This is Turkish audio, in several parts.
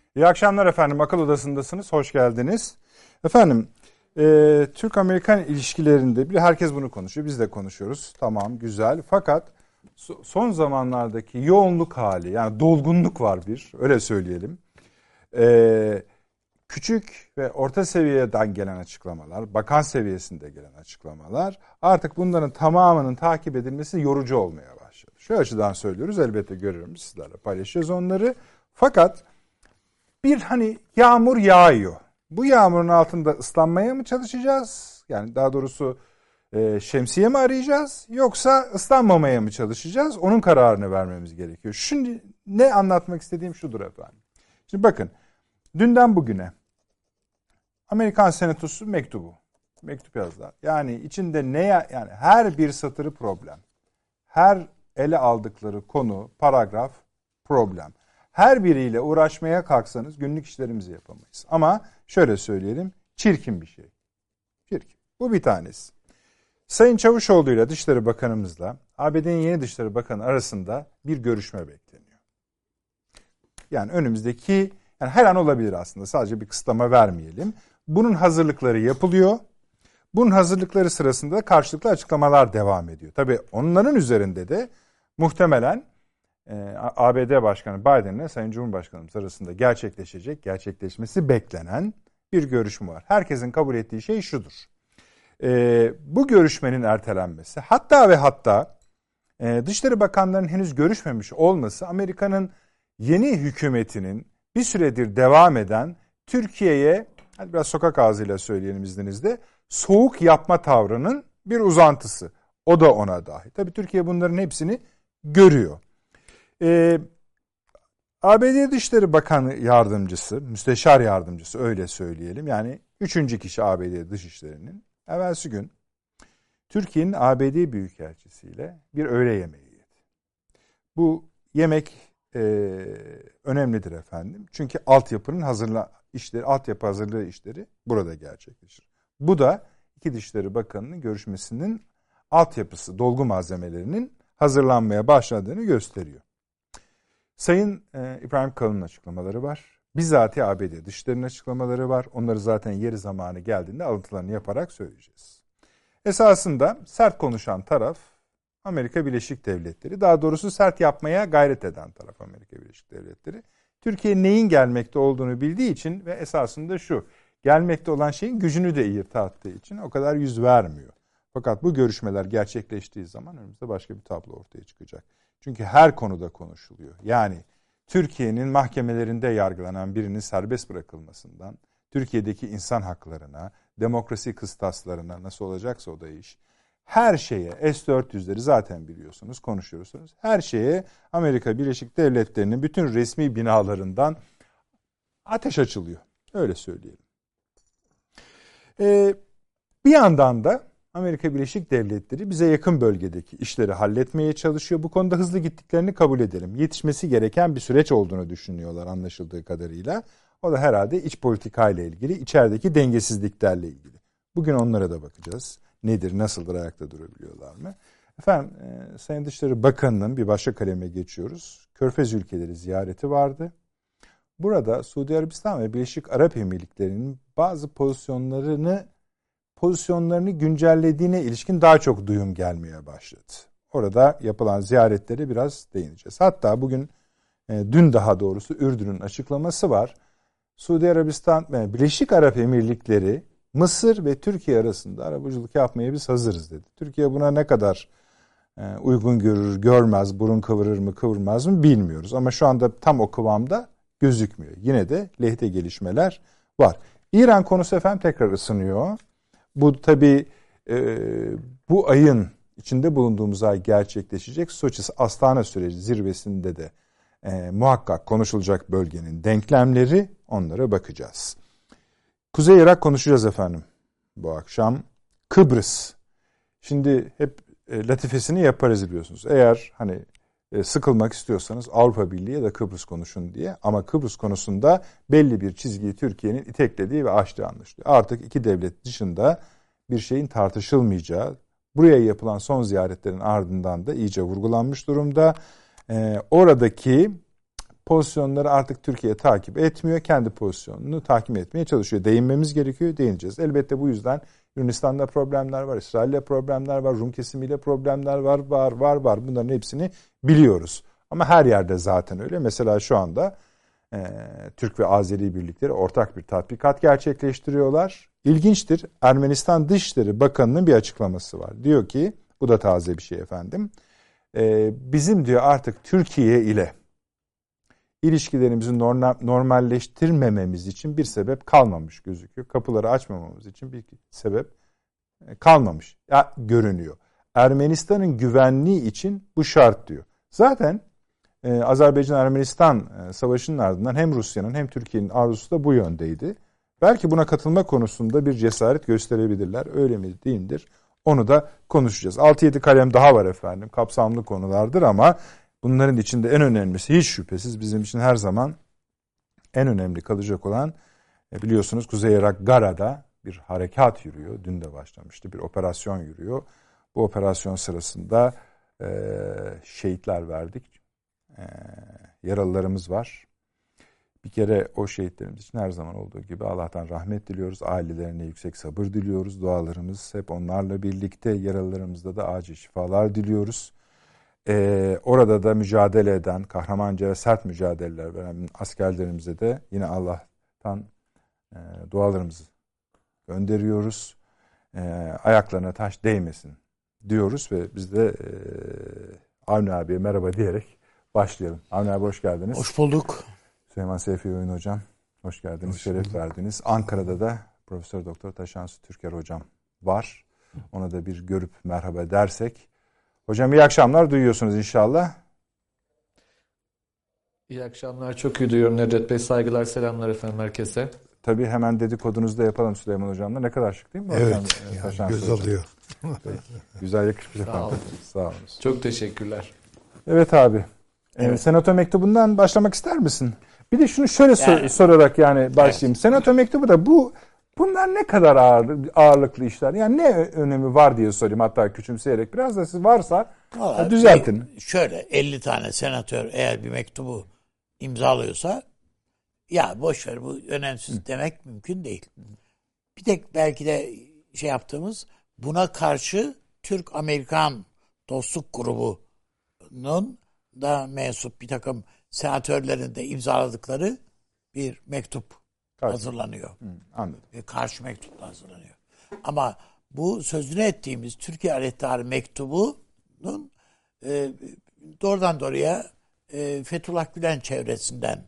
İyi akşamlar efendim. Akıl Odası'ndasınız. Hoş geldiniz. Efendim, Türk-Amerikan ilişkilerinde herkes bunu konuşuyor. Biz de konuşuyoruz. Tamam, güzel. Fakat son zamanlardaki yoğunluk hali, yani dolgunluk var öyle söyleyelim. Küçük ve orta seviyeden gelen açıklamalar, bakan seviyesinde gelen açıklamalar artık bunların tamamının takip edilmesi yorucu olmaya başladı. Şu açıdan söylüyoruz, elbette görüyorum, sizlerle paylaşacağız onları. Fakat bir yağmur yağıyor. Bu yağmurun altında ıslanmaya mı çalışacağız? Yani daha doğrusu şemsiye mi arayacağız? Yoksa ıslanmamaya mı çalışacağız? Onun kararını vermemiz gerekiyor. Şimdi ne anlatmak istediğim şudur efendim. Şimdi bakın, dünden bugüne Amerikan Senatosu mektup yazdılar. Yani içinde yani her bir satırı problem. Her ele aldıkları konu, paragraf problem. Her biriyle uğraşmaya kalksanız günlük işlerimizi yapamayız. Ama şöyle söyleyelim, çirkin bir şey. Çirkin. Bu bir tanesi. Sayın Çavuşoğlu ile Dışişleri Bakanımızla ABD'nin yeni Dışişleri Bakanı arasında bir görüşme bekleniyor. Yani önümüzdeki, yani her an olabilir aslında, sadece bir kısıtlama vermeyelim. Bunun hazırlıkları yapılıyor. Bunun hazırlıkları sırasında da karşılıklı açıklamalar devam ediyor. Tabii onların üzerinde de muhtemelen ABD Başkanı Biden ile Sayın Cumhurbaşkanımız arasında gerçekleşmesi beklenen bir görüşme var. Herkesin kabul ettiği şey şudur. Bu görüşmenin ertelenmesi, hatta Dışişleri Bakanlarının henüz görüşmemiş olması, Amerika'nın yeni hükümetinin bir süredir devam eden Türkiye'ye, hadi biraz sokak ağzıyla söyleyelim izninizle, soğuk yapma tavrının bir uzantısı. O da ona dahil. Tabii Türkiye bunların hepsini görüyor. ABD Dışişleri Bakanı Yardımcısı, Müsteşar Yardımcısı öyle söyleyelim. Yani 3. kişi ABD Dışişleri'nin evvelsi gün Türkiye'nin ABD Büyükelçisiyle bir öğle yemeği yedi. Bu yemek önemlidir efendim. Çünkü altyapı hazırlığı işleri burada gerçekleşir. Bu da iki Dışişleri Bakanı'nın görüşmesinin altyapısı, dolgu malzemelerinin hazırlanmaya başladığını gösteriyor. Sayın İbrahim Kalın'ın açıklamaları var. Bizzati ABD Dışişleri'nin açıklamaları var. Onları zaten yeri zamanı geldiğinde alıntılarını yaparak söyleyeceğiz. Esasında sert konuşan taraf Amerika Birleşik Devletleri. Daha doğrusu sert yapmaya gayret eden taraf Amerika Birleşik Devletleri. Türkiye neyin gelmekte olduğunu bildiği için ve esasında gelmekte olan şeyin gücünü de iyi tattığı için o kadar yüz vermiyor. Fakat bu görüşmeler gerçekleştiği zaman önümüzde başka bir tablo ortaya çıkacak. Çünkü her konuda konuşuluyor. Yani Türkiye'nin mahkemelerinde yargılanan birinin serbest bırakılmasından, Türkiye'deki insan haklarına, demokrasi kıstaslarına, nasıl olacaksa o da iş, her şeye, S-400'leri zaten biliyorsunuz, konuşuyorsunuz. Her şeye Amerika Birleşik Devletleri'nin bütün resmi binalarından ateş açılıyor. Öyle söyleyelim. Bir yandan da Amerika Birleşik Devletleri bize yakın bölgedeki işleri halletmeye çalışıyor. Bu konuda hızlı gittiklerini kabul edelim. Yetişmesi gereken bir süreç olduğunu düşünüyorlar anlaşıldığı kadarıyla. O da herhalde iç politikayla ilgili, içerideki dengesizliklerle ilgili. Bugün onlara da bakacağız. Nedir, nasıldır, ayakta durabiliyorlar mı? Efendim, Sayın Dışişleri Bakanı'nın bir başka kaleme geçiyoruz. Körfez ülkeleri ziyareti vardı. Burada Suudi Arabistan ve Birleşik Arap Emirlikleri'nin bazı pozisyonlarını güncellediğine ilişkin daha çok duyum gelmeye başladı. Orada yapılan ziyaretlere biraz değineceğiz. Hatta dün daha doğrusu Ürdün'ün açıklaması var. Suudi Arabistan ve Birleşik Arap Emirlikleri, Mısır ve Türkiye arasında arabuluculuk yapmaya biz hazırız dedi. Türkiye buna ne kadar uygun görür, görmez, burun kıvırır mı, kıvırmaz mı bilmiyoruz. Ama şu anda tam o kıvamda gözükmüyor. Yine de lehte gelişmeler var. İran konusu efendim tekrar ısınıyor. Bu tabii bu ayın içinde bulunduğumuz ay gerçekleşecek Soçi Astana süreci zirvesinde de muhakkak konuşulacak bölgenin denklemleri, onlara bakacağız. Kuzey Irak konuşacağız efendim bu akşam. Kıbrıs. Şimdi hep latifesini yaparız biliyorsunuz. Eğer sıkılmak istiyorsanız Avrupa Birliği ya da Kıbrıs konuşun diye. Ama Kıbrıs konusunda belli bir çizgiyi Türkiye'nin iteklediği ve aştığı anlaşılıyor. Artık iki devlet dışında bir şeyin tartışılmayacağı, buraya yapılan son ziyaretlerin ardından da iyice vurgulanmış durumda. Oradaki pozisyonları artık Türkiye takip etmiyor. Kendi pozisyonunu takip etmeye çalışıyor. Değinmemiz gerekiyor, değineceğiz. Elbette bu yüzden Yunanistan'da problemler var, İsrail'le problemler var, Rum kesimiyle problemler var. Bunların hepsini biliyoruz. Ama her yerde zaten öyle. Mesela şu anda Türk ve Azeri birlikleri ortak bir tatbikat gerçekleştiriyorlar. İlginçtir. Ermenistan Dışişleri Bakanı'nın bir açıklaması var. Diyor ki, bu da taze bir şey efendim. Bizim diyor artık Türkiye ile ilişkilerimizi normalleştirmememiz için bir sebep kalmamış gözüküyor. Kapıları açmamamız için bir sebep kalmamış görünüyor. Ermenistan'ın güvenliği için bu şart diyor. Zaten Azerbaycan-Ermenistan savaşının ardından hem Rusya'nın hem Türkiye'nin arzusu da bu yöndeydi. Belki buna katılma konusunda bir cesaret gösterebilirler. Öyle mi değil midir? Onu da konuşacağız. 6-7 kalem daha var efendim. Kapsamlı konulardır ama bunların içinde en önemlisi hiç şüphesiz bizim için her zaman en önemli kalacak olan biliyorsunuz Kuzey Irak Gara'da bir harekat yürüyor. Dün de başlamıştı. Bir operasyon yürüyor. Bu operasyon sırasında şehitler verdik. Yaralılarımız var. Bir kere o şehitlerimiz için her zaman olduğu gibi Allah'tan rahmet diliyoruz. Ailelerine yüksek sabır diliyoruz. Dualarımız hep onlarla birlikte. Yaralılarımızda da acil şifalar diliyoruz. Orada da mücadele eden, kahramanca ve sert mücadeleler veren askerlerimize de yine Allah'tan dualarımızı gönderiyoruz. Ayaklarına taş değmesin diyoruz ve biz de Avni abiye merhaba diyerek başlayalım. Avni abi hoş geldiniz. Hoş bulduk. Süleyman Seyfi Öğün hocam hoş geldiniz. Hoş şeref verdiniz. Ankara'da da Profesör Doktor Taşansı Türker hocam var. Ona da bir görüp merhaba dersek. Hocam iyi akşamlar, duyuyorsunuz inşallah. İyi akşamlar, çok iyi duyuyorum Nedret Bey. Saygılar, selamlar efendim herkese. Tabii hemen dedikodunuzu da yapalım Süleyman hocamla. Ne kadar şık değil mi? Evet, hocam? göz hocam alıyor. Güzel yakışmış Sağ efendim. olun. Sağ olun. Çok teşekkürler. Evet abi. Evet. Senato mektubundan başlamak ister misin? Bir de şunu şöyle sorarak başlayayım. Evet. Senato mektubu da bunlar ne kadar ağırlıklı işler? Yani ne önemi var diye sorayım, hatta küçümseyerek. Biraz da siz varsa düzeltin. Şöyle 50 tane senatör eğer bir mektubu imzalıyorsa ya boş ver bu önemsiz demek mümkün değil. Bir tek belki de yaptığımız buna karşı Türk-Amerikan dostluk grubunun da mensup bir takım senatörlerin de imzaladıkları bir mektup hazırlanıyor. Anladım. Karşı mektup hazırlanıyor. Ama bu sözünü ettiğimiz Türkiye Aleyhtarı mektubunun doğrudan doğruya Fethullah Gülen çevresinden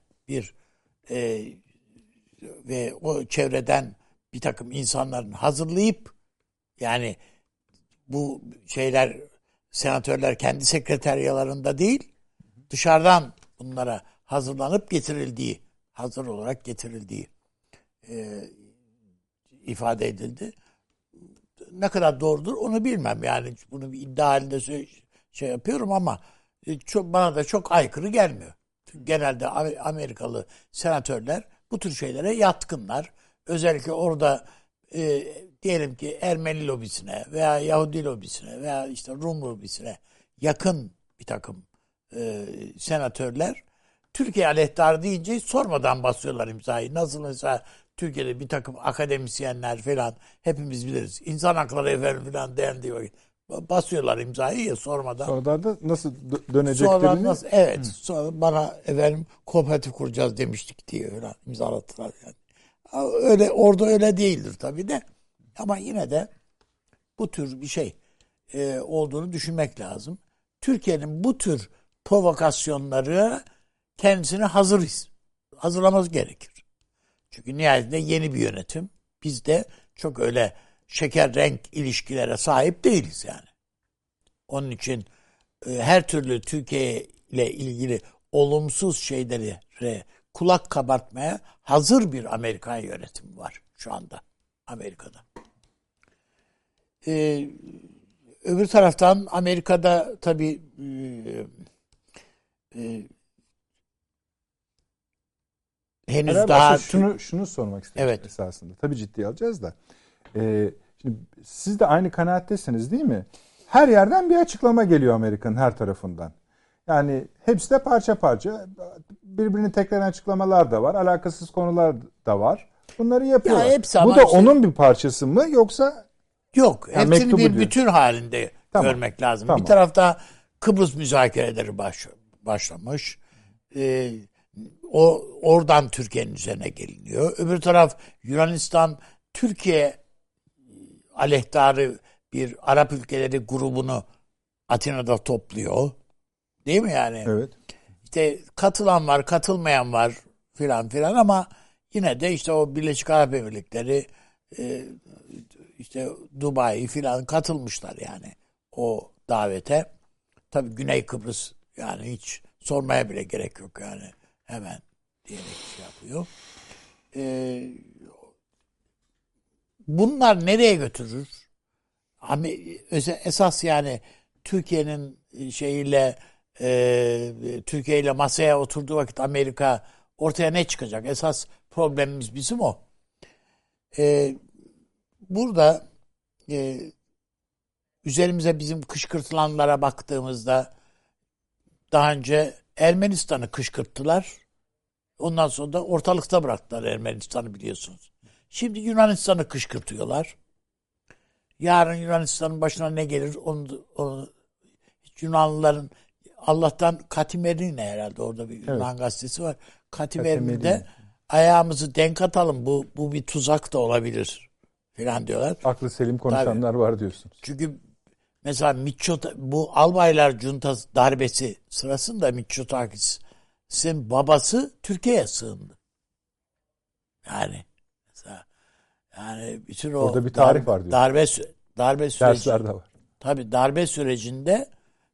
ve o çevreden bir takım insanların hazırlayıp, yani bu senatörler kendi sekreteryalarında değil, dışarıdan bunlara hazırlanıp hazır olarak getirildiği ifade edildi. Ne kadar doğrudur onu bilmem. Yani bunu bir iddia halinde yapıyorum ama bana da çok aykırı gelmiyor. Genelde Amerikalı senatörler bu tür şeylere yatkınlar. Özellikle orada diyelim ki Ermeni lobisine veya Yahudi lobisine veya işte Rum lobisine yakın bir takım senatörler Türkiye aleyhtarı deyince sormadan basıyorlar imzayı. Nasıl mesela Türkiye'de bir takım akademisyenler falan hepimiz biliriz. İnsan hakları efendim falan dendiği basıyorlar imzayı ya sormadan. Sonradan da nasıl döneceklerini. Sonra nasıl, evet. Sonra bana efendim kooperatif kuracağız demiştik diye öyle imzalattılar yani. Öyle orada öyle değildir tabii de. Ama yine de bu tür bir şey olduğunu düşünmek lazım. Türkiye'nin bu tür provokasyonları kendisini hazırlaması gerekir. Çünkü nihayetinde yeni bir yönetim. Biz de çok öyle şeker renk ilişkilere sahip değiliz yani. Onun için her türlü Türkiye ile ilgili olumsuz şeyleri kulak kabartmaya hazır bir Amerikan yönetimi var şu anda Amerika'da. Öbür taraftan Amerika'da tabii henüz daha... Şunu sormak istiyorum esasında. Tabii ciddiye alacağız da. Şimdi siz de aynı kanaattesiniz değil mi? Her yerden bir açıklama geliyor Amerika'nın her tarafından. Yani hepsi de parça parça. Birbirini tekraren açıklamalar da var. Alakasız konular da var. Bunları yapıyorlar. Ya hepsi Bu ama da işte, onun bir parçası mı yoksa? yok. Yani Hepsini mektubu bir diyor. bütün halinde Tamam. görmek lazım. Tamam. Bir tarafta Kıbrıs müzakereleri başlamış. Oradan Türkiye'nin üzerine geliniyor. Öbür taraf Yunanistan, Türkiye aleyhtarı bir Arap ülkeleri grubunu Atina'da topluyor. Değil mi yani? Evet. İşte katılan var, katılmayan var filan filan ama yine de işte o Birleşik Arap Emirlikleri, işte Dubai filan katılmışlar yani o davete. Tabii Güney Kıbrıs yani hiç sormaya bile gerek yok yani. Hemen diyerek şey yapıyor. Bunlar nereye götürür? Esas yani Türkiye'nin şeyiyle Türkiye ile masaya oturduğu vakit Amerika ortaya ne çıkacak? Esas problemimiz bizim o. Burada üzerimize bizim kışkırtılanlara baktığımızda daha önce Ermenistan'ı kışkırttılar. Ondan sonra da ortalıkta bıraktılar Ermenistan'ı biliyorsunuz. Şimdi Yunanistan'ı kışkırtıyorlar. Yarın Yunanistan'ın başına ne gelir onu Yunanlıların Allah'tan Katimerine herhalde orada bir Yunan gazetesi var. Katimerine'de ayağımızı denk atalım bu bir tuzak da olabilir falan diyorlar. Aklı selim konuşanlar var diyorsunuz. Çünkü mesela bu Albaylar Cuntası darbesi sırasında Mitsotakis'in babası Türkiye'ye sığındı. Yani mesela bütün o orada bir tarih var diyor. Darbe süreci. Dersler de var. Tabii darbe sürecinde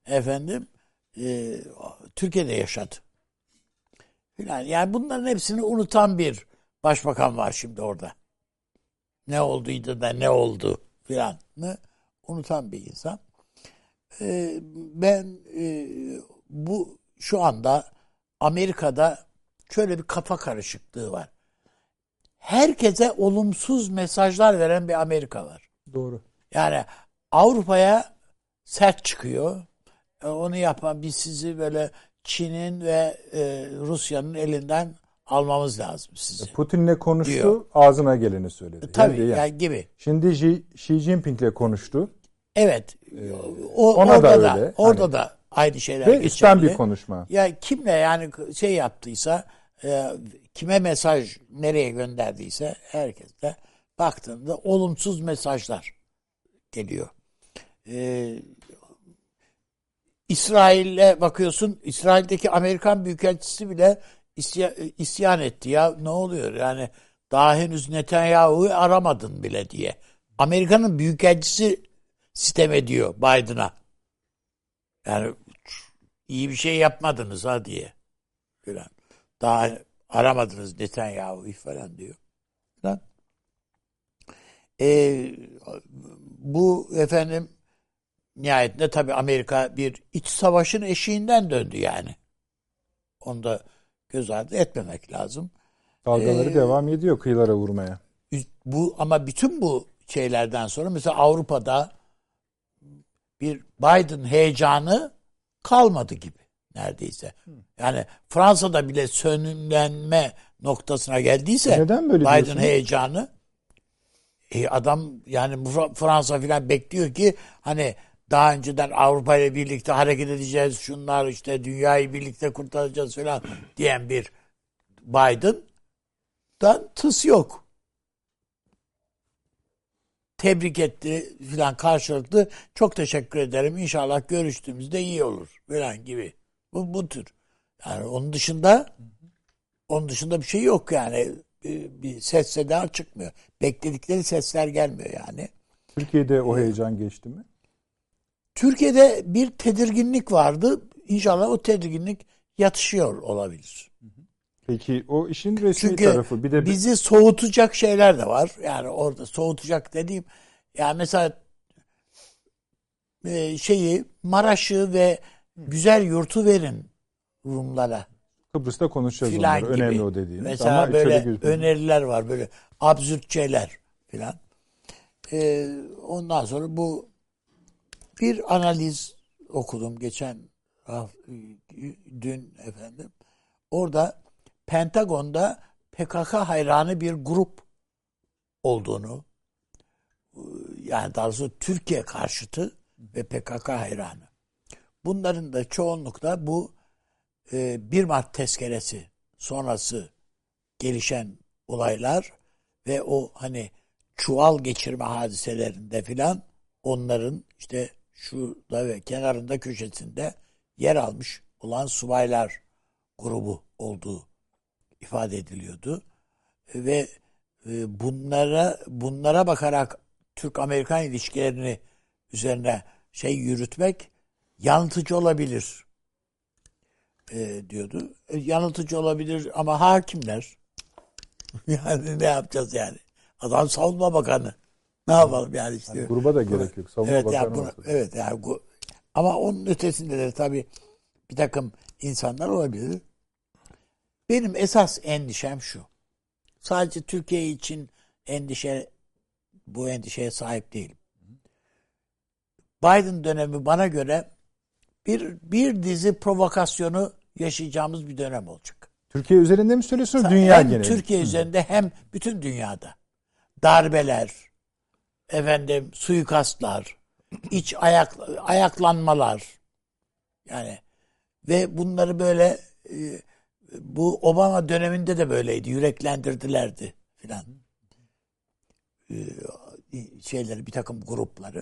Türkiye'de yaşadı. Yani bunların hepsini unutan bir başbakan var şimdi orada. Ne olduydu da ne oldu filanı unutan bir insan. Ben bu şu anda Amerika'da şöyle bir kafa karışıklığı var. Herkese olumsuz mesajlar veren bir Amerika var. Doğru. Yani Avrupa'ya sert çıkıyor. Onu yapan biz sizi böyle Çin'in ve Rusya'nın elinden almamız lazım sizi. Putin'le konuştu, diyor. ağzına geleni söyledi. Tabii yani gibi. Şimdi Xi Jinping'le konuştu. Evet. Ona orada da öyle. Orada da aynı şeyler ve geçerli. üstten bir konuşma. Ya kimle yani şey yaptıysa, kime mesaj nereye gönderdiyse herkes de baktığında olumsuz mesajlar geliyor. İsrail'e bakıyorsun, İsrail'deki Amerikan Büyükelçisi bile isyan etti. Ya ne oluyor yani daha henüz Netanyahu'yu aramadın bile diye. Amerika'nın Büyükelçisi sitem ediyor Biden'a. Yani iyi bir şey yapmadınız ha diye. Falan. Daha aramadınız Netanyahu'yu falan diyor. Falan. Bu nihayetinde tabii Amerika bir iç savaşın eşiğinden döndü yani. Onu da göz ardı etmemek lazım. Dalgaları devam ediyor kıyılara vurmaya. Ama bütün bu şeylerden sonra mesela Avrupa'da bir Biden heyecanı kalmadı gibi neredeyse. Yani Fransa'da bile sönümlenme noktasına geldiyse neden böyle Biden diyorsunuz? heyecanı adam yani Fransa filan bekliyor ki hani daha önceden Avrupa ile birlikte hareket edeceğiz, şunlar işte dünyayı birlikte kurtaracağız falan diyen bir Biden'dan tıs yok. Tebrik etti filan karşılıklı. Çok teşekkür ederim. İnşallah görüştüğümüzde iyi olur filan gibi. Bu tür. Yani onun dışında bir şey yok yani. Bir ses seda çıkmıyor. Bekledikleri sesler gelmiyor yani. Türkiye'de o heyecan geçti mi? Türkiye'de bir tedirginlik vardı. İnşallah o tedirginlik yatışıyor olabilir. Peki o işin resmi Çünkü tarafı. Bir de bizi soğutacak şeyler de var. Yani orada soğutacak dediğim yani mesela Maraş'ı ve güzel yurtu verin Rumlara. Kıbrıs'ta konuşacağız Filan onları. gibi. Önemli o dediğiniz. Mesela ama böyle öneriler var. Böyle absürt şeyler filan. Ondan sonra bu bir analiz okudum geçen dün efendim orada Pentagon'da PKK hayranı bir grup olduğunu, yani daha doğrusu Türkiye karşıtı ve PKK hayranı. Bunların da çoğunlukla bu 1 Mart tezkeresi sonrası gelişen olaylar ve o hani çuval geçirme hadiselerinde filan onların işte şurada ve kenarında köşesinde yer almış olan subaylar grubu olduğu ifade ediliyordu. Ve bunlara bakarak Türk-Amerikan ilişkilerini üzerine yürütmek yanıltıcı olabilir diyordu. Yanıltıcı olabilir ama hakimler yani ne yapacağız yani? Adam savunma bakanı. Ne yapalım yani işte. Yani gruba da gerek yok. Savunma evet, bakanı yani evet yani ama onun ötesinde de tabii bir takım insanlar olabilir. Benim esas endişem şu. Sadece Türkiye için bu endişeye sahip değilim. Biden dönemi bana göre bir dizi provokasyonu yaşayacağımız bir dönem olacak. Türkiye üzerinde mi söylüyorsunuz? Dünya hem genelinde. Türkiye üzerinde hem bütün dünyada. Darbeler, suikastlar, ayaklanmalar. Yani ve bunları böyle bu Obama döneminde de böyleydi. Yüreklendirdilerdi filan. Bir takım grupları.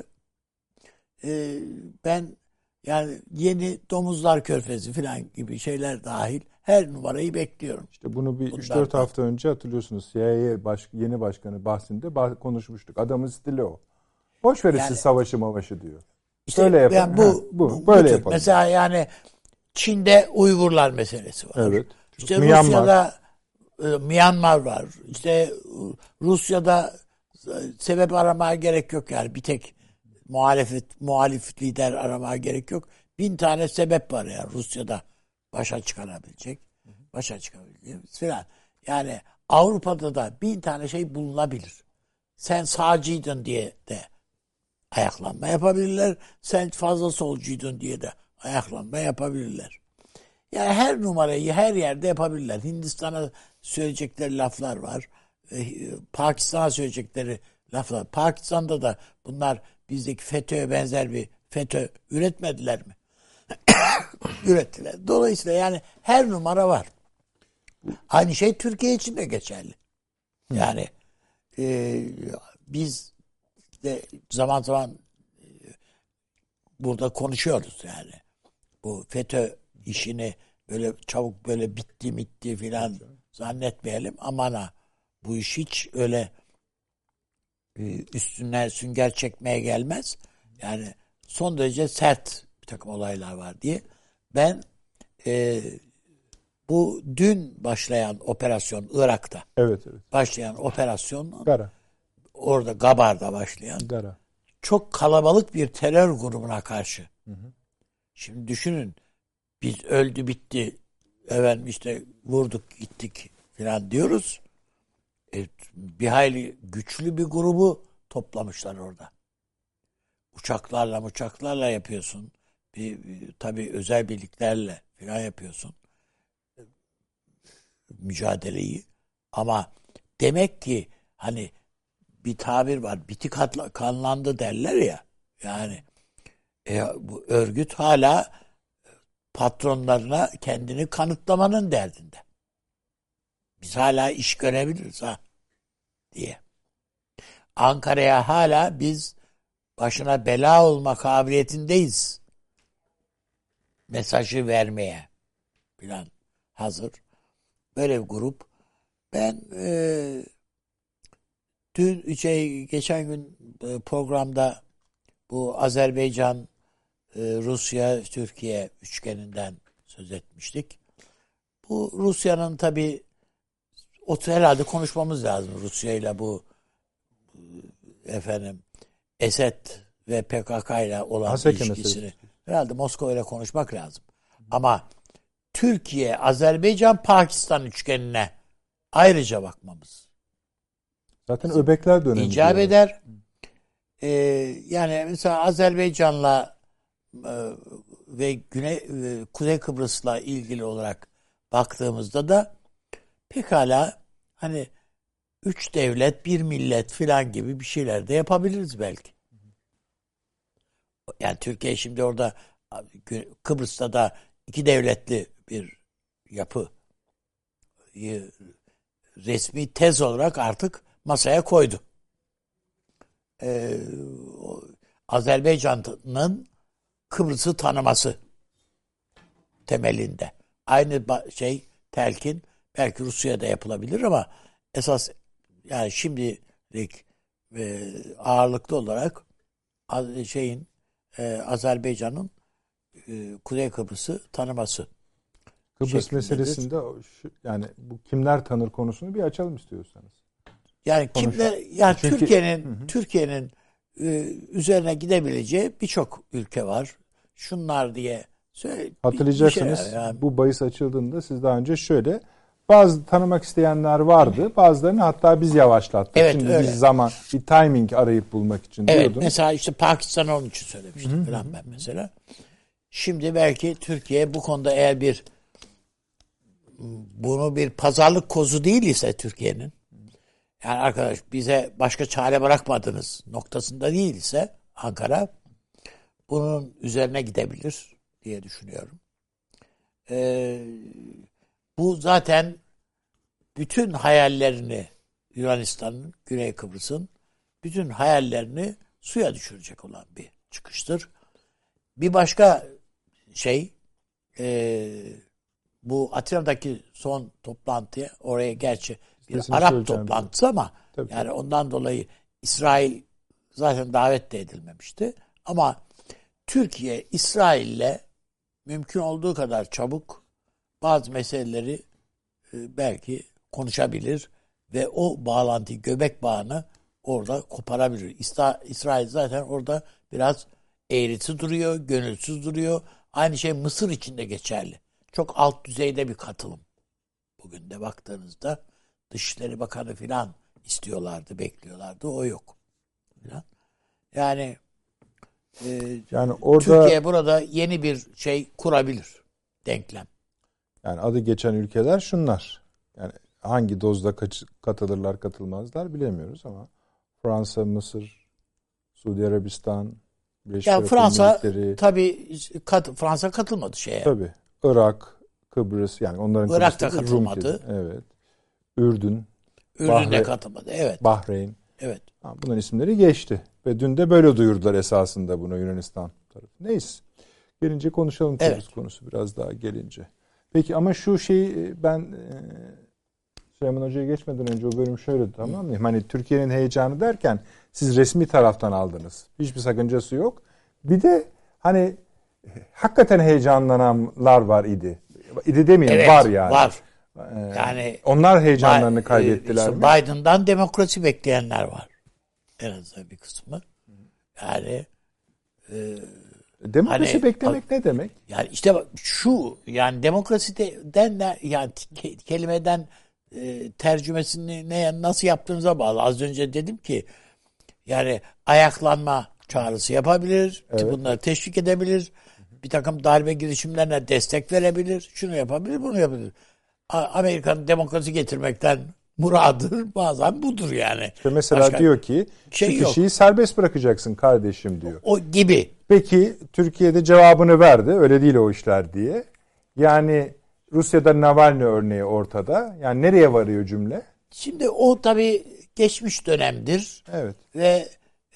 Ben yani yeni Domuzlar Körfezi filan gibi şeyler dahil her numarayı bekliyorum. İşte bunu bir 3-4 hafta önce hatırlıyorsunuz. CIA yeni başkanı bahsinde konuşmuştuk. Adamın stili o. Boş verin siz savaşı diyor. İşte böyle yapalım. Yani böyle yapalım. Mesela yani Çin'de Uygurlar meselesi var. Evet. İşte Rusya'da Myanmar var. İşte Rusya'da sebep aramaya gerek yok yani. Bir tek muhalif lider aramaya gerek yok. 1000 tane sebep var yani Rusya'da başa çıkarabilecek falan. Yani Avrupa'da da 1000 tane şey bulunabilir. Sen sağcıydın diye de ayaklanma yapabilirler. Sen fazla solcuydun diye de ayaklanma yapabilirler. Yani her numarayı her yerde yapabilirler. Hindistan'a söyleyecekleri laflar var. Pakistan'a söyleyecekleri laflar. Pakistan'da da bunlar bizdeki FETÖ'ye benzer bir FETÖ üretmediler mi? Ürettiler. Dolayısıyla yani her numara var. Aynı şey Türkiye için de geçerli. Yani biz de zaman zaman burada konuşuyoruz yani. Bu FETÖ işini böyle çabuk böyle bitti filan zannetmeyelim. Aman ha bu iş hiç öyle üstüne sünger çekmeye gelmez. Yani son derece sert bir takım olaylar var diye. Ben bu dün başlayan operasyon Irak'ta başlayan operasyon orada Gabar'da başlayan çok kalabalık bir terör grubuna karşı. Şimdi düşünün biz öldü bitti işte vurduk gittik falan diyoruz. Bir hayli güçlü bir grubu toplamışlar orada. Uçaklarla yapıyorsun. Tabii özel birliklerle falan yapıyorsun. Mücadeleyi. Ama demek ki hani bir tabir var. Biti kanlandı derler ya. Yani bu örgüt hala patronlarına kendini kanıtlamanın derdinde. Biz hala iş görebiliriz diye. Ankara'ya hala biz başına bela olma kabiliyetindeyiz. Mesajı vermeye falan hazır. Böyle bir grup. Ben geçen gün programda bu Azerbaycan, Rusya, Türkiye üçgeninden söz etmiştik. Bu Rusya'nın tabii herhalde konuşmamız lazım Rusya ile bu Esed ve PKK ile olan ilişkisini. Herhalde Moskova ile konuşmak lazım. Ama Türkiye, Azerbaycan, Pakistan üçgenine ayrıca bakmamız. Zaten Öbekler dönemi icap eder. Yani mesela Azerbaycan'la ve Kuzey Kıbrıs'la ilgili olarak baktığımızda da pekala hani 3 devlet, bir millet filan gibi bir şeyler de yapabiliriz belki. Yani Türkiye şimdi orada Kıbrıs'ta da 2 devletli bir yapı resmi tez olarak artık masaya koydu. Azerbaycan'ın Kıbrıs'ı tanıması temelinde. Aynı telkin belki Rusya'da yapılabilir ama esas yani şimdilik ağırlıklı olarak Azerbaycan'ın Kuzey Kıbrıs'ı tanıması. Kıbrıs meselesinde yani bu kimler tanır konusunu bir açalım istiyorsanız. Yani kimler, yani çünkü, Türkiye'nin üzerine gidebileceği birçok ülke var. Şunlar diye hatırlayacaksınız yani. Bu bahis açıldığında siz daha önce şöyle bazı tanımak isteyenler vardı. Bazılarını hatta biz yavaşlattık. Evet, şimdi öyle. biz bir timing arayıp bulmak için diyordum. Mesela işte Pakistan'ı onun için söylemiştim falan ben mesela. Şimdi belki Türkiye bu konuda eğer bunu bir pazarlık kozu değil ise Türkiye'nin, yani arkadaş bize başka çare bırakmadınız noktasında değil ise Ankara bunun üzerine gidebilir diye düşünüyorum. Bu zaten bütün hayallerini Yunanistan'ın, Güney Kıbrıs'ın bütün hayallerini suya düşürecek olan bir çıkıştır. Bir başka bu Atina'daki son toplantıya, oraya gerçi bir Arap toplantısı ama tabii. Yani ondan dolayı İsrail zaten davet de edilmemişti. Ama Türkiye İsrail'le mümkün olduğu kadar çabuk bazı meseleleri belki konuşabilir ve o bağlantıyı, göbek bağını orada koparabilir. İsrail zaten orada biraz eğrisi duruyor, gönülsüz duruyor. Aynı şey Mısır için de geçerli. Çok alt düzeyde bir katılım. Bugün de baktığınızda Dışişleri Bakanı filan istiyorlardı, bekliyorlardı. O yok. Yani orada Türkiye burada yeni bir şey kurabilir. Denklem. Yani adı geçen ülkeler şunlar. Yani hangi dozda katılırlar katılmazlar bilemiyoruz ama Fransa, Mısır, Suudi Arabistan, Birleşik Arap Emirlikleri. Tabii Fransa katılmadı şeye. Tabii. Irak, Kıbrıs yani onların Irak da katılmadı. Evet. Ürdün de katılmadı. Evet. Bahreyn. Evet. Bunların isimleri geçti. Ve dün de böyle duyurdular esasında bunu Yunanistan tarafı. Neyse. Gelince konuşalım Kıbrıs konusu biraz daha gelince. Peki ama şu şeyi ben Süleyman Hoca'ya geçmeden önce o bölüm şöyle tamam mı? Hani Türkiye'nin heyecanı derken siz resmi taraftan aldınız. Hiçbir sakıncası yok. Bir de hani hakikaten heyecanlananlar var idi. İdi demeyelim evet, var yani. Var. Yani onlar heyecanlarını kaybettiler mi? Biden'dan demokrasi bekleyenler var. En azından bir kısmı. Yani demokrasi beklemek ne demek? Yani işte şu yani demokrasiden yani kelimeden tercümesini nasıl yaptığınıza bağlı. Az önce dedim ki yani ayaklanma çağrısı yapabilir. Evet. Bunları teşvik edebilir. Bir takım darbe girişimlerine destek verebilir. Şunu yapabilir, bunu yapabilir. Amerika'nın demokrasi getirmekten muradı bazen budur yani. İşte mesela başka diyor ki şu kişiyi serbest bırakacaksın kardeşim diyor. O gibi. Peki Türkiye'de cevabını verdi. Öyle değil o işler diye. Yani Rusya'da Navalny örneği ortada. Yani nereye varıyor cümle? Şimdi o tabii geçmiş dönemdir. Evet. Ve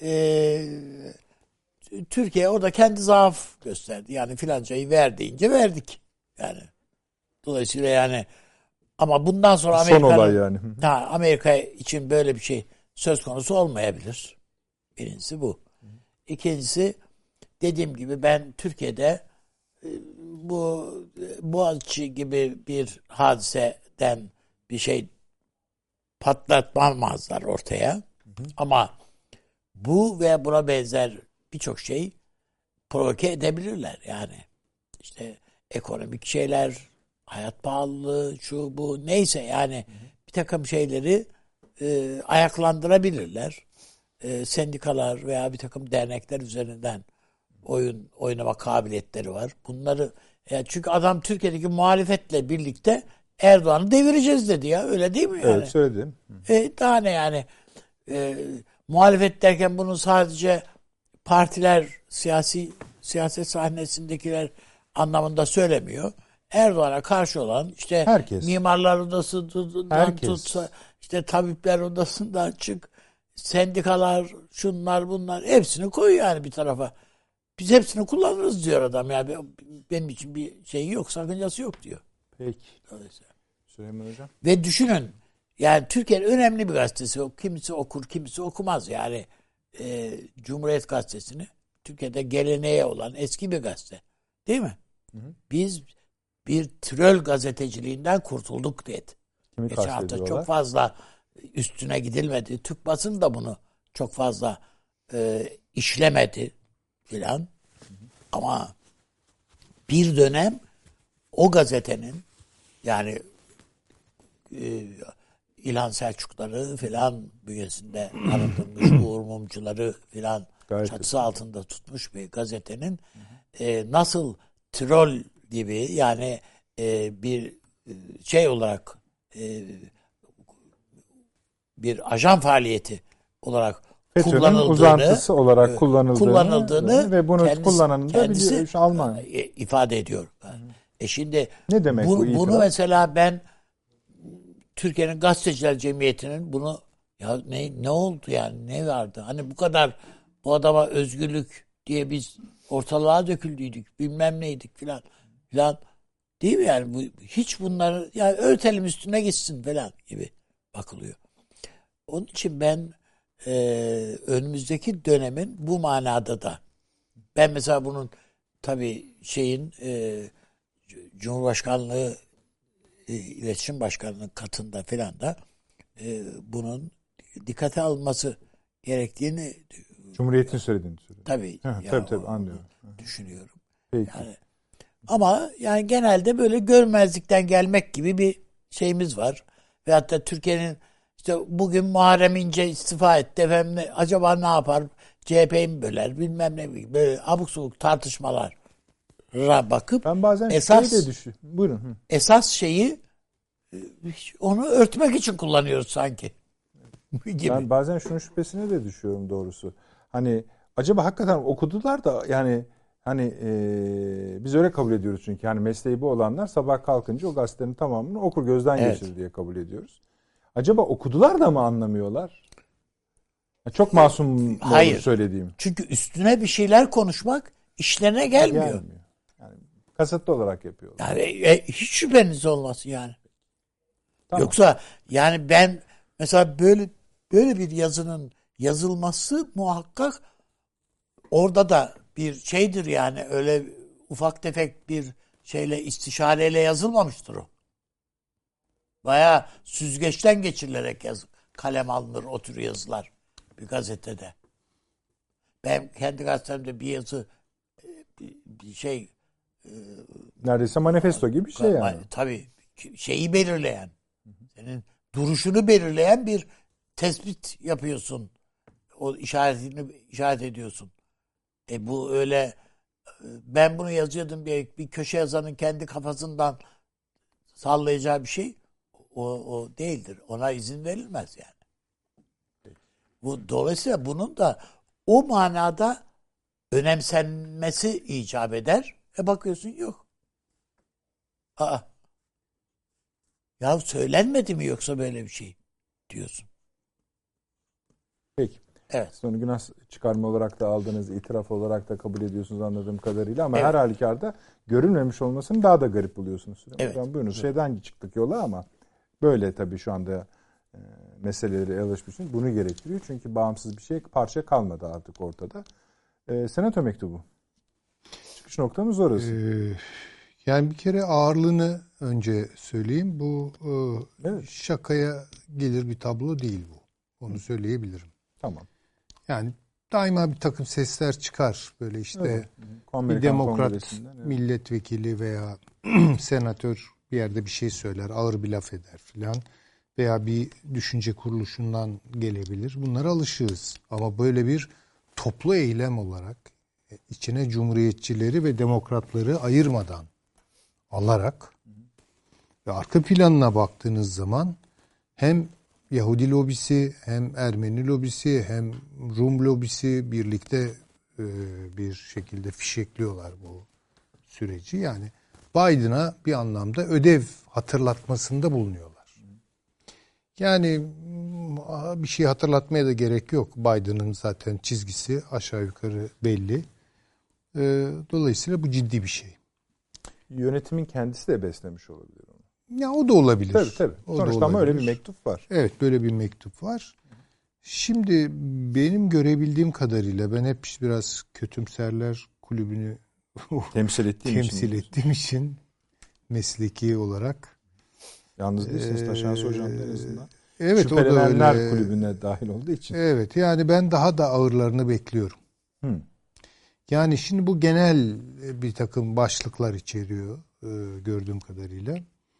Türkiye orada kendi zaaf gösterdi. Yani filancayı ver deyince verdik. Yani dolayısıyla yani ama bundan sonra Amerika için böyle bir şey söz konusu olmayabilir. Birincisi bu. İkincisi dediğim gibi ben Türkiye'de bu Boğaziçi gibi bir hadiseden bir şey patlatmazlar ortaya. Ama bu ve buna benzer birçok şey provoke edebilirler yani. İşte ekonomik şeyler, hayat pahalılığı, şu bu neyse yani bir takım şeyleri ayaklandırabilirler. Sendikalar veya bir takım dernekler üzerinden oynama kabiliyetleri var. Bunları çünkü adam Türkiye'deki muhalefetle birlikte Erdoğan'ı devireceğiz dedi ya. Öyle değil mi yani? Evet, söyledim. Daha ne yani? Muhalefet derken bunu sadece partiler, siyaset sahnesindekiler anlamında söylemiyor. Erdoğan'a karşı olan işte Herkes. mimarlar odasından Herkes. tutsa işte tabipler odasından çık, sendikalar, şunlar bunlar hepsini koy yani bir tarafa. Biz hepsini kullanırız diyor adam yani benim için bir şey yok, sakıncası yok diyor. Peki. Süleyman Hocam. Ve düşünün yani Türkiye'nin önemli bir gazetesi. Kimisi okur, kimisi okumaz. Yani Cumhuriyet Gazetesi'ni Türkiye'de geleneğe olan eski bir gazete. Değil mi? Biz bir tröl gazeteciliğinden kurtulduk dedi. Kimi Geçen hafta kastediyorlar? çok fazla üstüne gidilmedi. Türk basını da bunu çok fazla işlemedi filan. Ama bir dönem o gazetenin yani İlhan Selçukları filan bünyesinde aratılmış Uğur Mumcuları filan çatısı altında tutmuş bir gazetenin nasıl troll gibi yani bir şey olarak bir ajan faaliyeti olarak FETÖ'nün uzantısı olarak kullanıldığını ve bunu kullananın da biliyor, Alman ifade ediyor. Şimdi ne demek bu bunu mesela ben Türkiye'nin Gazeteciler Cemiyeti'nin bunu ya ne oldu yani ne vardı? Hani bu kadar bu adama özgürlük diye biz ortalığa döküldüydük bilmem neydik filan değil mi yani hiç bunları yani örtelim üstüne gitsin falan gibi bakılıyor. Onun için ben önümüzdeki dönemin bu manada da ben mesela bunun tabii Cumhurbaşkanlığı İletişim Başkanı'nın katında filan da bunun dikkate alınması gerektiğini Cumhuriyet'in söylediğini söylüyorum. Tabii. Tabii anlıyorum. Düşünüyorum. Peki. Yani, ama yani genelde böyle görmezlikten gelmek gibi bir şeyimiz var. Ve hatta Türkiye'nin işte bugün Muharrem İnce istifa etti efendim acaba ne yapar? CHP'yi mi böler bilmem ne böyle abuk subuk tartışmalar bakıp ben bazen esas de düşünüyorum. Buyurun. Esas şeyi onu örtmek için kullanıyoruz sanki. Gibi. Ben bazen şunun şüphesine de düşüyorum doğrusu. Hani acaba hakikaten okudular da yani biz öyle kabul ediyoruz çünkü yani mesleği bu olanlar sabah kalkınca o gazetenin tamamını okur gözden geçirir diye kabul ediyoruz. Acaba okudular da mı anlamıyorlar? Çok masum Hayır. söylediğim. Çünkü üstüne bir şeyler konuşmak işlerine gelmiyor. Yani kasıtlı olarak yapıyorlar. Yani hiç şüpheniz olmasın yani. Tamam. Yoksa yani ben mesela böyle bir yazının yazılması muhakkak orada da bir şeydir yani öyle ufak tefek bir şeyle istişareyle yazılmamıştır o. Bayağı süzgeçten geçirilerek kalem alınır o tür yazılar bir gazetede. Ben kendi gazetemde bir yazı bir şey neredeyse manifesto gibi bir şey yani. Tabii şeyi belirleyen senin duruşunu belirleyen bir tespit yapıyorsun. O işaret ediyorsun. Bu öyle ben bunu yazıyordum bir köşe yazanın kendi kafasından sallayacağı bir şey o değildir. Ona izin verilmez yani. Dolayısıyla bunun da o manada önemsenmesi icap eder. Bakıyorsun yok. Ya söylenmedi mi yoksa böyle bir şey diyorsun. Peki. Evet. Sonra günah çıkarma olarak da aldığınız, itiraf olarak da kabul ediyorsunuz anladığım kadarıyla ama her halükarda görülmemiş olmasını daha da garip buluyorsunuz. Evet. Buyurun şeyden çıktık yola ama böyle tabii şu anda meseleleri alışmışsınız. Bunu gerektiriyor çünkü bağımsız bir parça kalmadı artık ortada. Senato mektubu. Çıkış noktamız orası. Yani bir kere ağırlığını önce söyleyeyim. Bu şakaya gelir bir tablo değil bu. Onu söyleyebilirim. Tamam. Yani daima bir takım sesler çıkar. Böyle işte bir demokrat milletvekili veya senatör bir yerde bir şey söyler, ağır bir laf eder filan. Veya bir düşünce kuruluşundan gelebilir. Bunlara alışığız. Ama böyle bir toplu eylem olarak içine cumhuriyetçileri ve demokratları ayırmadan alarak ve arka planına baktığınız zaman hem Yahudi lobisi hem Ermeni lobisi hem Rum lobisi birlikte bir şekilde fişekliyorlar bu süreci. Yani Biden'a bir anlamda ödev hatırlatmasında bulunuyorlar. Yani bir şey hatırlatmaya da gerek yok. Biden'ın zaten çizgisi aşağı yukarı belli. Dolayısıyla bu ciddi bir şey. Yönetimin kendisi de beslemiş olabilir onu. Ya o da olabilir. Tabii. Sonuçta ama öyle bir mektup var. Evet, böyle bir mektup var. Şimdi benim görebildiğim kadarıyla ben hep biraz kötümserler kulübünü temsil ettiğim için mesleki olarak. Yalnız değilsiniz Taşansı Hocam en azından. Evet, Şüphelenenler kulübüne dahil olduğu için. Evet, yani ben daha da ağırlarını bekliyorum. Yani şimdi bu genel bir takım başlıklar içeriyor gördüğüm kadarıyla.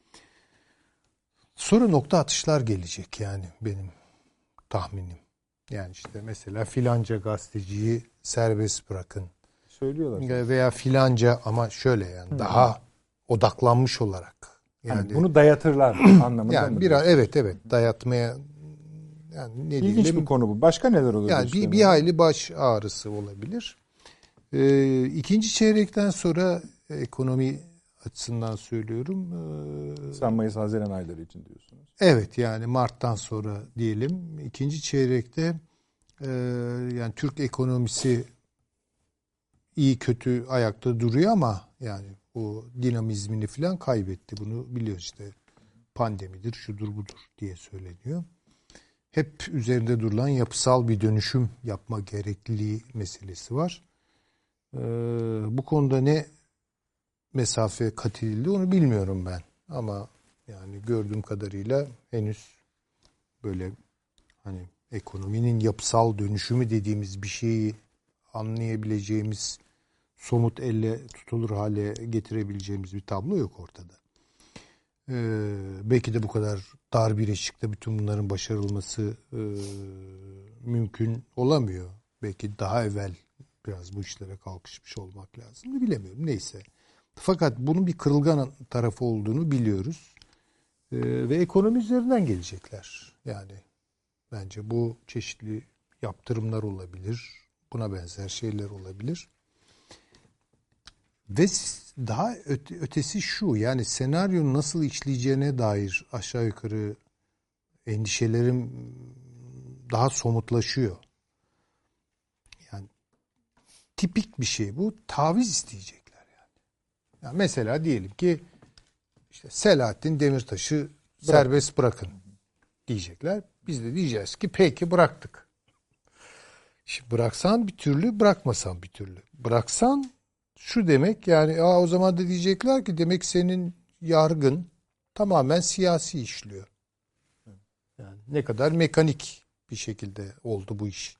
Sonra nokta atışlar gelecek yani benim tahminim. Yani işte mesela filanca gazeteciyi serbest bırakın. Söylüyorlar. Veya filanca ama şöyle yani daha odaklanmış olarak. Yani bunu dayatırlar anlamında yani mı? Biraz evet dayatmaya yani ne İlginç diyelim, bir konu bu. Başka neler olur? Yani bir hayli baş ağrısı olabilir. İkinci çeyrekten sonra ekonomi açısından söylüyorum. Sen Mayıs-Haziran ayları için diyorsunuz. Evet, yani Mart'tan sonra diyelim. İkinci çeyrekte yani Türk ekonomisi iyi kötü ayakta duruyor ama yani o dinamizmini falan kaybetti. Bunu biliyoruz işte. Pandemidir, şudur budur diye söyleniyor. Hep üzerinde durulan yapısal bir dönüşüm yapma gerekliliği meselesi var. Bu konuda ne mesafe kat edildi onu bilmiyorum ben. Ama yani gördüğüm kadarıyla henüz böyle hani ekonominin yapısal dönüşümü dediğimiz bir şeyi anlayabileceğimiz, somut elle tutulur hale getirebileceğimiz bir tablo yok ortada. Belki de bu kadar dar bir eşikte bütün bunların başarılması mümkün olamıyor. Belki daha evvel biraz bu işlere kalkışmış olmak lazım. Bilemiyorum. Neyse. Fakat bunun bir kırılgan tarafı olduğunu biliyoruz. Ve ekonomi üzerinden gelecekler. Yani bence bu çeşitli yaptırımlar olabilir. Buna benzer şeyler olabilir. Ve daha ötesi şu, yani senaryonun nasıl işleyeceğine dair aşağı yukarı endişelerim daha somutlaşıyor. Yani tipik bir şey bu. Taviz isteyecekler yani. Yani mesela diyelim ki işte Selahattin Demirtaş'ı serbest bırakın diyecekler. Biz de diyeceğiz ki peki bıraktık. Şimdi bıraksan bir türlü, bırakmasan bir türlü. Bıraksan şu demek yani o zaman da diyecekler ki demek senin yargın tamamen siyasi işliyor. Yani ne kadar mekanik bir şekilde oldu bu iş.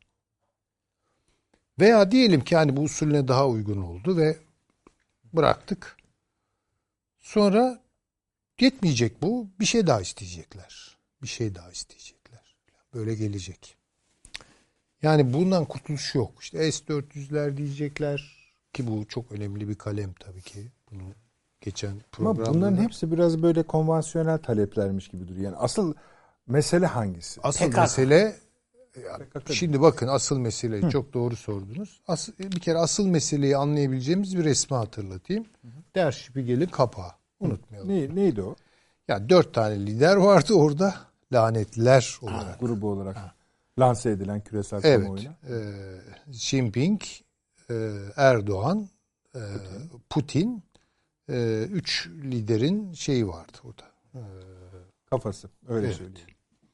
Veya diyelim ki hani bu usulüne daha uygun oldu ve bıraktık. Sonra yetmeyecek bu. Bir şey daha isteyecekler. Bir şey daha isteyecekler. Böyle gelecek. Yani bundan kurtuluş yok. İşte S-400'ler diyecekler. Ki bu çok önemli bir kalem tabii ki. Bunu geçen programda. Ama bunların hepsi biraz böyle konvansiyonel taleplermiş gibi duruyor. Yani asıl mesele hangisi? Asıl mesele yani şimdi bakın asıl meseleyi çok doğru sordunuz. Bir kere asıl meseleyi anlayabileceğimiz bir resmi hatırlatayım. Der Spiegel'in kapağı. Unutmayalım. Neydi o? Yani 4 tane lider vardı orada. Lanetliler olarak. Grubu olarak lanse edilen küresel kamuoyuna. Evet. Xi Jinping, Erdoğan, Putin, 3 liderin şeyi vardı orada. Kafası. Öyle söyleyeyim.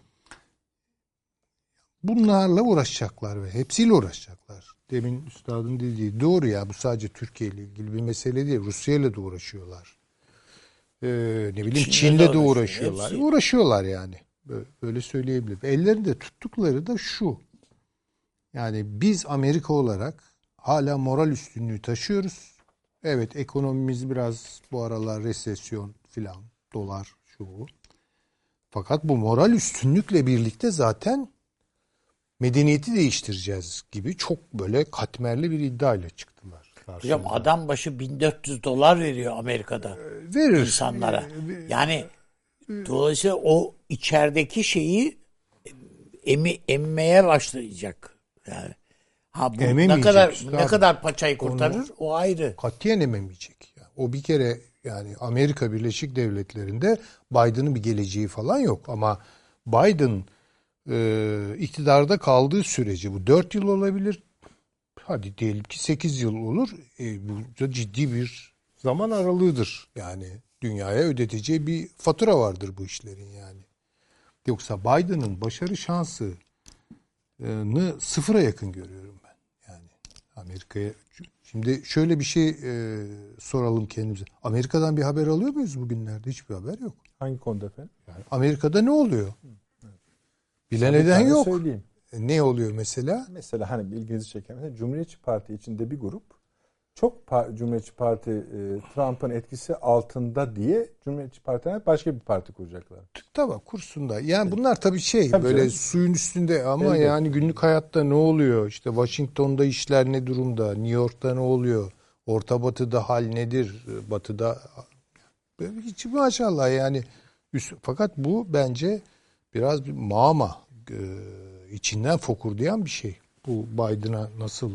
Bunlarla uğraşacaklar ve hepsiyle uğraşacaklar. Demin üstadın dediği doğru ya, bu sadece Türkiye ile ilgili bir mesele değil. Rusya ile de uğraşıyorlar. Ne bileyim Çin'le de uğraşıyorlar. Uğraşıyorlar yani. Böyle söyleyebilirim. Ellerinde tuttukları da şu. Yani biz Amerika olarak hala moral üstünlüğü taşıyoruz. Evet, ekonomimiz biraz bu aralar resesyon filan, dolar şu bu. Fakat bu moral üstünlükle birlikte zaten medeniyeti değiştireceğiz gibi çok böyle katmerli bir iddiayla çıktılar. Hocam adam başı $1.400 veriyor Amerika'da verir insanlara. Yani dolayısıyla o içerideki şeyi emmeye başlayacak. Yani bu ne kadar paçayı kurtarır o ayrı. Katiyen ememeyecek. Yani o bir kere yani Amerika Birleşik Devletleri'nde Biden'ın bir geleceği falan yok ama Biden iktidarda kaldığı sürece bu 4 yıl olabilir. Hadi diyelim ki 8 yıl olur. Bu da ciddi bir zaman aralığıdır. Yani dünyaya ödeteceği bir fatura vardır bu işlerin yani. Yoksa Biden'ın başarı şansını sıfıra yakın görüyorum ben. Yani Amerika'ya. Şimdi şöyle bir şey soralım kendimize. Amerika'dan bir haber alıyor muyuz bugünlerde? Hiçbir haber yok. Hangi konuda efendim? Yani Amerika'da ne oluyor? Bilen eden yok. Söyleyeyim. Ne oluyor mesela? Mesela hani ilginizi çeken mesela Cumhuriyetçi Parti içinde bir grup Cumhuriyetçi Parti Trump'ın etkisi altında diye Cumhuriyetçi Parti'den başka bir parti kuracaklar. Tamam kursunda. Yani bunlar tabii Tabii böyle canım. suyun üstünde ama Elbette. yani günlük hayatta ne oluyor? İşte Washington'da işler ne durumda? New York'ta ne oluyor? Orta Batı'da hal nedir? Batı'da hiç maşallah yani. Fakat bu bence biraz bir mağma içinden fokurdayan bir şey. Bu Biden'a nasıl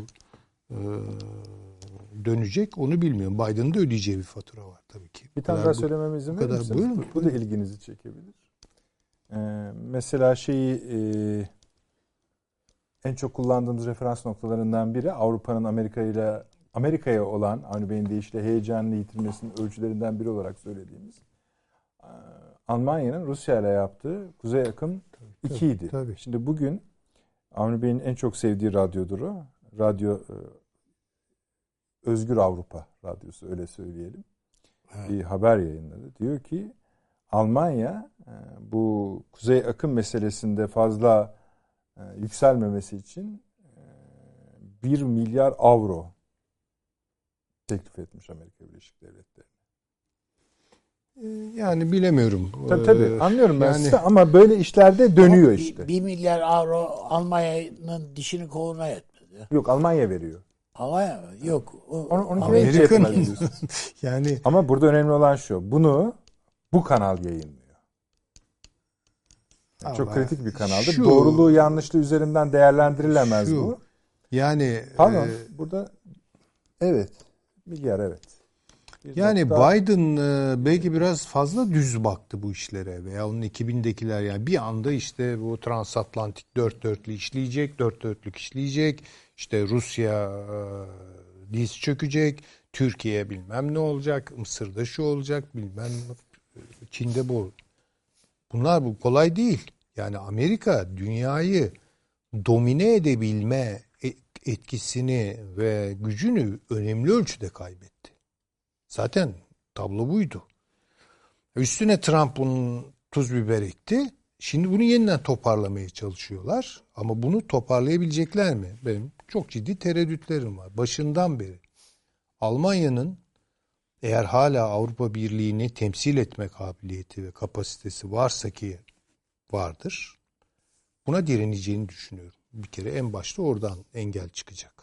dönecek onu bilmiyorum. Biden'ın da ödeyeceği bir fatura var tabii ki. Bir tane daha söylememe izin verir misiniz? Bu da ilginizi çekebilir. Mesela en çok kullandığımız referans noktalarından biri Avrupa'nın Amerika'ya olan Avni Bey'in deyişle heyecanını yitirmesinin ölçülerinden biri olarak söylediğimiz Almanya'nın Rusya ile yaptığı Kuzey Akım 2 idi. Tabii. Şimdi bugün Avni Bey'in en çok sevdiği radyodur o. Radyo Özgür Avrupa Radyosu öyle söyleyelim. Evet. Bir haber yayınladı. Diyor ki Almanya bu Kuzey Akım meselesinde fazla yükselmemesi için 1 milyar avro teklif etmiş Amerika Birleşik Devletleri. Yani bilemiyorum. Tabii anlıyorum ben size ama böyle işlerde dönüyor işte. 1 milyar avro Almanya'nın dişini kovuna yetmedi. Yok Almanya veriyor. Almanya mı? Yok. Amerika'nın yani ama burada önemli olan şu. Bunu bu kanal yayınlıyor. Yani çok kritik bir kanaldır. Doğruluğu yanlışlığı üzerinden değerlendirilemez bu. Yani burada evet milyar evet. Yani Biden belki biraz fazla düz baktı bu işlere veya onun 2000'dekiler yani bir anda işte bu transatlantik dört dörtlük işleyecek. İşte Rusya diz çökecek, Türkiye bilmem ne olacak, Mısır'da şu olacak, bilmem Çin'de bu. Bunlar bu kolay değil. Yani Amerika dünyayı domine edebilme etkisini ve gücünü önemli ölçüde kaybetti. Zaten tablo buydu. Üstüne Trump bunun tuz biber ekti. Şimdi bunu yeniden toparlamaya çalışıyorlar. Ama bunu toparlayabilecekler mi? Benim çok ciddi tereddütlerim var. Başından beri. Almanya'nın eğer hala Avrupa Birliği'ni temsil etme kabiliyeti ve kapasitesi varsa ki vardır. Buna direneceğini düşünüyorum. Bir kere en başta oradan engel çıkacak.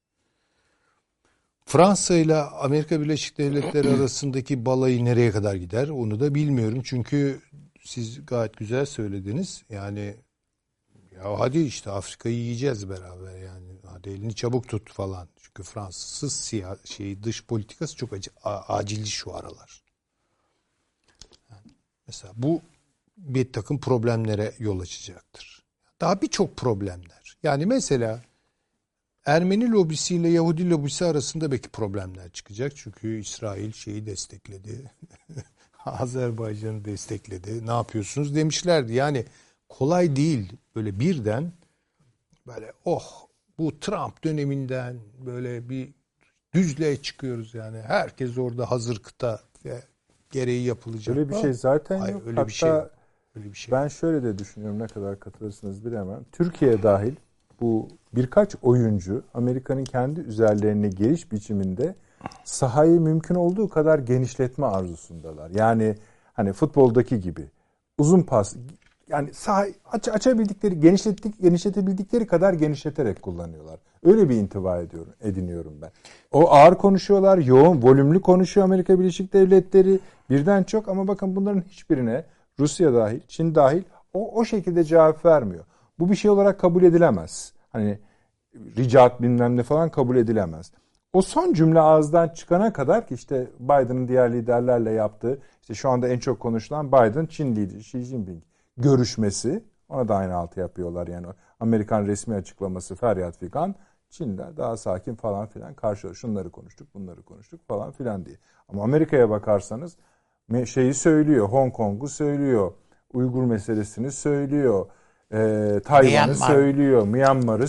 Fransa ile Amerika Birleşik Devletleri arasındaki balayı nereye kadar gider onu da bilmiyorum. Çünkü siz gayet güzel söylediniz. Yani ya hadi işte Afrika'yı yiyeceğiz beraber yani. Hadi elini çabuk tut falan. Çünkü Fransız dış politikası çok acilci şu aralar. Yani mesela bu bir takım problemlere yol açacaktır. Daha birçok problemler. Yani mesela Ermeni lobisiyle Yahudi lobisi arasında belki problemler çıkacak. Çünkü İsrail destekledi. Azerbaycan'ı destekledi. Ne yapıyorsunuz demişlerdi. Yani kolay değil. Böyle birden böyle bu Trump döneminden böyle bir düzlüğe çıkıyoruz yani. Herkes orada hazır kıta ve gereği yapılacak. Öyle bir şey zaten hayır, yok. Öyle Hatta bir şey. Ben şöyle de düşünüyorum ne kadar katılırsınız bilemem. Türkiye dahil bu birkaç oyuncu Amerika'nın kendi üzerlerine geliş biçiminde sahayı mümkün olduğu kadar genişletme arzusundalar. Yani hani futboldaki gibi uzun pas yani açabildikleri, genişletebildikleri kadar genişleterek kullanıyorlar. Öyle bir intiba ediniyorum ben. O ağır konuşuyorlar, yoğun, volümlü konuşuyor Amerika Birleşik Devletleri birden çok, ama bakın bunların hiçbirine Rusya dahil, Çin dahil o şekilde cevap vermiyor. Bu bir şey olarak kabul edilemez. Hani ricat bilmem ne falan kabul edilemez. O son cümle ağızdan çıkana kadar ki işte Biden'ın diğer liderlerle yaptığı, işte şu anda en çok konuşulan Biden, Çin lideri Xi Jinping görüşmesi, ona da aynı altı yapıyorlar yani. Amerikan resmi açıklaması feryat figan, Çin'de daha sakin falan filan karşılıyor. Şunları konuştuk, bunları konuştuk falan filan diye. Ama Amerika'ya bakarsanız şeyi söylüyor, Hong Kong'u söylüyor, Uygur meselesini söylüyor, Tayvan'ı söylüyor, Myanmar'ı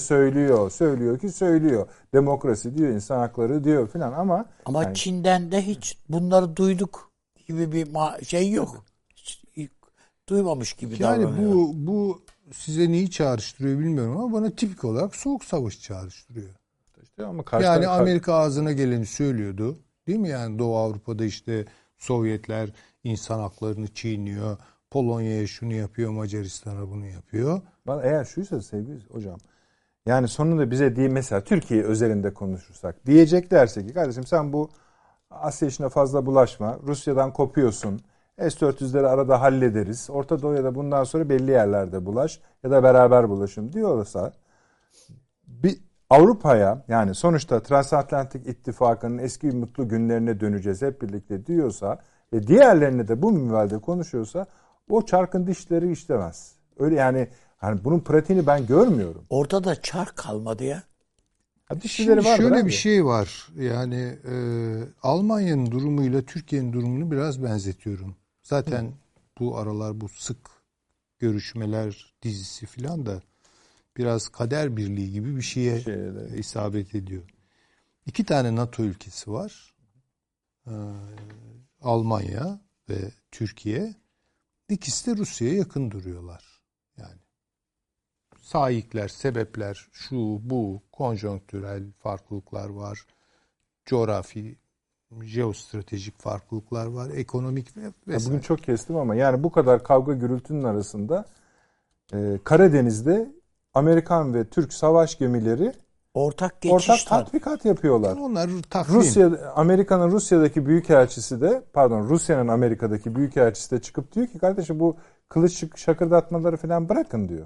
söylüyor. Demokrasi diyor, insan hakları diyor filan, ama yani, Çin'den de hiç bunları duyduk gibi bir şey yok. Hiç duymamış gibi davranıyor. Yani bu size neyi çağrıştırıyor bilmiyorum ama bana tipik olarak Soğuk Savaş çağrıştırıyor. İşte ama yani Amerika ağzına geleni söylüyordu. Değil mi? Yani Doğu Avrupa'da işte Sovyetler insan haklarını çiğniyor. Polonya'ya şunu yapıyor, Macaristan'a bunu yapıyor. Eğer şuysa sevgili hocam, yani sonunda bize değil, mesela Türkiye özelinde konuşursak diyeceklerse ki kardeşim sen bu Asya işine fazla bulaşma, Rusya'dan kopuyorsun, S-400'leri arada hallederiz, Orta Doğu'ya da bundan sonra belli yerlerde bulaş ya da beraber bulaşım diyorsa, bir Avrupa'ya, yani sonuçta Transatlantik İttifakı'nın eski mutlu günlerine döneceğiz hep birlikte diyorsa ve diğerlerine de bu minvalde konuşuyorsa, o çarkın dişleri işlemez. Öyle yani bunun pratiğini ben görmüyorum. Ortada çark kalmadı ya. Şimdi şöyle bir şey var. Yani Almanya'nın durumuyla Türkiye'nin durumunu biraz benzetiyorum. Zaten bu aralar bu sık görüşmeler dizisi filan da biraz kader birliği gibi bir şeye isabet ediyor. 2 tane NATO ülkesi var. Almanya ve Türkiye. İkisi de Rusya'ya yakın duruyorlar. Yani sahipler, sebepler, şu bu, konjonktürel farklılıklar var. Coğrafi, jeostratejik farklılıklar var. Ekonomik vesaire. Bugün çok kestim ama yani bu kadar kavga gürültünün arasında Karadeniz'de Amerikan ve Türk savaş gemileri ortak tatbikat yapıyorlar. Onlar takvim. Amerika'nın Rusya'daki büyükelçisi de, Rusya'nın Amerika'daki büyükelçisi de çıkıp diyor ki kardeşim bu kılıç şakırdatmaları falan bırakın diyor.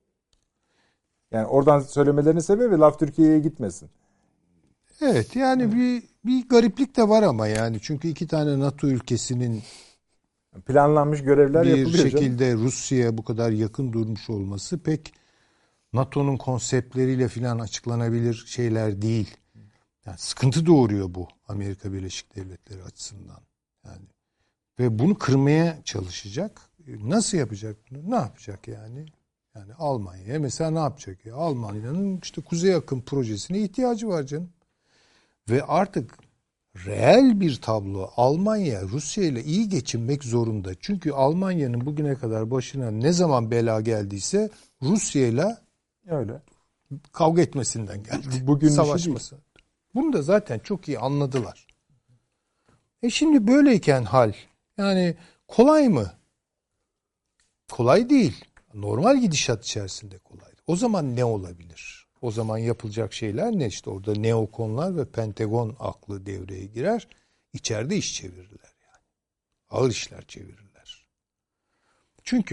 Yani oradan söylemelerinin sebebi laf Türkiye'ye gitmesin. Evet yani bir gariplik de var ama yani çünkü 2 tane NATO ülkesinin planlanmış görevler yapılıyor. Bir şekilde Rusya'ya bu kadar yakın durmuş olması pek NATO'nun konseptleriyle filan açıklanabilir şeyler değil. Yani sıkıntı doğuruyor bu Amerika Birleşik Devletleri açısından. Yani ve bunu kırmaya çalışacak. Nasıl yapacak bunu? Ne yapacak yani? Yani Almanya'ya mesela ne yapacak ya? Almanya'nın işte Kuzey Akım projesine ihtiyacı var canım. Ve artık reel bir tablo, Almanya Rusya ile iyi geçinmek zorunda. Çünkü Almanya'nın bugüne kadar başına ne zaman bela geldiyse Rusya ile öyle kavga etmesinden geldi. Bugün savaşması. Bunu da zaten çok iyi anladılar. Şimdi böyleyken hal, yani kolay mı? Kolay değil. Normal gidişat içerisinde kolay. O zaman ne olabilir? O zaman yapılacak şeyler ne? İşte orada neokonlar ve Pentagon aklı devreye girer. İçeride iş çevirirler yani. Ağır işler çevirirler. Çünkü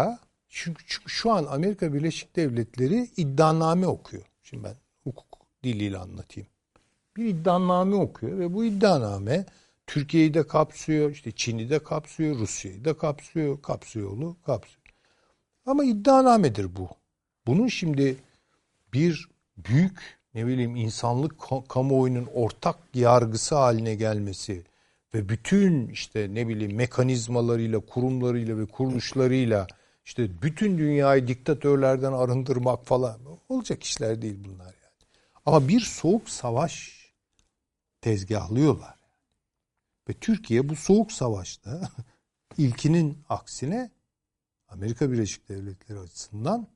şu an Amerika Birleşik Devletleri iddianame okuyor. Şimdi ben hukuk diliyle anlatayım. Bir iddianame okuyor ve bu iddianame Türkiye'yi de kapsıyor, işte Çin'i de kapsıyor, Rusya'yı da kapsıyor, kapsıyor. Ama iddianamedir bu. Bunun şimdi bir büyük insanlık kamuoyunun ortak yargısı haline gelmesi ve bütün mekanizmalarıyla, kurumlarıyla ve kuruluşlarıyla işte bütün dünyayı diktatörlerden arındırmak falan olacak işler değil bunlar yani. Ama bir soğuk savaş tezgahlıyorlar. Ve Türkiye bu soğuk savaşta ilkinin aksine Amerika Birleşik Devletleri açısından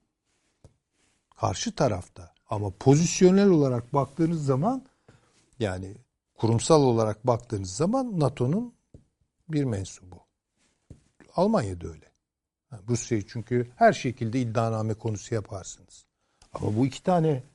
karşı tarafta. Ama pozisyonel olarak baktığınız zaman, yani kurumsal olarak baktığınız zaman NATO'nun bir mensubu. Almanya da öyle. Rusya'yı çünkü her şekilde iddianame konusu yaparsınız. Ama bu iki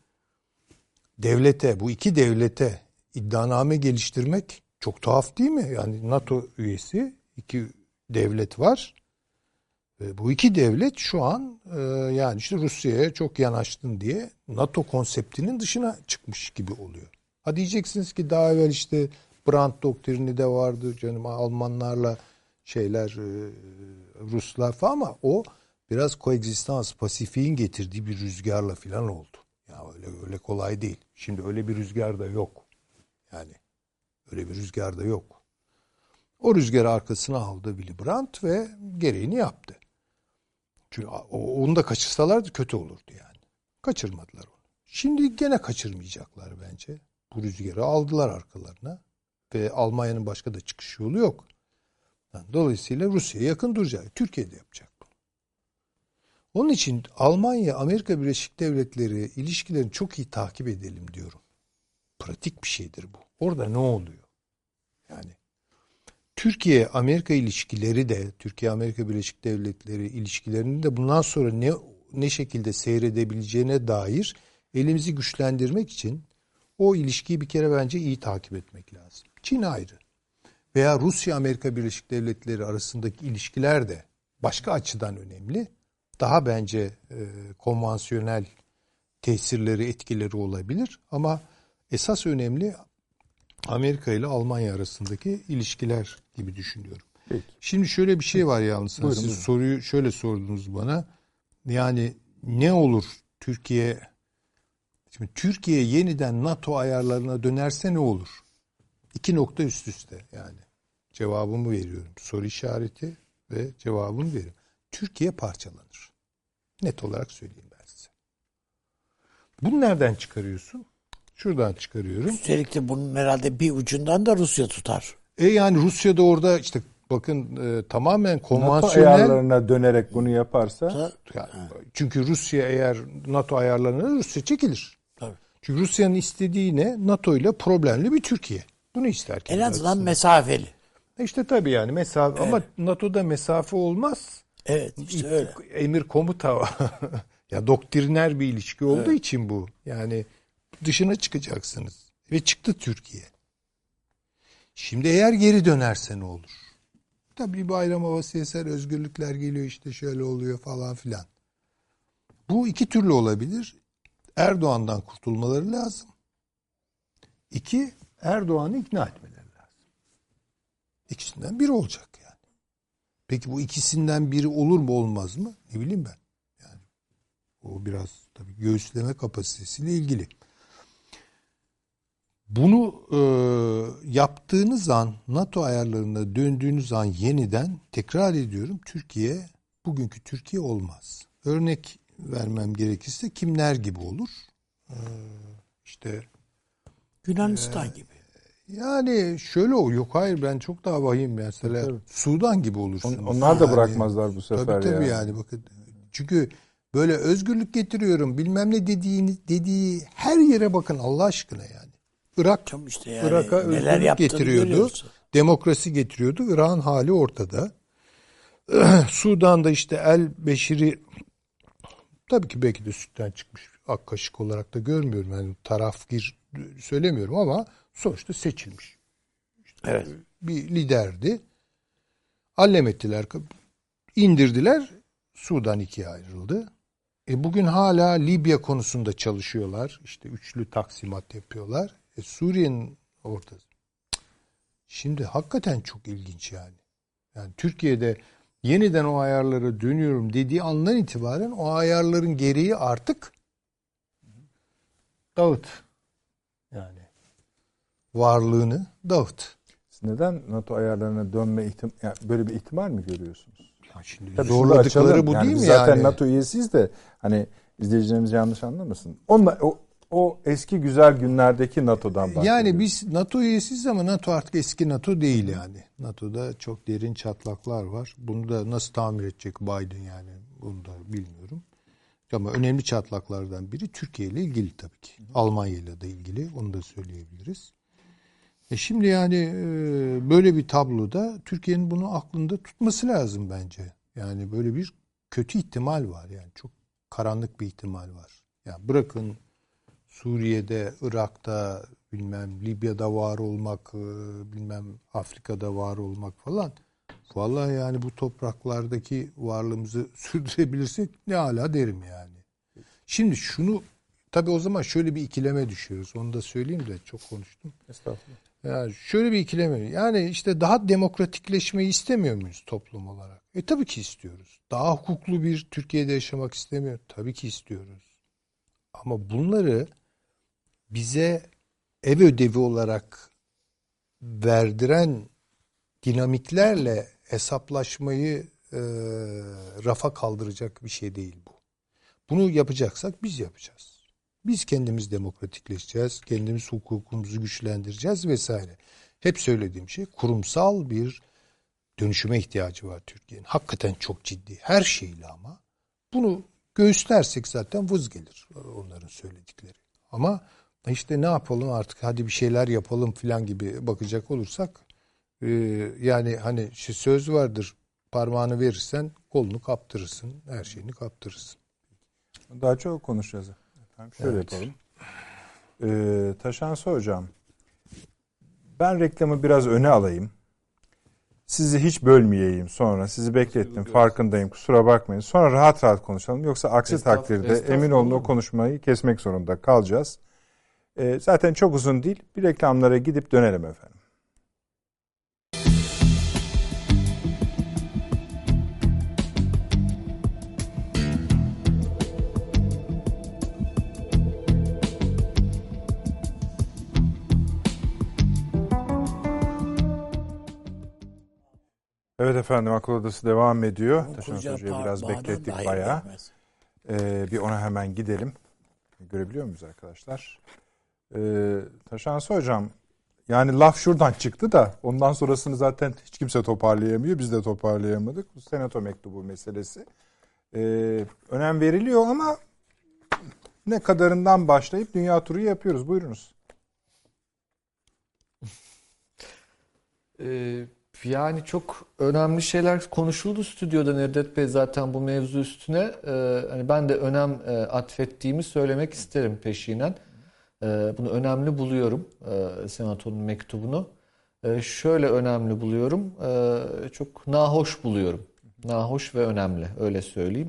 devlete iddianame geliştirmek çok tuhaf değil mi? Yani NATO üyesi iki devlet var. Ve bu iki devlet şu an yani işte Rusya'ya çok yanaştın diye NATO konseptinin dışına çıkmış gibi oluyor. Ha diyeceksiniz ki daha evvel işte Brandt doktrini de vardı canım, Almanlarla Ruslar falan, ama o biraz koegzistans, Pasifik'in getirdiği bir rüzgarla falan oldu. Ya öyle kolay değil. Şimdi öyle bir rüzgar da yok. Yani öyle bir rüzgar da yok. O rüzgarı arkasına aldı Willy Brandt ve gereğini yaptı. Çünkü onu da kaçırsalardı kötü olurdu yani. Kaçırmadılar onu. Şimdi gene kaçırmayacaklar bence. Bu rüzgarı aldılar arkalarına ve Almanya'nın başka da çıkış yolu yok. Yani dolayısıyla Rusya'ya yakın duracak. Türkiye'de yapacak bunu. Onun için Almanya, Amerika Birleşik Devletleri ilişkilerini çok iyi takip edelim diyorum. Pratik bir şeydir bu. Orada ne oluyor? Yani Türkiye-Amerika ilişkileri de, Türkiye-Amerika Birleşik Devletleri ilişkilerinin de bundan sonra ne şekilde seyredebileceğine dair elimizi güçlendirmek için o ilişkiyi bir kere bence iyi takip etmek lazım. Çin ayrı. Veya Rusya-Amerika Birleşik Devletleri arasındaki ilişkiler de başka açıdan önemli. Daha bence konvansiyonel tesirleri, etkileri olabilir. Ama esas önemli Amerika ile Almanya arasındaki ilişkiler gibi düşünüyorum. Peki. Şimdi şöyle bir şey var yalnız. Buyurun, Siz buyurun. soruyu şöyle sordunuz bana. Yani ne olur Türkiye? Şimdi Türkiye yeniden NATO ayarlarına dönerse ne olur? 2 nokta üst üste yani. Cevabımı veriyorum. Soru işareti ve cevabımı veriyorum. Türkiye parçalanır. Net olarak söyleyeyim ben size. Bunu nereden çıkarıyorsun? Şuradan çıkarıyorum. Üstelik de bunun herhalde bir ucundan da Rusya tutar. Yani Rusya da orada işte bakın tamamen NATO konvansiyonel. ayarlarına dönerek bunu yaparsa Yani, çünkü Rusya eğer NATO ayarlarına Rusya çekilir. Tabii. Çünkü Rusya'nın istediği ne? NATO ile problemli bir Türkiye. Bunu ister. En azından mesafeli. İşte tabii yani mesafe, ama NATO'da mesafe olmaz. Evet işte öyle. Emir komuta ya doktriner bir ilişki olduğu için bu. Yani dışına çıkacaksınız. Ve çıktı Türkiye. Şimdi eğer geri dönerse ne olur? Tabii bayram havası eser, özgürlükler geliyor, işte şöyle oluyor falan filan. Bu iki türlü olabilir. Erdoğan'dan kurtulmaları lazım. 2, Erdoğan'ı ikna etmeleri lazım. İkisinden biri olacak yani. Peki bu ikisinden biri olur mu olmaz mı? Ne bileyim ben. Yani o biraz tabii göğüsleme kapasitesiyle ilgili. Bunu yaptığınız an, NATO ayarlarına döndüğünüz an yeniden, tekrar ediyorum, Türkiye bugünkü Türkiye olmaz. Örnek vermem gerekirse kimler gibi olur? İşte Yunanistan gibi. yani şöyle yok hayır, ben çok daha vahim mesela tabii. Sudan gibi olursunuz. Onlar da Yani, bırakmazlar bu sefer tabii yani bakın. Çünkü böyle özgürlük getiriyorum bilmem ne dediği her yere bakın Allah aşkına yani. Irak İşte yani Irak'a neler özgürlük getiriyordu. görüyoruz. Demokrasi getiriyordu. Irak'ın hali ortada. Sudan'da işte El-Beşir'i tabii ki belki de sütten çıkmış ak kaşık olarak da görmüyorum. Yani tarafgir söylemiyorum ama sonuçta seçilmiş. İşte Evet. bir liderdi. Allem ettiler, indirdiler. Sudan ikiye ayrıldı. Bugün hala Libya konusunda çalışıyorlar. İşte üçlü taksimat yapıyorlar. Suriye'nin ortası. Şimdi hakikaten çok ilginç yani. Yani Türkiye'de yeniden o ayarlara dönüyorum dediği andan itibaren o ayarların gereği artık dağıt. Yani varlığını dağıt. Siz neden NATO ayarlarına dönme yani böyle bir ihtimal mi görüyorsunuz? Ya şimdi Tabii zorladıkları bu yani değil mi biz zaten yani? NATO üyesiyiz de hani izleyicilerimiz yanlış anlamasın. Onunla, o eski güzel günlerdeki NATO'dan bahsediyoruz. Yani biz NATO üyesiyiz ama NATO artık eski NATO değil yani. NATO'da çok derin çatlaklar var. Bunu da nasıl tamir edecek Biden yani bunu da bilmiyorum. Ama önemli çatlaklardan biri Türkiye ile ilgili tabii ki. Almanya ile de ilgili, onu da söyleyebiliriz. Şimdi yani böyle bir tabloda Türkiye'nin bunu aklında tutması lazım bence. Yani böyle bir kötü ihtimal var. Yani çok karanlık bir ihtimal var. Yani bırakın Suriye'de, Irak'ta, bilmem Libya'da var olmak, bilmem Afrika'da var olmak falan. Vallahi yani bu topraklardaki varlığımızı sürdürebilirsek ne ala derim yani. Şimdi şunu tabii o zaman şöyle bir ikileme düşüyoruz. Onu da söyleyeyim de çok konuştum. Estağfurullah. Yani şöyle bir ikileme. Yani işte daha demokratikleşmeyi istemiyor muyuz toplum olarak? Tabii ki istiyoruz. Daha hukuklu bir Türkiye'de yaşamak istemiyor. Tabii ki istiyoruz. Ama bunları bize ev ödevi olarak verdiren dinamiklerle hesaplaşmayı rafa kaldıracak bir şey değil bu. Bunu yapacaksak biz yapacağız. Biz kendimiz demokratikleşeceğiz, kendimiz hukukumuzu güçlendireceğiz vesaire. Hep söylediğim şey kurumsal bir dönüşüme ihtiyacı var Türkiye'nin. Hakikaten çok ciddi her şeyle ama bunu göğüslersek zaten vız gelir onların söyledikleri. Ama işte ne yapalım artık hadi bir şeyler yapalım falan gibi bakacak olursak yani hani şu söz vardır parmağını verirsen kolunu kaptırırsın her şeyini kaptırırsın. Daha çok konuşacağız. Efendim şöyle yapalım. Taşansı Hocam, ben reklamı biraz öne alayım. Sizi hiç bölmeyeyim sonra. Sizi beklettim, farkındayım. Kusura bakmayın. Sonra rahat rahat konuşalım. Yoksa aksi takdirde emin olun o konuşmayı kesmek zorunda kalacağız. Zaten çok uzun değil. Bir reklamlara gidip dönelim efendim. Evet efendim, akıl odası devam ediyor. Taşansı Hoca'yı biraz beklettik bayağı. Bir ona hemen gidelim. Görebiliyor muyuz arkadaşlar? Taşansı Hocam, yani laf şuradan çıktı da ondan sonrasını zaten hiç kimse toparlayamıyor. Biz de toparlayamadık. Bu senato mektubu meselesi. Önem veriliyor ama ne kadarından başlayıp dünya turu yapıyoruz. Buyurunuz. Yani çok önemli şeyler konuşuldu stüdyoda Nedret Bey zaten bu mevzu üstüne. Hani ben de önem atfettiğimi söylemek isterim peşinen. Bunu önemli buluyorum, Senato'nun mektubunu. Şöyle önemli buluyorum, çok nahoş buluyorum. Nahoş ve önemli, öyle söyleyeyim.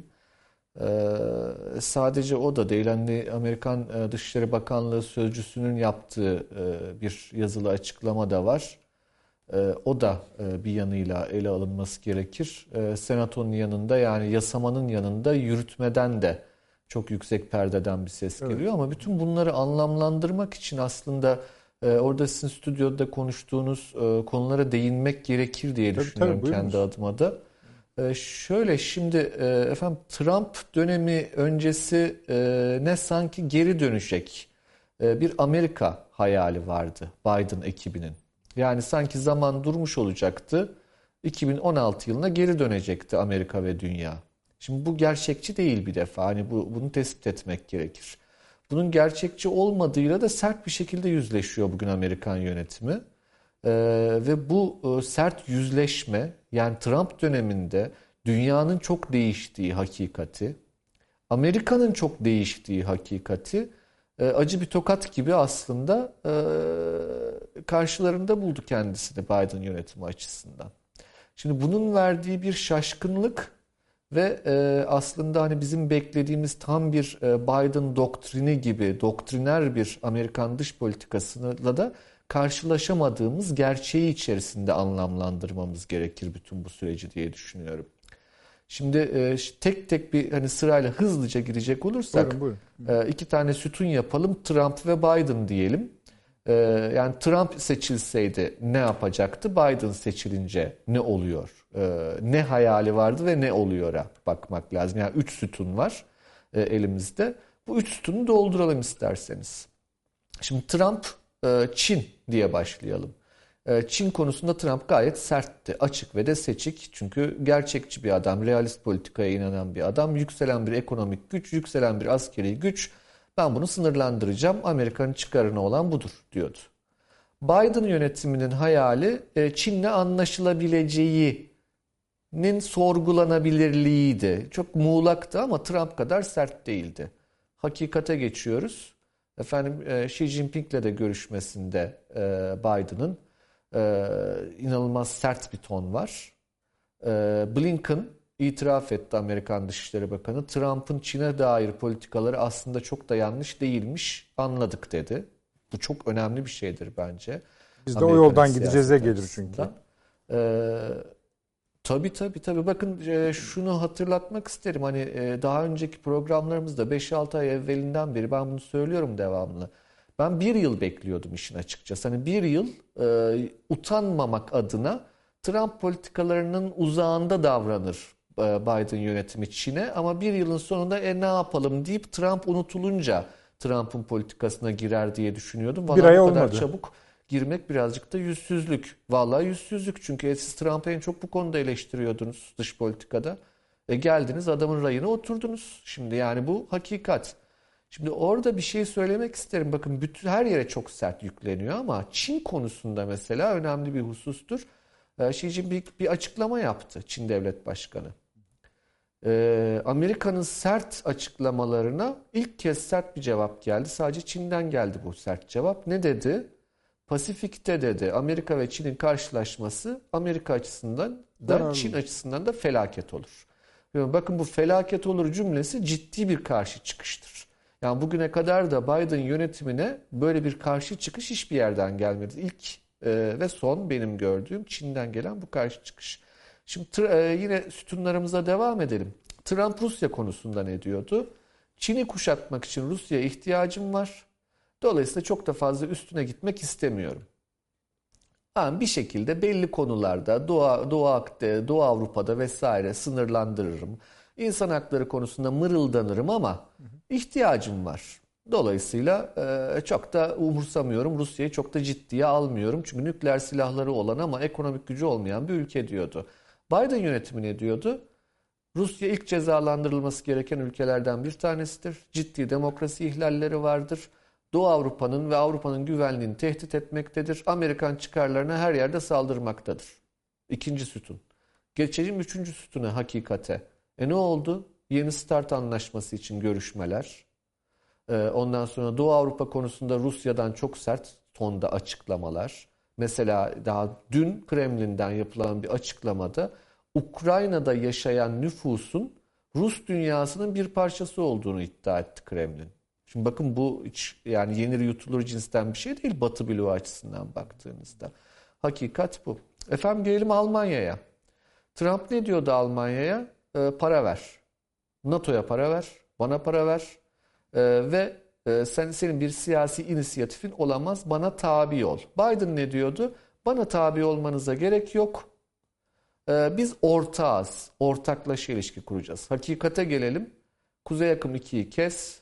Sadece o da değil, hani Amerikan Dışişleri Bakanlığı Sözcüsü'nün yaptığı bir yazılı açıklama da var. O da bir yanıyla ele alınması gerekir. Senatonun yanında, yani yasamanın yanında yürütmeden de çok yüksek perdeden bir ses geliyor. Evet. Ama bütün bunları anlamlandırmak için aslında orada sizin stüdyoda konuştuğunuz konulara değinmek gerekir diye düşünüyorum kendi adıma da. Şöyle şimdi efendim, Trump dönemi öncesi ne sanki geri dönecek bir Amerika hayali vardı Biden ekibinin. Yani sanki zaman durmuş olacaktı. 2016 yılına geri dönecekti Amerika ve dünya. Şimdi bu gerçekçi değil bir defa. Hani bunu tespit etmek gerekir. Bunun gerçekçi olmadığıyla da sert bir şekilde yüzleşiyor bugün Amerikan yönetimi. Ve bu sert yüzleşme, yani Trump döneminde dünyanın çok değiştiği hakikati, Amerika'nın çok değiştiği hakikati acı bir tokat gibi aslında karşılarında buldu kendisini Biden yönetimi açısından. Şimdi bunun verdiği bir şaşkınlık ve aslında hani bizim beklediğimiz tam bir Biden doktrini gibi doktriner bir Amerikan dış politikasıyla da karşılaşamadığımız gerçeği içerisinde anlamlandırmamız gerekir bütün bu süreci diye düşünüyorum. Şimdi tek tek bir hani sırayla hızlıca girecek olursak buyurun. İki tane sütun yapalım. Trump ve Biden diyelim. Yani Trump seçilseydi ne yapacaktı? Biden seçilince ne oluyor? Ne hayali vardı ve ne oluyor'a bakmak lazım. Yani 3 sütun var elimizde. Bu 3 sütunu dolduralım isterseniz. Şimdi Trump, Çin diye başlayalım. Çin konusunda Trump gayet sertti, açık ve de seçik. Çünkü gerçekçi bir adam, realist politikaya inanan bir adam, yükselen bir ekonomik güç, yükselen bir askeri güç. Ben bunu sınırlandıracağım, Amerika'nın çıkarına olan budur diyordu. Biden yönetiminin hayali Çin'le anlaşılabileceği sorgulanabilirliğiydi. Çok muğlaktı ama Trump kadar sert değildi. Hakikate geçiyoruz. Efendim Xi Jinping'le de görüşmesinde Biden'ın inanılmaz sert bir ton var. Blinken itiraf etti, Amerikan Dışişleri Bakanı. Trump'ın Çin'e dair politikaları aslında çok da yanlış değilmiş, anladık dedi. Bu çok önemli bir şeydir bence. Biz de o yoldan gideceğize gelir çünkü. Tabii. Bakın şunu hatırlatmak isterim. Hani daha önceki programlarımızda 5-6 ay evvelinden beri ben bunu söylüyorum devamlı. Ben 1 yıl bekliyordum işin açıkçası. Hani 1 yıl utanmamak adına Trump politikalarının uzağında davranır Biden yönetimi Çin'e. Ama 1 yılın sonunda ne yapalım deyip Trump unutulunca Trump'ın politikasına girer diye düşünüyordum. Bir ay bu kadar olmadı. Çabuk girmek birazcık da yüzsüzlük. Vallahi yüzsüzlük, çünkü siz Trump'ı en çok bu konuda eleştiriyordunuz dış politikada. Geldiniz adamın rayına oturdunuz. Şimdi yani bu hakikat. Şimdi orada bir şey söylemek isterim. Bakın her yere çok sert yükleniyor ama Çin konusunda mesela önemli bir husustur. Xi Jinping bir açıklama yaptı, Çin Devlet Başkanı. Amerika'nın sert açıklamalarına ilk kez sert bir cevap geldi. Sadece Çin'den geldi bu sert cevap. Ne dedi? Pasifik'te dedi Amerika ve Çin'in karşılaşması Amerika açısından da Çin açısından da felaket olur. Bakın bu felaket olur cümlesi ciddi bir karşı çıkıştır. Yani bugüne kadar da Biden yönetimine böyle bir karşı çıkış hiçbir yerden gelmedi. İlk ve son benim gördüğüm Çin'den gelen bu karşı çıkış. Şimdi yine sütunlarımıza devam edelim. Trump Rusya konusunda ne diyordu? Çin'i kuşatmak için Rusya'ya ihtiyacım var. Dolayısıyla çok da fazla üstüne gitmek istemiyorum. Yani bir şekilde belli konularda Doğu Avrupa'da vesaire sınırlandırırım. İnsan hakları konusunda mırıldanırım ama ihtiyacım var. Dolayısıyla çok da umursamıyorum. Rusya'yı çok da ciddiye almıyorum. Çünkü nükleer silahları olan ama ekonomik gücü olmayan bir ülke diyordu. Biden yönetimi ne diyordu? Rusya ilk cezalandırılması gereken ülkelerden bir tanesidir. Ciddi demokrasi ihlalleri vardır. Doğu Avrupa'nın ve Avrupa'nın güvenliğini tehdit etmektedir. Amerikan çıkarlarına her yerde saldırmaktadır. İkinci sütun. Geçelim üçüncü sütuna, hakikate. Ne oldu? Yeni START anlaşması için görüşmeler. Ondan sonra Doğu Avrupa konusunda Rusya'dan çok sert tonda açıklamalar. Mesela daha dün Kremlin'den yapılan bir açıklamada Ukrayna'da yaşayan nüfusun Rus dünyasının bir parçası olduğunu iddia etti Kremlin. Şimdi bakın bu hiç yani yenir yutulur cinsten bir şey değil Batı bloğu açısından baktığınızda. Hakikat bu. Efendim gelelim Almanya'ya. Trump ne diyordu Almanya'ya? Para ver. NATO'ya para ver. Bana para ver. Ve senin bir siyasi inisiyatifin olamaz. Bana tabi ol. Biden ne diyordu? Bana tabi olmanıza gerek yok. Biz ortağız. Ortaklaşa ilişki kuracağız. Hakikate gelelim. Kuzey Akım 2'yi kes.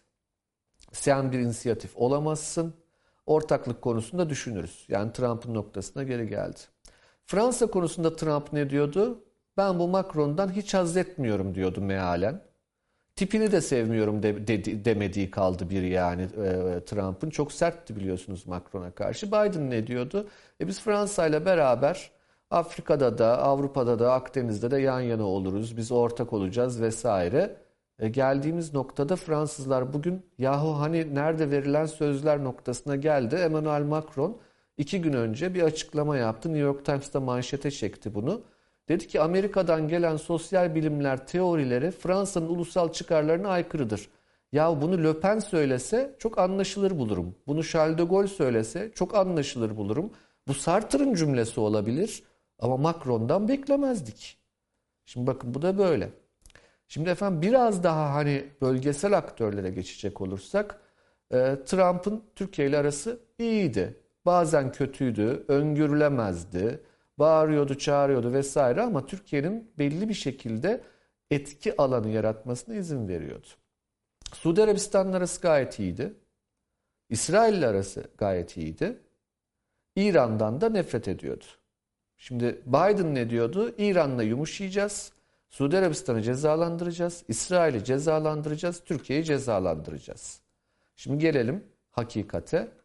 Sen bir inisiyatif olamazsın. Ortaklık konusunda düşünürüz. Yani Trump'ın noktasına geri geldi. Fransa konusunda Trump ne diyordu? Ben bu Macron'dan hiç haz etmiyorum diyordu mealen. Tipini de sevmiyorum demediği kaldı bir yani Trump'ın. Çok sertti biliyorsunuz Macron'a karşı. Biden ne diyordu? Biz Fransa ile beraber Afrika'da da, Avrupa'da da, Akdeniz'de de yan yana oluruz. Biz ortak olacağız vesaire. Geldiğimiz noktada Fransızlar bugün yahu hani nerede verilen sözler noktasına geldi. Emmanuel Macron 2 gün önce bir açıklama yaptı. New York Times'ta manşete çekti bunu. Dedi ki Amerika'dan gelen sosyal bilimler teorileri Fransa'nın ulusal çıkarlarına aykırıdır. Ya bunu Le Pen söylese çok anlaşılır bulurum. Bunu Charles de Gaulle söylese çok anlaşılır bulurum. Bu Sartre'ın cümlesi olabilir ama Macron'dan beklemezdik. Şimdi bakın bu da böyle. Şimdi efendim biraz daha hani bölgesel aktörlere geçecek olursak Trump'ın Türkiye ile arası iyiydi. Bazen kötüydü, öngörülemezdi. Bağırıyordu, çağırıyordu vesaire ama Türkiye'nin belli bir şekilde etki alanı yaratmasına izin veriyordu. Suudi Arabistan'la arası gayet iyiydi. İsrail'le arası gayet iyiydi. İran'dan da nefret ediyordu. Şimdi Biden ne diyordu? İran'la yumuşayacağız. Suudi Arabistan'ı cezalandıracağız. İsrail'i cezalandıracağız. Türkiye'yi cezalandıracağız. Şimdi gelelim hakikate.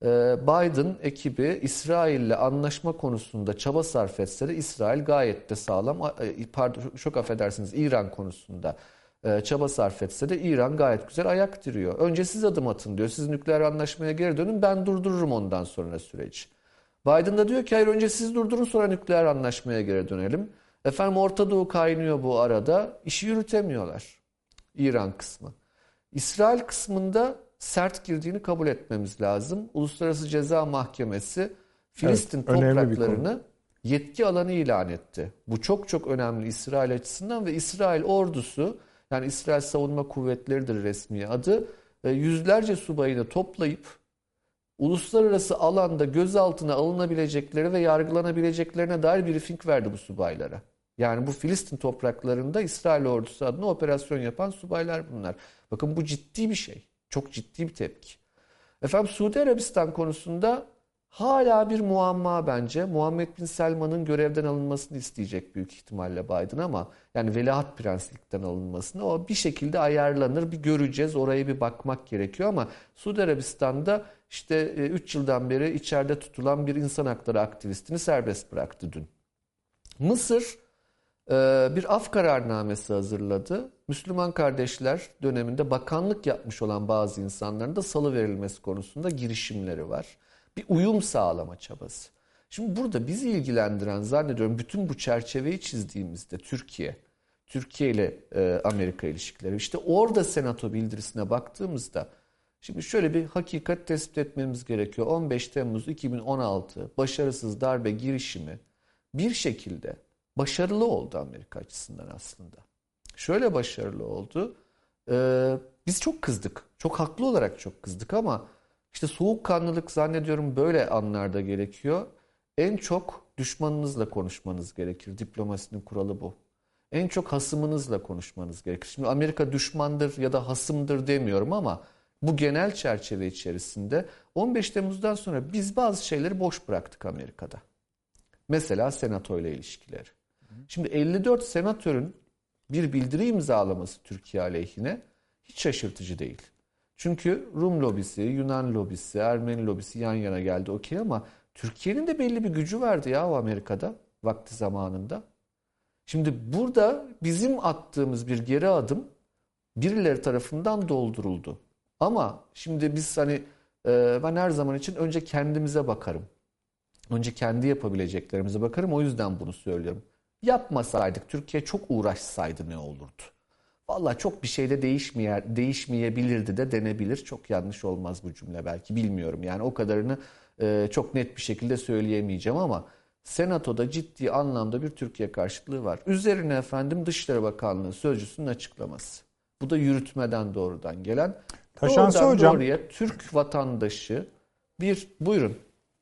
Biden ekibi İsrail'le anlaşma konusunda çaba sarf etse de İsrail gayet de sağlam, pardon çok affedersiniz, İran konusunda çaba sarf etse de İran gayet güzel ayak diriyor. Önce siz adım atın diyor. Siz nükleer anlaşmaya geri dönün, ben durdururum ondan sonra süreci. Biden da diyor ki hayır, önce siz durdurun, sonra nükleer anlaşmaya geri dönelim. Efendim Orta Doğu kaynıyor bu arada. İşi yürütemiyorlar İran kısmı. İsrail kısmında sert girdiğini kabul etmemiz lazım. Uluslararası Ceza Mahkemesi Filistin topraklarını yetki alanı ilan etti. Bu çok çok önemli İsrail açısından ve İsrail ordusu, yani İsrail Savunma Kuvvetleri'dir resmi adı, yüzlerce subayını toplayıp uluslararası alanda gözaltına alınabilecekleri ve yargılanabileceklerine dair briefing verdi bu subaylara. Yani bu Filistin topraklarında İsrail ordusu adına operasyon yapan subaylar bunlar. Bakın bu ciddi bir şey. Çok ciddi bir tepki. Efendim Suudi Arabistan konusunda hala bir muamma bence. Muhammed Bin Selman'ın görevden alınmasını isteyecek büyük ihtimalle Biden, ama yani veliaht prenslikten alınmasını, o bir şekilde ayarlanır, bir göreceğiz, oraya bir bakmak gerekiyor. Ama Suudi Arabistan'da işte 3 yıldan beri içeride tutulan bir insan hakları aktivistini serbest bıraktı dün. Mısır bir af kararnamesi hazırladı. Müslüman kardeşler döneminde bakanlık yapmış olan bazı insanların da salı verilmesi konusunda girişimleri var. Bir uyum sağlama çabası. Şimdi burada bizi ilgilendiren, zannediyorum bütün bu çerçeveyi çizdiğimizde Türkiye ile Amerika ilişkileri, işte orada Senato bildirisine baktığımızda şimdi şöyle bir hakikat tespit etmemiz gerekiyor. 15 Temmuz 2016 başarısız darbe girişimi bir şekilde başarılı oldu Amerika açısından aslında. Şöyle başarılı oldu. Biz çok kızdık. Çok haklı olarak çok kızdık ama işte soğukkanlılık zannediyorum böyle anlarda gerekiyor. En çok düşmanınızla konuşmanız gerekir. Diplomasinin kuralı bu. En çok hasımınızla konuşmanız gerekir. Şimdi Amerika düşmandır ya da hasımdır demiyorum ama bu genel çerçeve içerisinde 15 Temmuz'dan sonra biz bazı şeyleri boş bıraktık Amerika'da. Mesela Senato ile ilişkileri. Şimdi 54 senatörün bir bildiri imzalaması Türkiye aleyhine hiç şaşırtıcı değil. Çünkü Rum lobisi, Yunan lobisi, Ermeni lobisi yan yana geldi okey, ama Türkiye'nin de belli bir gücü vardı ya o Amerika'da vakti zamanında. Şimdi burada bizim attığımız bir geri adım birileri tarafından dolduruldu. Ama şimdi biz ben her zaman için önce kendimize bakarım. Önce kendi yapabileceklerimize bakarım, o yüzden bunu söylüyorum. Yapmasaydık, Türkiye çok uğraşsaydı ne olurdu? Vallahi çok bir şey de değişmeyebilirdi de denebilir. Çok yanlış olmaz bu cümle belki, bilmiyorum. Yani o kadarını çok net bir şekilde söyleyemeyeceğim ama Senato'da ciddi anlamda bir Türkiye karşıtlığı var. Üzerine efendim Dışişleri Bakanlığı Sözcüsü'nün açıklaması. Bu da yürütmeden doğrudan gelen. Taşansı doğrudan hocam, doğruya Türk vatandaşı buyurun.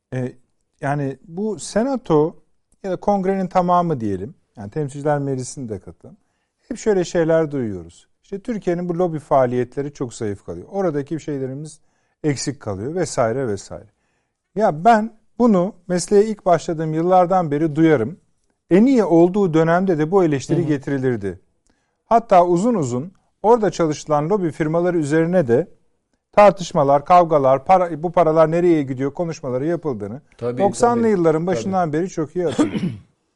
Yani bu Senato ya da Kongre'nin tamamı diyelim, yani Temsilciler Meclisi'ni de katın, hep şöyle şeyler duyuyoruz. İşte Türkiye'nin bu lobi faaliyetleri çok zayıf kalıyor. Oradaki şeylerimiz eksik kalıyor vesaire vesaire. Ya ben bunu mesleğe ilk başladığım yıllardan beri duyarım. En iyi olduğu dönemde de bu eleştiri getirilirdi. Hatta uzun uzun orada çalışılan lobi firmaları üzerine de tartışmalar, kavgalar, bu paralar nereye gidiyor konuşmaları yapıldığını 90'lı yılların başından beri çok iyi hatırlıyorum.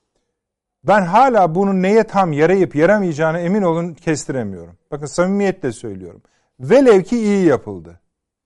Ben hala bunun neye tam yarayıp yaramayacağını emin olun kestiremiyorum. Bakın samimiyetle söylüyorum. Velev ki iyi yapıldı.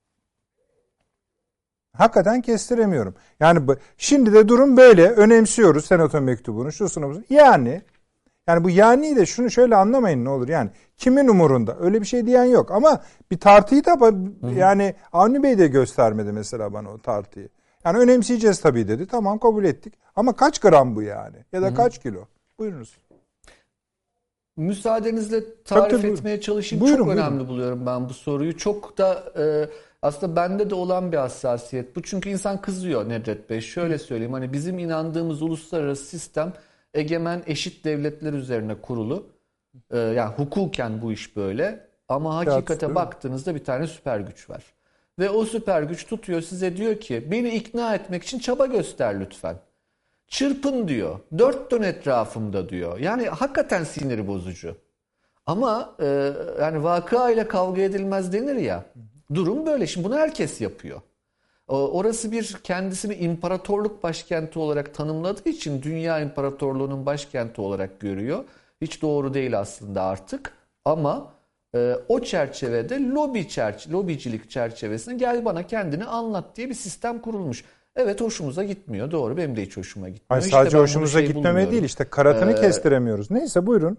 Hakikaten kestiremiyorum. Yani şimdi de durum böyle. Önemsiyoruz Senato mektubunu, şusunu busunu. Yani bu yani de şunu şöyle anlamayın ne olur. Yani kimin umurunda? Öyle bir şey diyen yok. Ama bir tartıyı da yani Avni Bey de göstermedi mesela bana o tartıyı. Yani önemseyeceğiz tabii dedi. Tamam kabul ettik. Ama kaç gram bu yani? Ya da kaç kilo? Buyurunuz. Müsaadenizle tarif etmeye çalışayım. Buyurun, çok önemli buluyorum ben bu soruyu. Çok da aslında bende de olan bir hassasiyet bu. Çünkü insan kızıyor Nedret Bey. Şöyle söyleyeyim, hani bizim inandığımız uluslararası sistem egemen eşit devletler üzerine kurulu. Yani hukuken bu iş böyle. Ama hakikate baktığınızda bir tane süper güç var. Ve o süper güç tutuyor size, diyor ki beni ikna etmek için çaba göster lütfen. Çırpın diyor. 4 dön etrafımda diyor. Yani hakikaten siniri bozucu. Ama yani vakıa ile kavga edilmez denir ya. Durum böyle. Şimdi bunu herkes yapıyor. Orası bir kendisini imparatorluk başkenti olarak tanımladığı için dünya imparatorluğunun başkenti olarak görüyor. Hiç doğru değil aslında artık. Ama o çerçevede lobicilik çerçevesinde gel bana kendini anlat diye bir sistem kurulmuş. Evet, hoşumuza gitmiyor. Doğru, benim de hiç hoşuma gitmiyor. Hayır, sadece hoşumuza gitmeme değil, işte karatını kestiremiyoruz. Neyse, buyurun.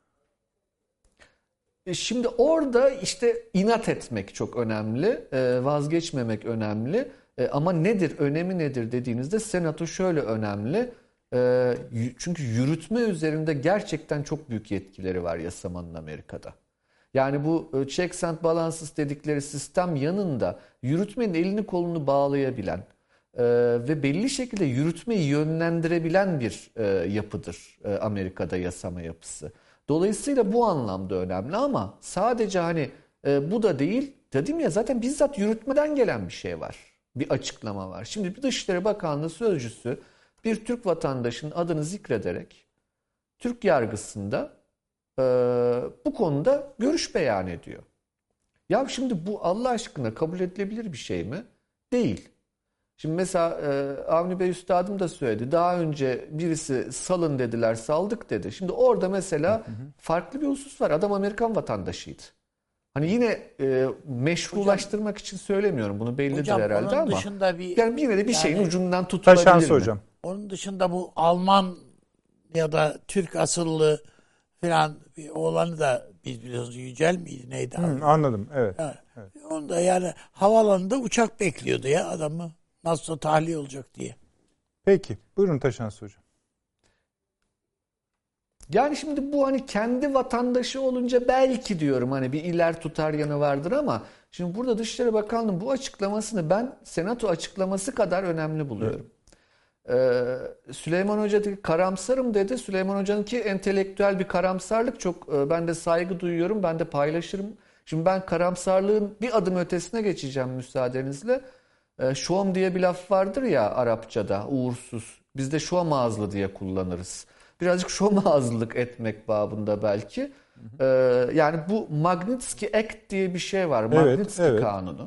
Şimdi orada işte inat etmek çok önemli, vazgeçmemek önemli. Ama nedir, önemi nedir dediğinizde Senato şöyle önemli. Çünkü yürütme üzerinde gerçekten çok büyük yetkileri var yasamanın Amerika'da. Yani bu checks and balances dedikleri sistem yanında yürütmenin elini kolunu bağlayabilen ve belli şekilde yürütmeyi yönlendirebilen bir yapıdır Amerika'da yasama yapısı. Dolayısıyla bu anlamda önemli ama sadece hani bu da değil, dedim ya, zaten bizzat yürütmeden gelen bir şey var. Bir açıklama var. Şimdi bir Dışişleri Bakanlığı sözcüsü bir Türk vatandaşının adını zikrederek Türk yargısında bu konuda görüş beyan ediyor. Ya şimdi bu Allah aşkına kabul edilebilir bir şey mi? Değil. Şimdi mesela Avni Bey Üstadım da söyledi. Daha önce birisi salın dediler, saldık dedi. Şimdi orada mesela farklı bir husus var. Adam Amerikan vatandaşıydı. Hani yine meşrulaştırmak için söylemiyorum. Bunu bellidir hocam, herhalde ama. Yani yine de bir şeyin ucundan tutulabilir Taşansı mi? hocam. Onun dışında bu Alman ya da Türk asıllı falan bir oğlanı da biz biliyoruz, Yücel miydi neydi? Anladım, evet. Evet. Onu da yani havaalanında uçak bekliyordu ya adamı. Nasıl tahliye olacak diye. Peki, buyurun Taşansı hocam. Yani şimdi bu hani kendi vatandaşı olunca belki diyorum hani bir iler tutar yanı vardır ama şimdi burada Dışişleri Bakanlığı'nın bu açıklamasını ben Senato açıklaması kadar önemli buluyorum. Süleyman Hoca dedi, karamsarım dedi. Süleyman Hoca'nınki entelektüel bir karamsarlık, çok ben de saygı duyuyorum, ben de paylaşırım. Şimdi ben karamsarlığın bir adım ötesine geçeceğim müsaadenizle. Şom diye bir laf vardır ya Arapçada, uğursuz. Biz de şom ağızlı diye kullanırız. Birazcık şom ağızlılık etmek babında belki. Yani bu Magnitsky Act diye bir şey var. Magnitsky Kanunu.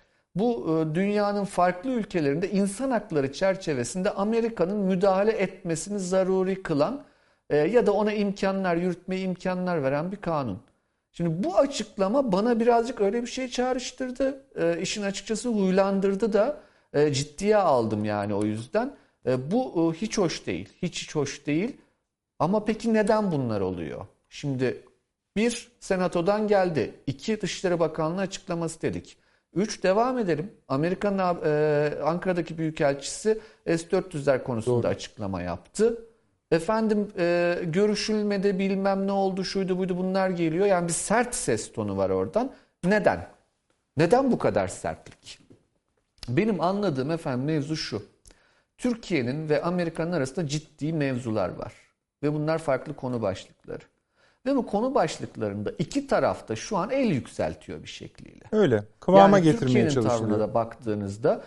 Bu dünyanın farklı ülkelerinde insan hakları çerçevesinde Amerika'nın müdahale etmesini zaruri kılan ya da ona imkanlar, yürütmeye imkanlar veren bir kanun. Şimdi bu açıklama bana birazcık öyle bir şey çağrıştırdı. İşin açıkçası huylandırdı da ciddiye aldım yani o yüzden. Bu hiç hoş değil. Hiç hoş değil. Ama peki neden bunlar oluyor? Şimdi 1. Senatodan geldi. 2. Dışişleri Bakanlığı açıklaması dedik. 3. Devam edelim. Amerika'nın Ankara'daki Büyükelçisi S-400'ler konusunda açıklama yaptı. Efendim görüşülmedi, bilmem ne oldu, şuydu buydu, bunlar geliyor. Yani bir sert ses tonu var oradan. Neden? Neden bu kadar sertlik? Benim anladığım efendim mevzu şu. Türkiye'nin ve Amerika'nın arasında ciddi mevzular var. Ve bunlar farklı konu başlıkları. Ve bu konu başlıklarında iki tarafta şu an el yükseltiyor bir şekliyle. Öyle. Kıvama yani getirmeye çalışılıyor. Türkiye'nin tavrına da baktığınızda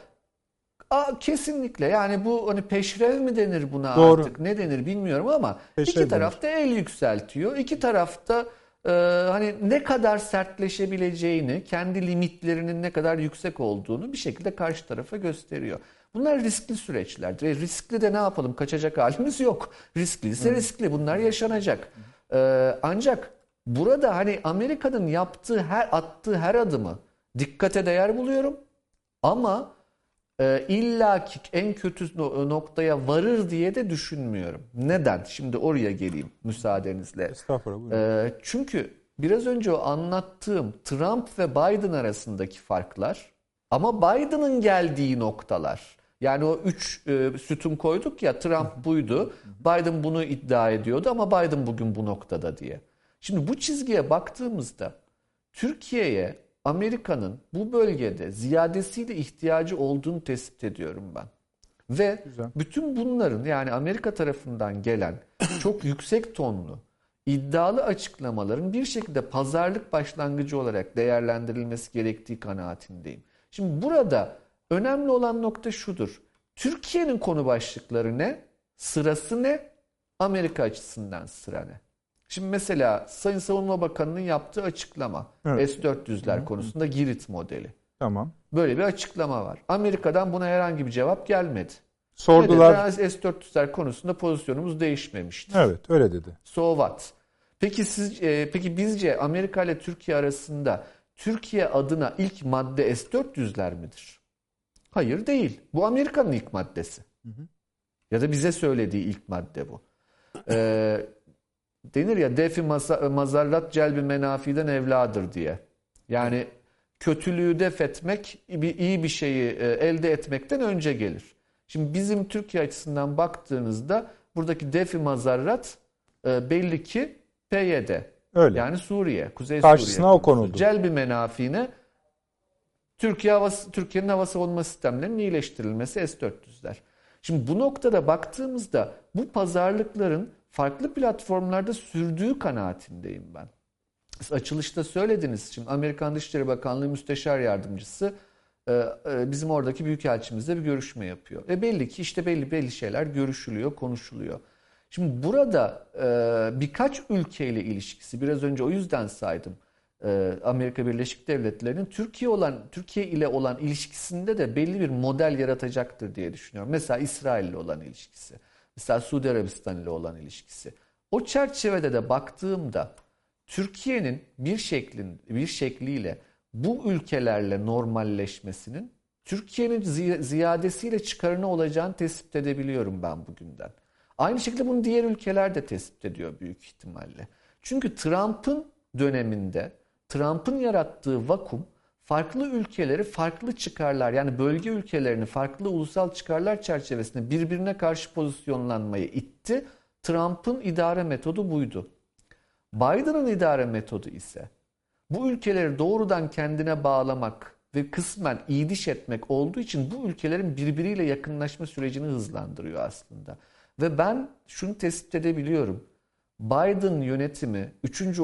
kesinlikle yani bu hani peşrev mi denir buna artık ne denir bilmiyorum ama iki tarafta el yükseltiyor. İki tarafta hani ne kadar sertleşebileceğini, kendi limitlerinin ne kadar yüksek olduğunu bir şekilde karşı tarafa gösteriyor. Bunlar riskli süreçlerdir. Riskli de ne yapalım? Kaçacak halimiz yok. Riskliyse riskli. Bunlar yaşanacak. Ancak burada hani Amerika'nın attığı her adımı dikkate değer buluyorum. Ama illaki en kötü noktaya varır diye de düşünmüyorum. Neden? Şimdi oraya geleyim müsaadenizle. Estağfurullah. Çünkü biraz önce o anlattığım Trump ve Biden arasındaki farklar ama Biden'ın geldiği noktalar. Yani o 3 sütun koyduk ya, Trump buydu, Biden bunu iddia ediyordu ama Biden bugün bu noktada diye. Şimdi bu çizgiye baktığımızda Türkiye'ye Amerika'nın bu bölgede ziyadesiyle ihtiyacı olduğunu tespit ediyorum ben. Ve bütün bunların yani Amerika tarafından gelen çok yüksek tonlu, iddialı açıklamaların bir şekilde pazarlık başlangıcı olarak değerlendirilmesi gerektiği kanaatindeyim. Şimdi burada önemli olan nokta şudur. Türkiye'nin konu başlıkları ne? Sırası ne? Amerika açısından sıra ne? Şimdi mesela Sayın Savunma Bakanı'nın yaptığı açıklama S-400'ler konusunda Girit modeli. Tamam. Böyle bir açıklama var. Amerika'dan buna herhangi bir cevap gelmedi. Sordular. S-400'ler konusunda pozisyonumuz değişmemiştir. Evet, öyle dedi. So what? Peki bizce Amerika ile Türkiye arasında Türkiye adına ilk madde S-400'ler midir? Hayır, değil. Bu Amerika'nın ilk maddesi. Ya da bize söylediği ilk madde bu. Denir ya defi mazarrat celbi menafiden evladır diye. Yani kötülüğü def etmek iyi bir şeyi elde etmekten önce gelir. Şimdi bizim Türkiye açısından baktığınızda buradaki defi mazarrat belli ki PYD. Öyle. Yani Suriye, Kuzey Karşısına Suriye. o konuldu. Celbi menafine Türkiye'nin hava savunma sistemlerinin iyileştirilmesi S-400'ler. Şimdi bu noktada baktığımızda bu pazarlıkların farklı platformlarda sürdüğü kanaatindeyim ben. Siz açılışta söylediniz. Şimdi Amerikan Dışişleri Bakanlığı Müsteşar Yardımcısı bizim oradaki büyükelçimizle bir görüşme yapıyor. Belli ki işte belli şeyler görüşülüyor, konuşuluyor. Şimdi burada birkaç ülkeyle ilişkisi, biraz önce o yüzden saydım. Amerika Birleşik Devletleri'nin Türkiye ile olan ilişkisinde de belli bir model yaratacaktır diye düşünüyorum. Mesela İsrail ile olan ilişkisi, mesela Suudi Arabistan ile olan ilişkisi. O çerçevede de baktığımda Türkiye'nin bir şekliyle bu ülkelerle normalleşmesinin Türkiye'nin ziyadesiyle çıkarına olacağını tespit edebiliyorum ben bugünden. Aynı şekilde bunu diğer ülkeler de tespit ediyor büyük ihtimalle. Çünkü Trump'ın döneminde Trump'ın yarattığı vakum farklı ülkeleri farklı çıkarlar, yani bölge ülkelerini farklı ulusal çıkarlar çerçevesinde birbirine karşı pozisyonlanmaya itti. Trump'ın idare metodu buydu. Biden'ın idare metodu ise bu ülkeleri doğrudan kendine bağlamak ve kısmen iyiliş etmek olduğu için bu ülkelerin birbiriyle yakınlaşma sürecini hızlandırıyor aslında. Ve ben şunu tespit edebiliyorum. Biden yönetimi, 3.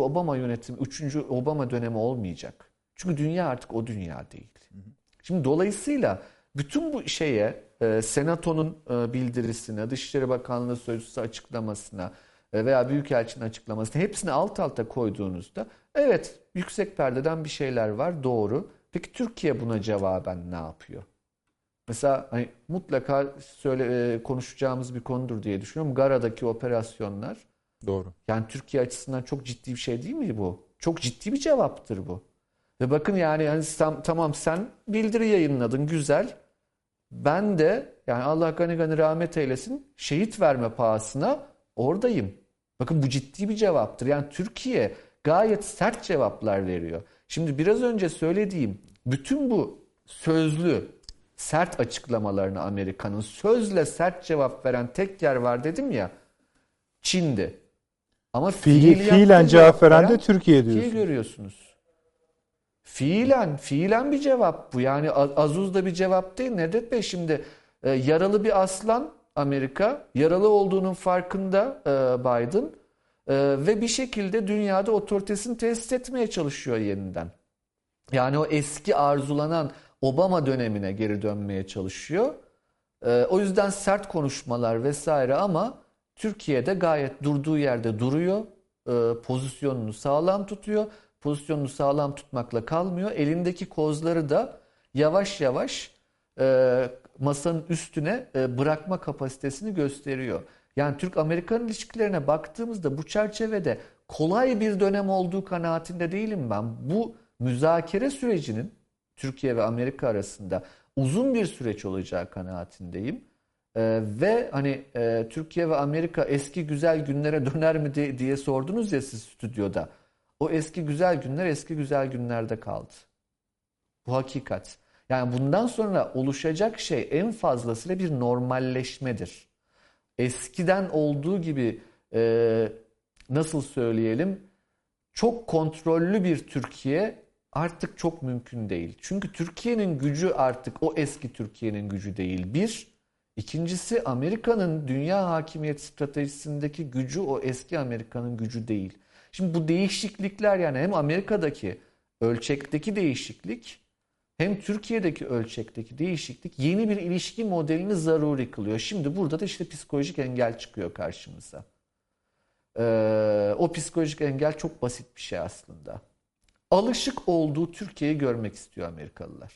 Obama dönemi olmayacak. Çünkü dünya artık o dünya değil. Şimdi dolayısıyla bütün bu Senato'nun bildirisine, Dışişleri Bakanlığı Sözcüsü açıklamasına veya Büyükelçinin açıklamasına hepsini alt alta koyduğunuzda evet yüksek perdeden bir şeyler var, doğru. Peki Türkiye buna cevaben ne yapıyor? Mesela hani mutlaka konuşacağımız bir konudur diye düşünüyorum. Gara'daki operasyonlar. Doğru. Yani Türkiye açısından çok ciddi bir şey değil mi bu? Çok ciddi bir cevaptır bu. Ve bakın yani tamam sen bildiri yayınladın, güzel. Ben de yani Allah gani gani rahmet eylesin şehit verme pahasına oradayım. Bakın bu ciddi bir cevaptır. Yani Türkiye gayet sert cevaplar veriyor. Şimdi biraz önce söylediğim bütün bu sözlü sert açıklamalarını Amerika'nın sözle sert cevap veren tek yer var dedim ya, Çin'di. Ama fiilen cevap veren de Türkiye diyorsun. Türkiye görüyorsunuz. Fiilen bir cevap bu. Yani azuzda bir cevap değil. Nedret Bey şimdi yaralı bir aslan Amerika. Yaralı olduğunun farkında Biden. Ve bir şekilde dünyada otoritesini tesis etmeye çalışıyor yeniden. Yani o eski arzulanan Obama dönemine geri dönmeye çalışıyor. O yüzden sert konuşmalar vesaire ama Türkiye'de gayet durduğu yerde duruyor. Pozisyonunu sağlam tutuyor. Pozisyonunu sağlam tutmakla kalmıyor. Elindeki kozları da yavaş yavaş masanın üstüne bırakma kapasitesini gösteriyor. Yani Türk-Amerikan ilişkilerine baktığımızda bu çerçevede kolay bir dönem olduğu kanaatinde değilim ben. Bu müzakere sürecinin Türkiye ve Amerika arasında uzun bir süreç olacağı kanaatindeyim. Ve hani Türkiye ve Amerika eski güzel günlere döner mi diye sordunuz ya siz stüdyoda. O eski güzel günler eski güzel günlerde kaldı. Bu hakikat. Yani bundan sonra oluşacak şey en fazlasıyla bir normalleşmedir. Eskiden olduğu gibi nasıl söyleyelim, çok kontrollü bir Türkiye artık çok mümkün değil. Çünkü Türkiye'nin gücü artık o eski Türkiye'nin gücü değil. Bir. İkincisi Amerika'nın dünya hakimiyet stratejisindeki gücü o eski Amerika'nın gücü değil. Şimdi bu değişiklikler yani hem Amerika'daki ölçekteki değişiklik hem Türkiye'deki ölçekteki değişiklik yeni bir ilişki modelini zaruri kılıyor. Şimdi burada da işte psikolojik engel çıkıyor karşımıza. O psikolojik engel çok basit bir şey aslında. alışık olduğu Türkiye'yi görmek istiyor Amerikalılar.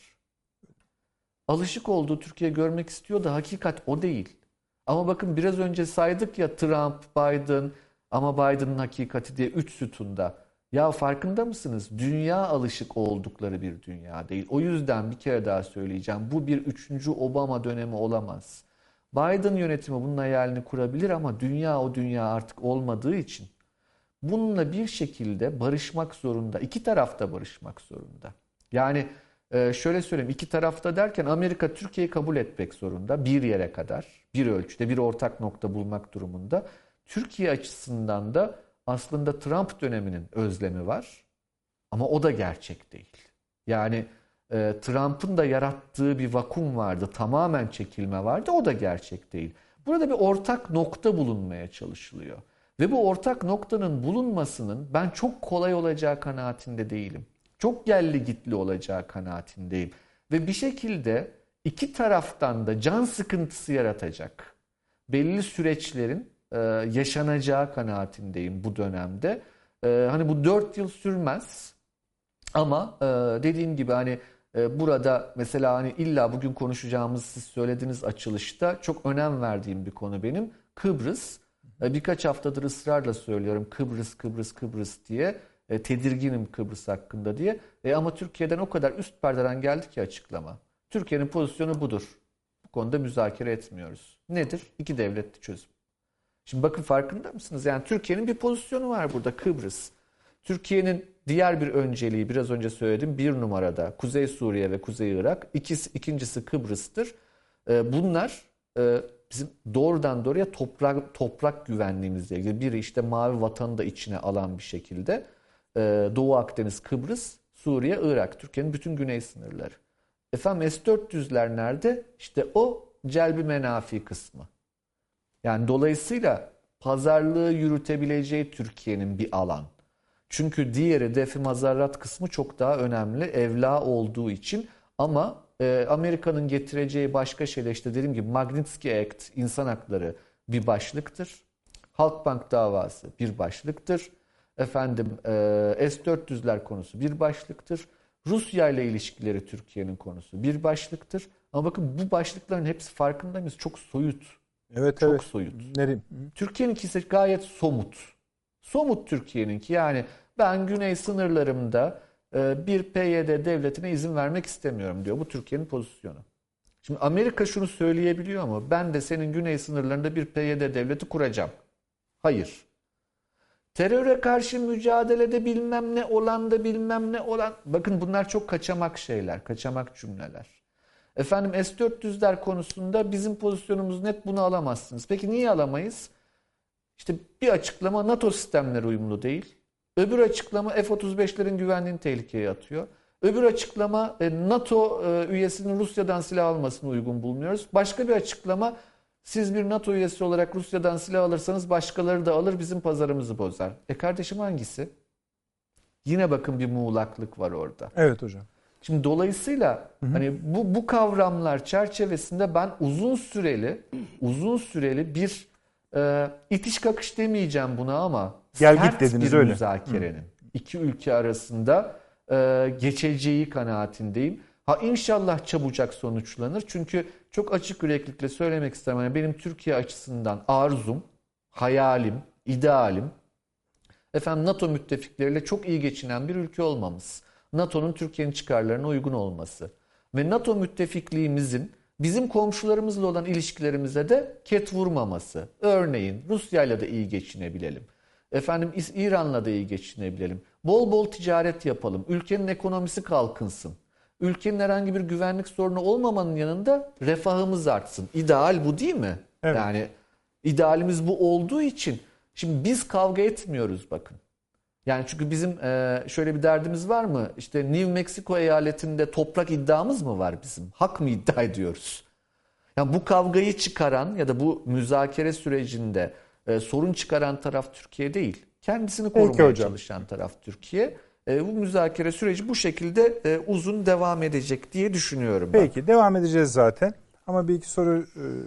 Alışık olduğu Türkiye'yi görmek istiyor da hakikat o değil. Ama bakın biraz önce saydık ya Trump, Biden ama Biden'ın hakikati diye 3 sütunda. Ya farkında mısınız? Dünya alışık oldukları bir dünya değil. O yüzden bir kere daha söyleyeceğim. Bu bir 3. Obama dönemi olamaz. Biden yönetimi bunun hayalini kurabilir ama dünya o dünya artık olmadığı için bununla bir şekilde barışmak zorunda. İki taraf da barışmak zorunda. Yani şöyle söyleyeyim, iki tarafta derken Amerika Türkiye'yi kabul etmek zorunda bir yere kadar, bir ölçüde bir ortak nokta bulmak durumunda. Türkiye açısından da aslında Trump döneminin özlemi var ama o da gerçek değil. Yani Trump'ın da yarattığı bir vakum vardı, tamamen çekilme vardı, o da gerçek değil. Burada bir ortak nokta bulunmaya çalışılıyor. Ve bu ortak noktanın bulunmasının ben çok kolay olacağı kanaatinde değilim. Çok gelli gitli olacağı kanaatindeyim. Ve bir şekilde iki taraftan da can sıkıntısı yaratacak belli süreçlerin yaşanacağı kanaatindeyim bu dönemde. Hani bu 4 yıl sürmez ama dediğim gibi hani burada mesela hani illa bugün konuşacağımız siz söylediğiniz açılışta çok önem verdiğim bir konu benim. Kıbrıs. Birkaç haftadır ısrarla söylüyorum Kıbrıs, Kıbrıs, Kıbrıs diye. Tedirginim Kıbrıs hakkında diye. Ama Türkiye'den o kadar üst perdeden geldi ki açıklama. Türkiye'nin pozisyonu budur. Bu konuda müzakere etmiyoruz. Nedir? 2 devletli çözüm. Şimdi bakın farkında mısınız? Yani Türkiye'nin bir pozisyonu var burada Kıbrıs. Türkiye'nin diğer bir önceliği biraz önce söyledim 1 numarada Kuzey Suriye ve Kuzey Irak. İkincisi Kıbrıs'tır. Bunlar bizim doğrudan doğruya toprak güvenliğimizle ilgili. Biri işte Mavi Vatan'ı da içine alan bir şekilde Doğu Akdeniz, Kıbrıs, Suriye, Irak. Türkiye'nin bütün güney sınırları. Efendim S-400'ler nerede? İşte o celbi menafi kısmı. Yani dolayısıyla pazarlığı yürütebileceği Türkiye'nin bir alan. Çünkü diğeri defi mazarrat kısmı çok daha önemli. Evla olduğu için ama Amerika'nın getireceği başka şeyler işte dediğim gibi Magnitsky Act, insan hakları bir başlıktır. Halkbank davası bir başlıktır. Efendim S-400'ler konusu bir başlıktır. Rusya ile ilişkileri Türkiye'nin konusu bir başlıktır. Ama bakın bu başlıkların hepsi farkında mıyız? Çok soyut. Evet, çok evet. soyut. Türkiye'ninki ise gayet somut. Somut Türkiye'ninki. Yani ben güney sınırlarımda bir PYD devletine izin vermek istemiyorum diyor. Bu Türkiye'nin pozisyonu. Şimdi Amerika şunu söyleyebiliyor ama ben de senin güney sınırlarında bir PYD devleti kuracağım. Hayır. Teröre karşı mücadelede bilmem ne olan da bilmem ne olan. Bakın bunlar çok kaçamak şeyler, kaçamak cümleler. Efendim S-400'ler konusunda bizim pozisyonumuz net, bunu alamazsınız. Peki niye alamayız? İşte bir açıklama NATO sistemleri uyumlu değil. Öbür açıklama F-35'lerin güvenliğini tehlikeye atıyor. Öbür açıklama NATO üyesinin Rusya'dan silah almasını uygun bulmuyoruz. Başka bir açıklama siz bir NATO üyesi olarak Rusya'dan silah alırsanız başkaları da alır bizim pazarımızı bozar. Kardeşim hangisi? Yine bakın bir muğlaklık var orada. Evet hocam. Şimdi dolayısıyla hani bu kavramlar çerçevesinde ben uzun süreli bir itiş kakış demeyeceğim buna ama sert bir öyle. Müzakerenin iki ülke arasında geçeceği kanaatindeyim. İnşallah çabucak sonuçlanır. Çünkü çok açık yüreklilikle söylemek isterim. Yani benim Türkiye açısından arzum, hayalim, idealim NATO müttefikleriyle çok iyi geçinen bir ülke olmamız. NATO'nun Türkiye'nin çıkarlarına uygun olması. Ve NATO müttefikliğimizin bizim komşularımızla olan ilişkilerimize de ket vurmaması. Örneğin Rusya'yla da iyi geçinebilelim. İran'la da iyi geçinebilelim. Bol bol ticaret yapalım. Ülkenin ekonomisi kalkınsın. Ülkenin herhangi bir güvenlik sorunu olmamanın yanında refahımız artsın. İdeal bu değil mi? Evet. Yani idealimiz bu olduğu için şimdi biz kavga etmiyoruz bakın. Yani çünkü bizim şöyle bir derdimiz var mı? İşte New Mexico eyaletinde toprak iddiamız mı var bizim? Hak mı iddia ediyoruz? Yani bu kavgayı çıkaran ya da bu müzakere sürecinde sorun çıkaran taraf Türkiye değil. Kendisini korumaya çalışan taraf Türkiye. Bu müzakere süreci bu şekilde uzun devam edecek diye düşünüyorum ben. Peki devam edeceğiz zaten. Ama bir iki soru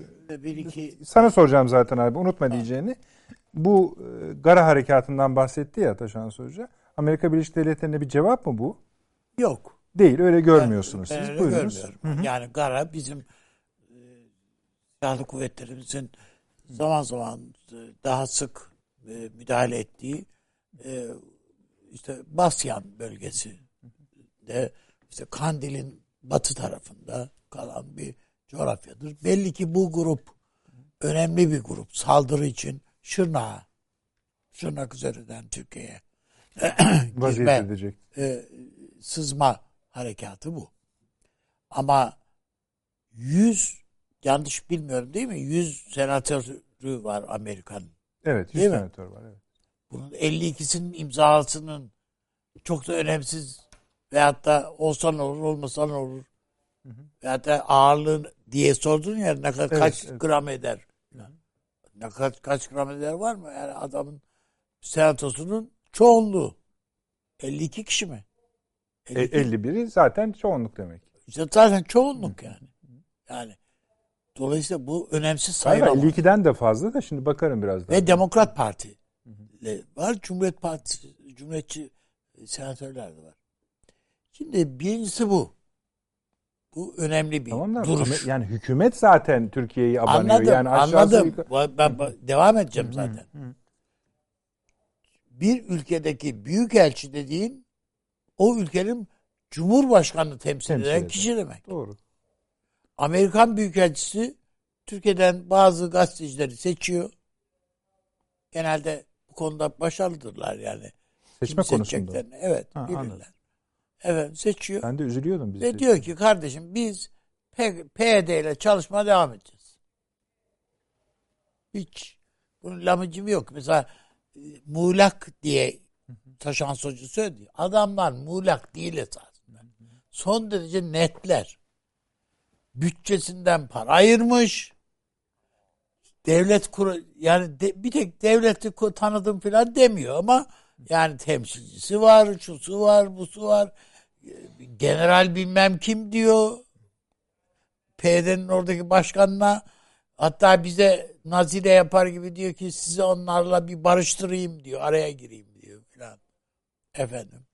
sana soracağım zaten abi, unutma diyeceğini. Bu Gara harekatından bahsetti ya Taşan Hoca. Amerika Birleşik Devletleri'ne bir cevap mı bu? Yok. Değil, öyle görmüyorsunuz Ben siz. öyle Buyurunuz. görmüyorum. Hı hı. Yani Gara bizim silahlı kuvvetlerimizin zaman zaman daha sık müdahale ettiği işte Basyan bölgesi de işte Kandil'in batı tarafında kalan bir coğrafyadır. Belli ki bu grup önemli bir grup. Saldırı için Şırnak üzerinden Türkiye'ye Vaziyet girme, edecek. sızma harekatı bu. Ama 100 yanlış bilmiyorum değil mi? 100 senatörü var Amerika'nın. Evet, 100 Değil mi? senatör var. Evet. Bunun 52'sinin imzasının çok da önemsiz veyahut da olsa ne olur, olmasa ne olur. Veyahut da ağırlığı diye sordun ya ne kadar kaç gram eder. Ne kaç gram eder var mı? Yani adamın senatosunun çoğunluğu. 52 kişi mi? 51'i zaten çoğunluk demek. İşte zaten çoğunluk yani. Yani dolayısıyla bu önemsiz Galiba sayılamaz. 52'den de fazla da şimdi bakarım biraz daha. Ve Demokrat Parti var. Cumhuriyet Partisi, Cumhuriyetçi senatörler de var. Şimdi birincisi bu. Bu önemli bir duruş. Yani hükümet zaten Türkiye'yi abanıyor. Anladım, Yani aşağısı anladım. Ben devam edeceğim zaten. Bir ülkedeki büyükelçi dediğin o ülkenin Cumhurbaşkanını temsil eden kişi demek. Doğru. Amerikan Büyükelçisi Türkiye'den bazı gazetecileri seçiyor. Genelde bu konuda başarılıdırlar yani. Seçme konusunda. Evet, bilirler. Anladım. Evet, seçiyor. Ben de üzülüyordum. Ve diyor ki kardeşim biz PYD ile çalışmaya devam edeceğiz. Hiç bunun lamıcımı yok. Mesela muğlak diye Taşan Hoca söyledi. Adamlar muğlak değil esasında. Son derece netler. Bütçesinden para ayırmış. Devlet yani bir tek devleti tanıdım falan demiyor ama yani temsilcisi var, şusu var, busu var. General bilmem kim diyor. PYD'nin oradaki başkanına hatta bize nazire yapar gibi diyor ki sizi onlarla bir barıştırayım diyor. Araya gireyim diyor falan. Efendim.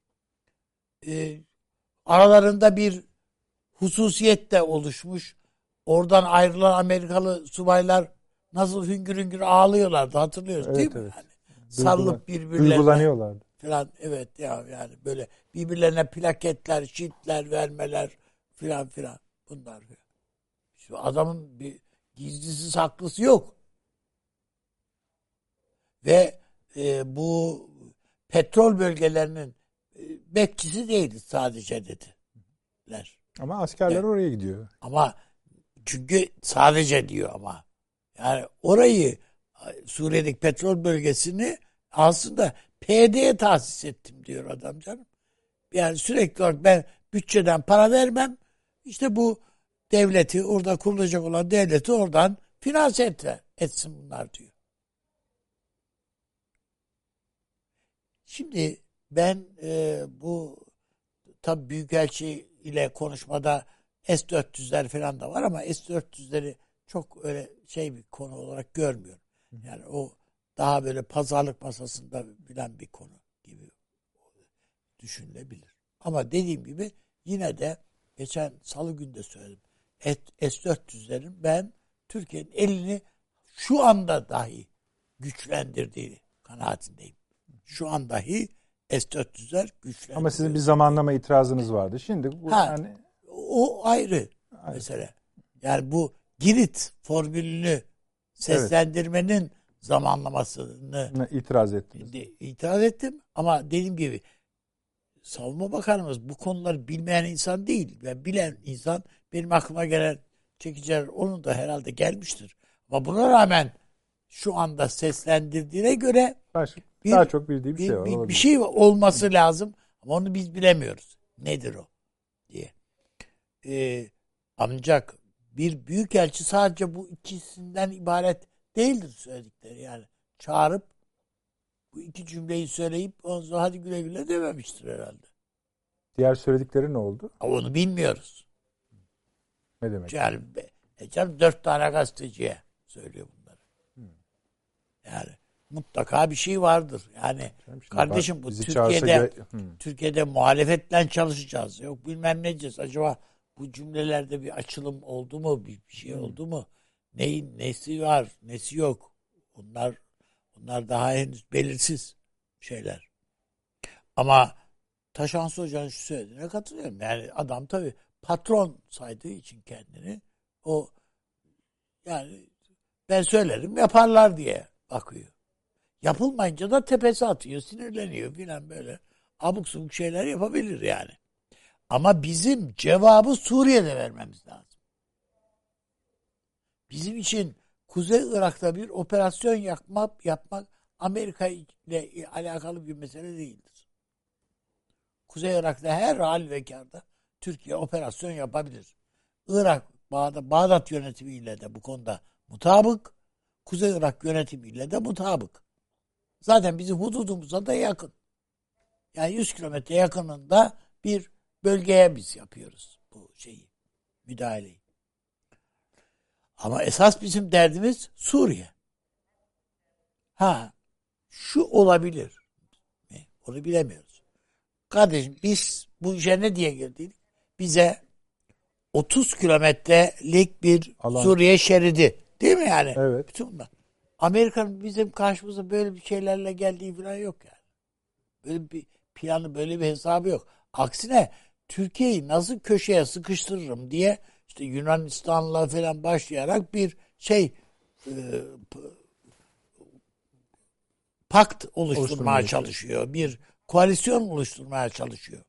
Aralarında bir hususiyet de oluşmuş. Oradan ayrılan Amerikalı subaylar nasıl hüngür hüngür ağlıyorlardı hatırlıyoruz değil mi? Evet. Yani sarılıp birbirlerine duygulanıyorlardı falan. Evet ya yani böyle birbirlerine plaketler, şiitler vermeler filan filan. Bunlar filan. Şu adamın bir gizlisi saklısı yok. Ve bu petrol bölgelerinin bekçisi değiliz sadece dediler. ama askerler oraya gidiyor. Ama çünkü sadece diyor ama. Yani orayı Suriye'deki petrol bölgesini aslında PYD'ye tahsis ettim diyor adam canım. Yani sürekli olarak ben bütçeden para vermem. İşte bu devleti orada kurulacak olan devleti oradan finanse etsin bunlar diyor. Şimdi ben bu tabii Büyükelçi ile konuşmada S-400'ler falan da var ama S-400'leri çok öyle şey bir konu olarak görmüyorum. Yani o daha böyle pazarlık masasında bilen bir konu gibi düşünülebilir. Ama dediğim gibi yine de geçen salı günü de söyledim. S-400'lerin ben Türkiye'nin elini şu anda dahi güçlendirdiği kanaatindeyim. Şu an dahi S-400'ler güçlendiriyor. Ama sizin bir zamanlama itirazınız vardı. Şimdi bu yani o ayrı mesele. Yani bu Girit formülünü seslendirmenin zamanlamasını itiraz ettiniz. İtiraz ettim ama dediğim gibi Savunma Bakanımız bu konuları bilmeyen insan değil. Yani bilen insan benim aklıma gelen çekiciler onun da herhalde gelmiştir. Ama buna rağmen şu anda seslendirdiğine göre daha çok bildiği bir şey var. Bir şey olması lazım ama onu biz bilemiyoruz. Nedir o diye. Ancak bir büyükelçi sadece bu ikisinden ibaret değildir söyledikleri. Yani çağırıp bu iki cümleyi söyleyip ondan sonra hadi güle güle dememiştir herhalde. Diğer söyledikleri ne oldu? Onu bilmiyoruz. Ne demek? Yani canım 4 tane gazeteciye söylüyor bunları. Yani mutlaka bir şey vardır. Yani Şimdi kardeşim bu bizi Türkiye'de muhalefetle çalışacağız. Yok bilmem ne diyeceğiz. Acaba bu cümlelerde bir açılım oldu mu? Bir şey oldu mu? Neyin nesi var, nesi yok? Onlar daha henüz belirsiz şeyler. Ama Taşansı Hoca'nın şu söylediğine katılıyorum. Yani adam tabii patron saydığı için kendini o yani ben söylerim yaparlar diye bakıyor. Yapılmayınca da tepesi atıyor, sinirleniyor filan böyle. Abuk subuk şeyler yapabilir yani. Ama bizim cevabı Suriye'de vermemiz lazım. Bizim için Kuzey Irak'ta bir operasyon yapmak Amerika ile alakalı bir mesele değildir. Kuzey Irak'ta her halükarda Türkiye operasyon yapabilir. Irak, Bağdat yönetimiyle de bu konuda mutabık. Kuzey Irak yönetimiyle de mutabık. Zaten bizim hududumuza da yakın. Yani 100 kilometre yakınında bir bölgeye biz yapıyoruz bu şeyi, müdahaleyi. Ama esas bizim derdimiz Suriye. Şu olabilir mi? Onu bilemiyoruz. Kardeşim biz bu işe ne diye girdik? Bize 30 kilometrelik bir alan. Suriye şeridi. Değil mi yani? Evet. Bütün bunlar. Amerika'nın bizim karşımıza böyle bir şeylerle geldiği falan yok yani. Böyle bir planı, böyle bir hesabı yok. Aksine Türkiye'yi nasıl köşeye sıkıştırırım diye işte Yunanistan'la falan başlayarak bir pakt oluşturmaya çalışıyor. Bir koalisyon oluşturmaya çalışıyor.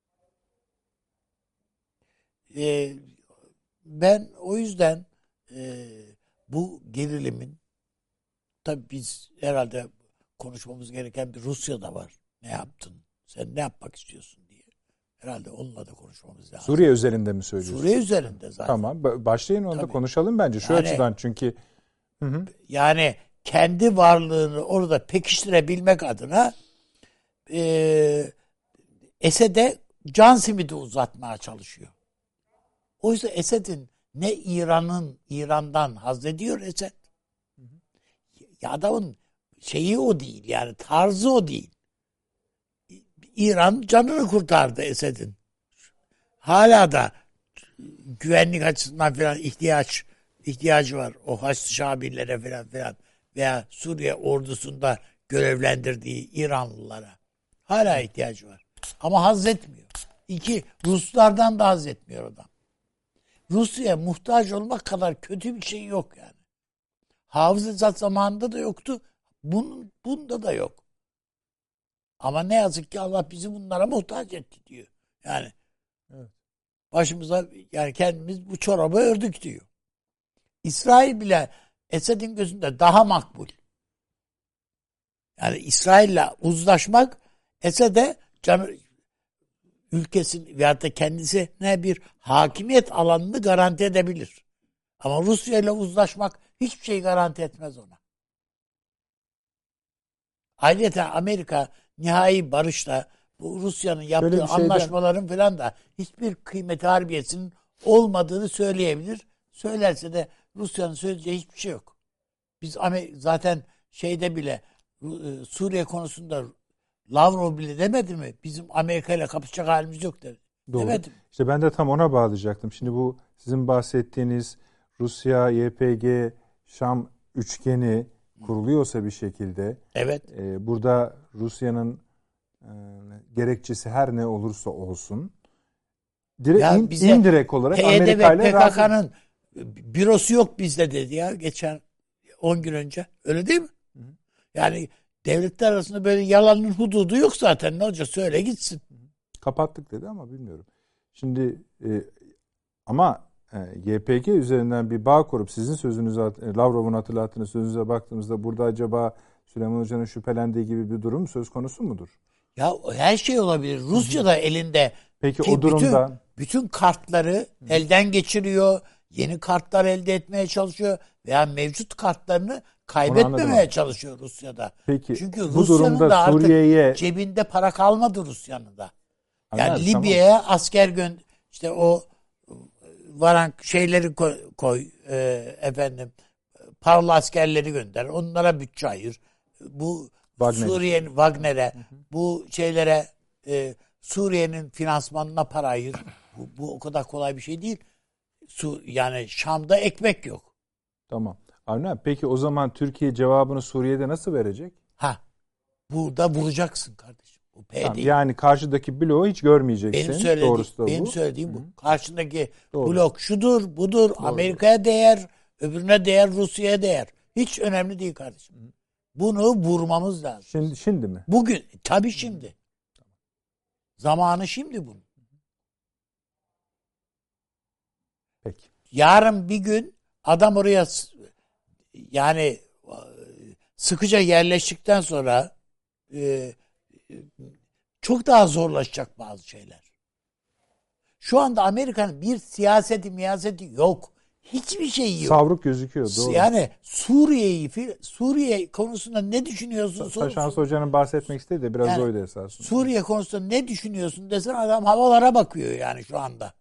Ben o yüzden bu gerilimin tabii biz herhalde konuşmamız gereken bir Rusya'da var. Ne yaptın? Sen ne yapmak istiyorsun diye. Herhalde onunla da konuşmamız lazım. Suriye üzerinde mi söylüyorsun? Suriye üzerinde zaten. Tamam. Başlayın onda Tabii. konuşalım bence. Şu açıdan çünkü yani kendi varlığını orada pekiştirebilmek adına Esed'e can simidi uzatmaya çalışıyor. Oysa Esed'in ne İran'dan haz ediyor Esed. Ya adamın şeyi o değil yani tarzı o değil. İran canını kurtardı Esed'in. Hala da güvenlik açısından falan ihtiyacı var. O Haçlı Şabi'lere falan veya Suriye ordusunda görevlendirdiği İranlılara. Hala ihtiyacı var. Ama haz etmiyor. Ruslardan da haz etmiyor adam. Rusya'ya muhtaç olmak kadar kötü bir şey yok yani. Hafız-ı zamanında da yoktu. Bunda da yok. Ama ne yazık ki Allah bizi bunlara muhtaç etti diyor. Yani evet. Başımıza yani kendimiz bu çorabı ördük diyor. İsrail bile Esed'in gözünde daha makbul. Yani İsrail'le uzlaşmak Esed'e ülkesin veyahut da kendisine bir hakimiyet alanını garanti edebilir. Ama Rusya ile uzlaşmak hiçbir şey garanti etmez ona. Ayrıca Amerika nihai barışla bu Rusya'nın yaptığı anlaşmaların falan da hiçbir kıymeti harbiyesinin olmadığını söyleyebilir. Söylerse de Rusya'nın söyleyeceği hiçbir şey yok. Biz zaten şeyde bile Suriye konusunda Lavrov bile demedi mi? Bizim Amerika ile kapışacak halimiz yok dedi. Doğru. Demedi mi? İşte ben de tam ona bağlayacaktım. Şimdi bu sizin bahsettiğiniz Rusya, YPG, Şam üçgeni kuruluyorsa bir şekilde evet. Burada Rusya'nın gerekçesi her ne olursa olsun indirekt olarak Amerika ile PKK'nın bürosu yok bizde dedi ya geçen 10 gün önce. Öyle değil mi? Hı. Yani devletler arasında böyle yalanın hududu yok zaten. Ne olacak? Söyle gitsin. Kapattık dedi ama bilmiyorum. Şimdi ama YPG üzerinden bir bağ kurup sizin sözünüze, Lavrov'un hatırlattığınız sözünüze baktığımızda burada acaba Süleyman Hoca'nın şüphelendiği gibi bir durum söz konusu mudur? Ya her şey olabilir. Rusya da elinde. Peki o durumda bütün kartları elden geçiriyor. Yeni kartlar elde etmeye çalışıyor veya mevcut kartlarını kaybetmemeye çalışıyor Rusya'da. Peki, çünkü bu Rusya'nın da artık Suriye'ye cebinde para kalmadı Rusya'nın da. Yani Libya'ya asker işte o varan şeyleri koy paralı askerleri gönder. Onlara bütçe ayır. bu Wagner. Suriye'nin Wagner'e, bu şeylere Suriye'nin finansmanına para ayır. Bu o kadar kolay bir şey değil. Yani Şam'da ekmek yok. Tamam. Avni abi, peki o zaman Türkiye cevabını Suriye'de nasıl verecek? Burada vuracaksın kardeşim. Bu Tamam, değil. yani karşıdaki bloğu hiç görmeyeceksin. Benim söylediğim bu. Karşındaki Doğru. blok şudur, budur. Doğru. Amerika'ya değer, öbürüne değer, Rusya'ya değer. Hiç önemli değil kardeşim. Bunu vurmamız lazım. Şimdi mi? Bugün. Tabii şimdi. Zamanı şimdi bunun. Peki. Yarın bir gün adam oraya yani sıkıca yerleştikten sonra çok daha zorlaşacak bazı şeyler. Şu anda Amerika'nın bir siyaseti yok. Hiçbir şey yok. Savruk gözüküyor. Doğru. Yani Suriye konusunda ne düşünüyorsun? Taşans Hoca'nın bahsetmek istediği de biraz yani, oydu esasında. Suriye konusunda ne düşünüyorsun desen adam havalara bakıyor yani şu anda.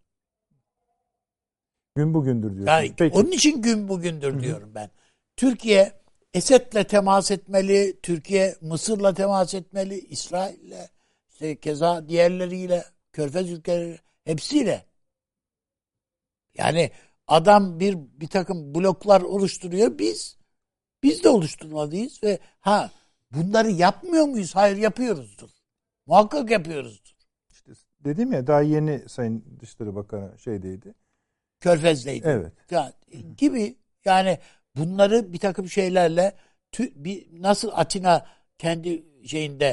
Gün bugündür diyorsun. Yani peki. Onun için gün bugündür diyorum ben. Türkiye Esed'le temas etmeli, Türkiye Mısır'la temas etmeli, İsrail'le, işte keza diğerleriyle, Körfez ülkeleri hepsiyle. Yani adam bir takım bloklar oluşturuyor, biz de oluşturmalıyız ve bunları yapmıyor muyuz? Hayır, yapıyoruzdur. Muhakkak yapıyoruzdur. İşte dedim ya, daha yeni Sayın Dışişleri Bakanı şeydeydi. Körfez'deydi. Evet. Gibi yani bunları bir takım şeylerle nasıl Atina kendi şeyinde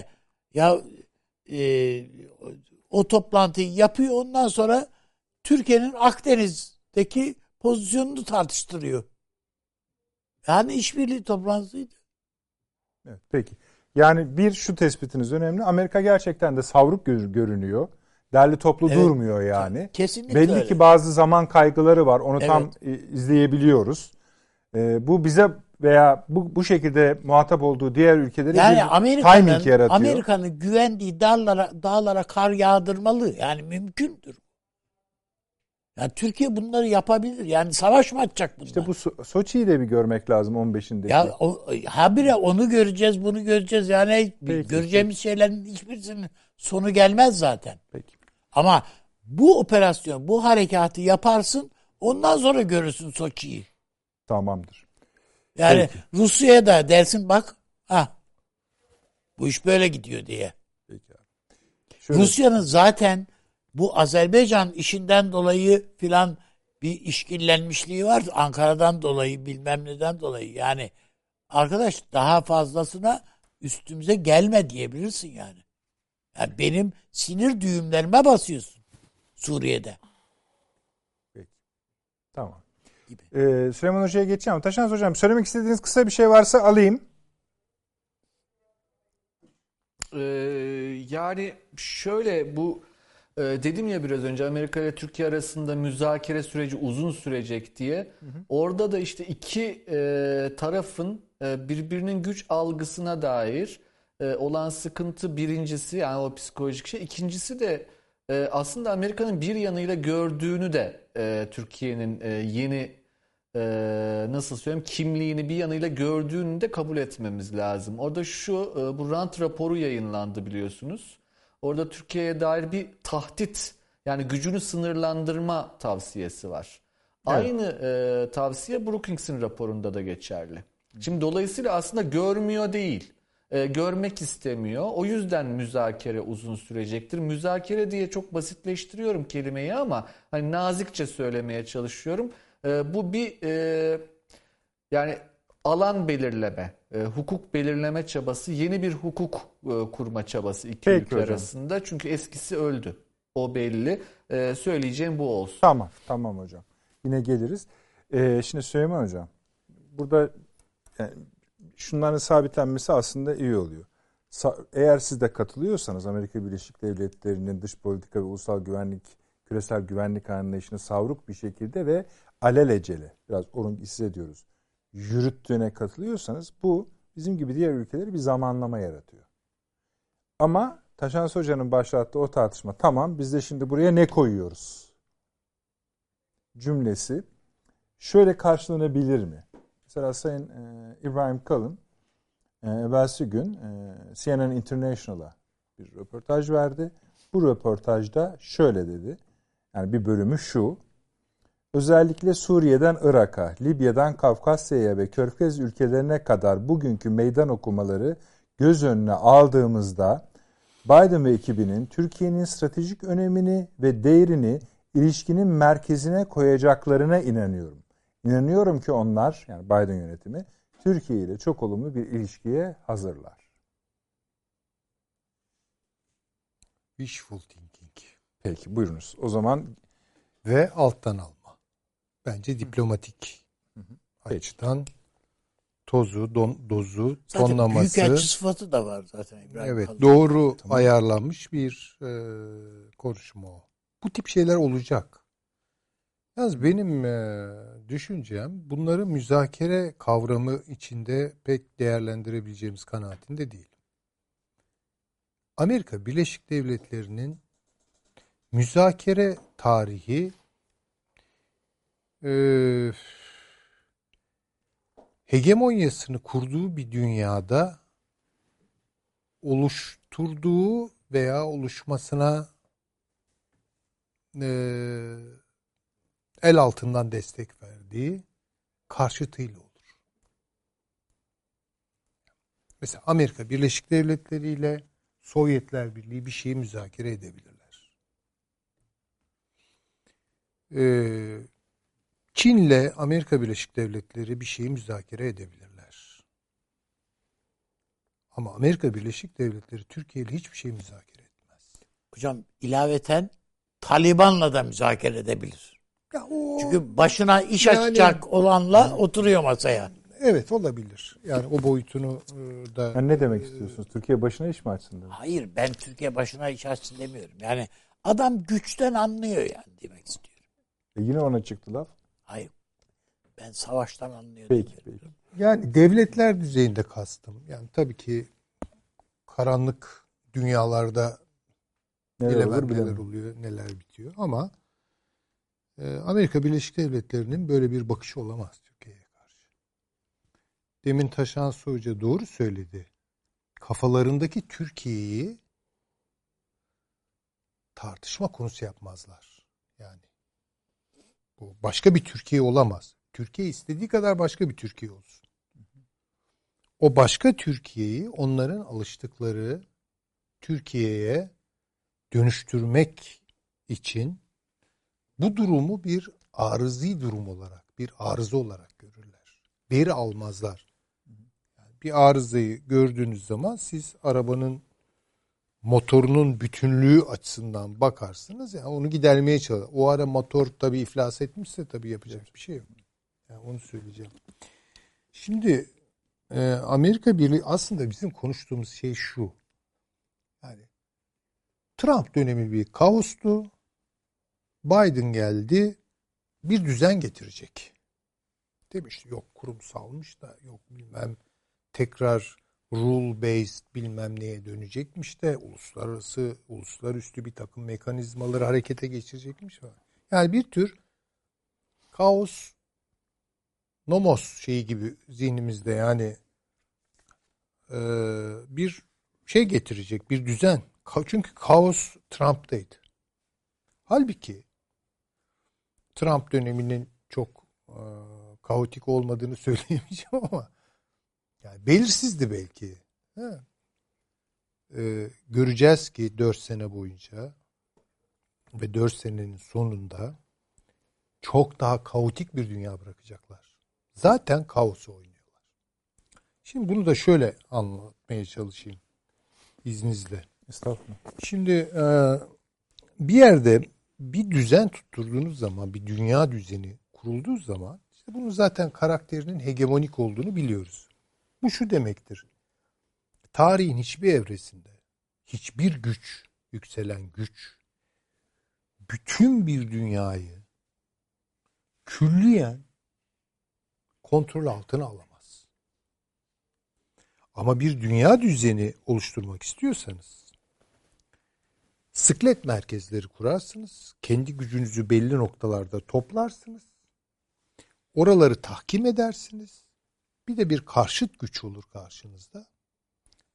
o toplantıyı yapıyor, ondan sonra Türkiye'nin Akdeniz'deki pozisyonunu tartıştırıyor. Yani işbirliği toplantısıydı. Evet, peki. Yani şu tespitiniz önemli. Amerika gerçekten de savruk görünüyor. Derli toplu durmuyor yani. Kesinlikle Belli öyle. ki bazı zaman kaygıları var. Onu tam izleyebiliyoruz. Bu bize veya bu şekilde muhatap olduğu diğer ülkeleri yani timing yaratıyor. Amerika'nın güvendiği dağlara kar yağdırmalı. Yani mümkündür. Yani Türkiye bunları yapabilir. Yani savaş mı açacak bunlar? İşte bu Soçi'yi de bir görmek lazım 15'indeki. Ya habire onu göreceğiz, bunu göreceğiz. Yani göreceğimiz şeylerin hiçbirisinin sonu gelmez zaten. Peki. Ama bu operasyon, bu harekatı yaparsın, ondan sonra görürsün Soçi'yi. Tamamdır. Yani Peki. Rusya'ya da dersin bak, bu iş böyle gidiyor diye. Peki abi. Rusya'nın zaten bu Azerbaycan işinden dolayı filan bir işkillenmişliği var. Ankara'dan dolayı, bilmem neden dolayı. Yani arkadaş, daha fazlasına üstümüze gelme diyebilirsin yani. Yani benim sinir düğümlerime basıyorsun Suriye'de. Peki. Tamam. Süleyman Hoca'ya geçeceğim. Taşans Hocam, söylemek istediğiniz kısa bir şey varsa alayım. Yani şöyle, bu dedim ya biraz önce, Amerika ile Türkiye arasında müzakere süreci uzun sürecek diye. Orada da işte iki tarafın birbirinin güç algısına dair olan sıkıntı birincisi, yani o psikolojik şey. İkincisi de aslında Amerika'nın bir yanıyla gördüğünü de Türkiye'nin yeni nasıl söyleyeyim, kimliğini bir yanıyla gördüğünü de kabul etmemiz lazım. Orada bu rant raporu yayınlandı, biliyorsunuz. Orada Türkiye'ye dair bir tahdit, yani gücünü sınırlandırma tavsiyesi var. Evet. Aynı tavsiye Brookings'in raporunda da geçerli. Şimdi dolayısıyla aslında görmüyor değil, görmek istemiyor. O yüzden müzakere uzun sürecektir. Müzakere diye çok basitleştiriyorum kelimeyi ama hani nazikçe söylemeye çalışıyorum. Bu bir yani alan belirleme, hukuk belirleme çabası, yeni bir hukuk kurma çabası iki ülke arasında. Çünkü eskisi öldü. O belli. Söyleyeceğim bu olsun. Tamam hocam. Yine geliriz. Şimdi Süleyman Hocam, burada yani şunların sabitlenmesi aslında iyi oluyor. Eğer siz de katılıyorsanız Amerika Birleşik Devletleri'nin dış politika ve ulusal güvenlik, küresel güvenlik anlayışını savruk bir şekilde ve alelacele, biraz onu hissediyoruz, yürüttüğüne katılıyorsanız, bu bizim gibi diğer ülkeleri bir zamanlama yaratıyor. Ama Taşans Hoca'nın başlattığı o tartışma, tamam biz de şimdi buraya ne koyuyoruz cümlesi şöyle karşılanabilir mi? Mesela Sayın İbrahim Kalın evvelsi gün CNN International'a bir röportaj verdi. Bu röportajda şöyle dedi. Yani bir bölümü şu. Özellikle Suriye'den Irak'a, Libya'dan Kafkasya'ya ve Körfez ülkelerine kadar bugünkü meydan okumaları göz önüne aldığımızda Biden ve ekibinin Türkiye'nin stratejik önemini ve değerini ilişkinin merkezine koyacaklarına inanıyorum. İnanıyorum ki onlar, yani Biden yönetimi, Türkiye ile çok olumlu bir ilişkiye hazırlar. Wishful thinking. Peki buyurunuz. O zaman ve alttan alma. Bence diplomatik açıdan tozu, dozu, zaten tonlaması. Büyükelçi sıfatı da var zaten İbrahim. Evet, Kalın. doğru ayarlanmış bir konuşma o. Bu tip şeyler olacak. Yalnız benim düşüncem bunları müzakere kavramı içinde pek değerlendirebileceğimiz kanaatinde değil. Amerika Birleşik Devletleri'nin müzakere tarihi hegemonyasını kurduğu bir dünyada oluşturduğu veya oluşmasına el altından destek verdiği karşıtıyla olur. Mesela Amerika Birleşik Devletleri ile Sovyetler Birliği bir şeyi müzakere edebilirler. Çin'le Amerika Birleşik Devletleri bir şeyi müzakere edebilirler. Ama Amerika Birleşik Devletleri Türkiye ile hiçbir şey müzakere etmez. Hocam ilaveten Taliban'la da müzakere edebilir. Ya çünkü başına iş açacak olanla oturuyor masaya. Evet, olabilir. Yani o boyutunu da... Yani ne demek istiyorsunuz? Türkiye başına iş mi açsın? Hayır, ben Türkiye başına iş açsın demiyorum. Yani adam güçten anlıyor yani demek istiyorum. Yine ona çıktı laf. Hayır. Ben savaştan anlıyorum. Peki. Yani devletler düzeyinde kastım. Yani tabii ki karanlık dünyalarda neler oluyor, neler bitiyor. Ama Amerika Birleşik Devletleri'nin böyle bir bakışı olamaz Türkiye'ye karşı. Demin Taşan Hoca doğru söyledi. Kafalarındaki Türkiye'yi tartışma konusu yapmazlar. Yani bu başka bir Türkiye olamaz. Türkiye istediği kadar başka bir Türkiye olsun. O başka Türkiye'yi onların alıştıkları Türkiye'ye dönüştürmek için bu durumu bir arızi durum olarak, bir arıza olarak görürler. Veri almazlar. Yani bir arızayı gördüğünüz zaman siz arabanın motorunun bütünlüğü açısından bakarsınız. Yani onu gidermeye çalışır. O ara motor tabii iflas etmişse tabii yapacak bir şey yok. Yani onu söyleyeceğim. Şimdi Amerika Birliği aslında bizim konuştuğumuz şey şu. Yani Trump dönemi bir kaostu. Biden geldi, bir düzen getirecek. Demişti yok kurumsalmış da yok bilmem tekrar rule based bilmem neye dönecekmiş de uluslararası bir takım mekanizmaları harekete geçirecekmiş. Yani bir tür kaos nomos şeyi gibi zihnimizde yani bir şey getirecek, bir düzen. Çünkü kaos Trump'taydı. Halbuki Trump döneminin çok kaotik olmadığını söyleyemeyeceğim ama yani belirsizdi belki. Göreceğiz ki 4 sene boyunca ve 4 senenin sonunda çok daha kaotik bir dünya bırakacaklar. Zaten kaosu oynuyorlar. Şimdi bunu da şöyle anlatmaya çalışayım izninizle. Estağfurullah. Şimdi bir yerde bir düzen tutturduğunuz zaman, bir dünya düzeni kurulduğu zaman işte bunun zaten karakterinin hegemonik olduğunu biliyoruz. Bu şu demektir. Tarihin hiçbir evresinde hiçbir güç, yükselen güç bütün bir dünyayı külliyen kontrol altına alamaz. Ama bir dünya düzeni oluşturmak istiyorsanız sıklet merkezleri kurarsınız. Kendi gücünüzü belli noktalarda toplarsınız. Oraları tahkim edersiniz. Bir de bir karşıt güç olur karşınızda.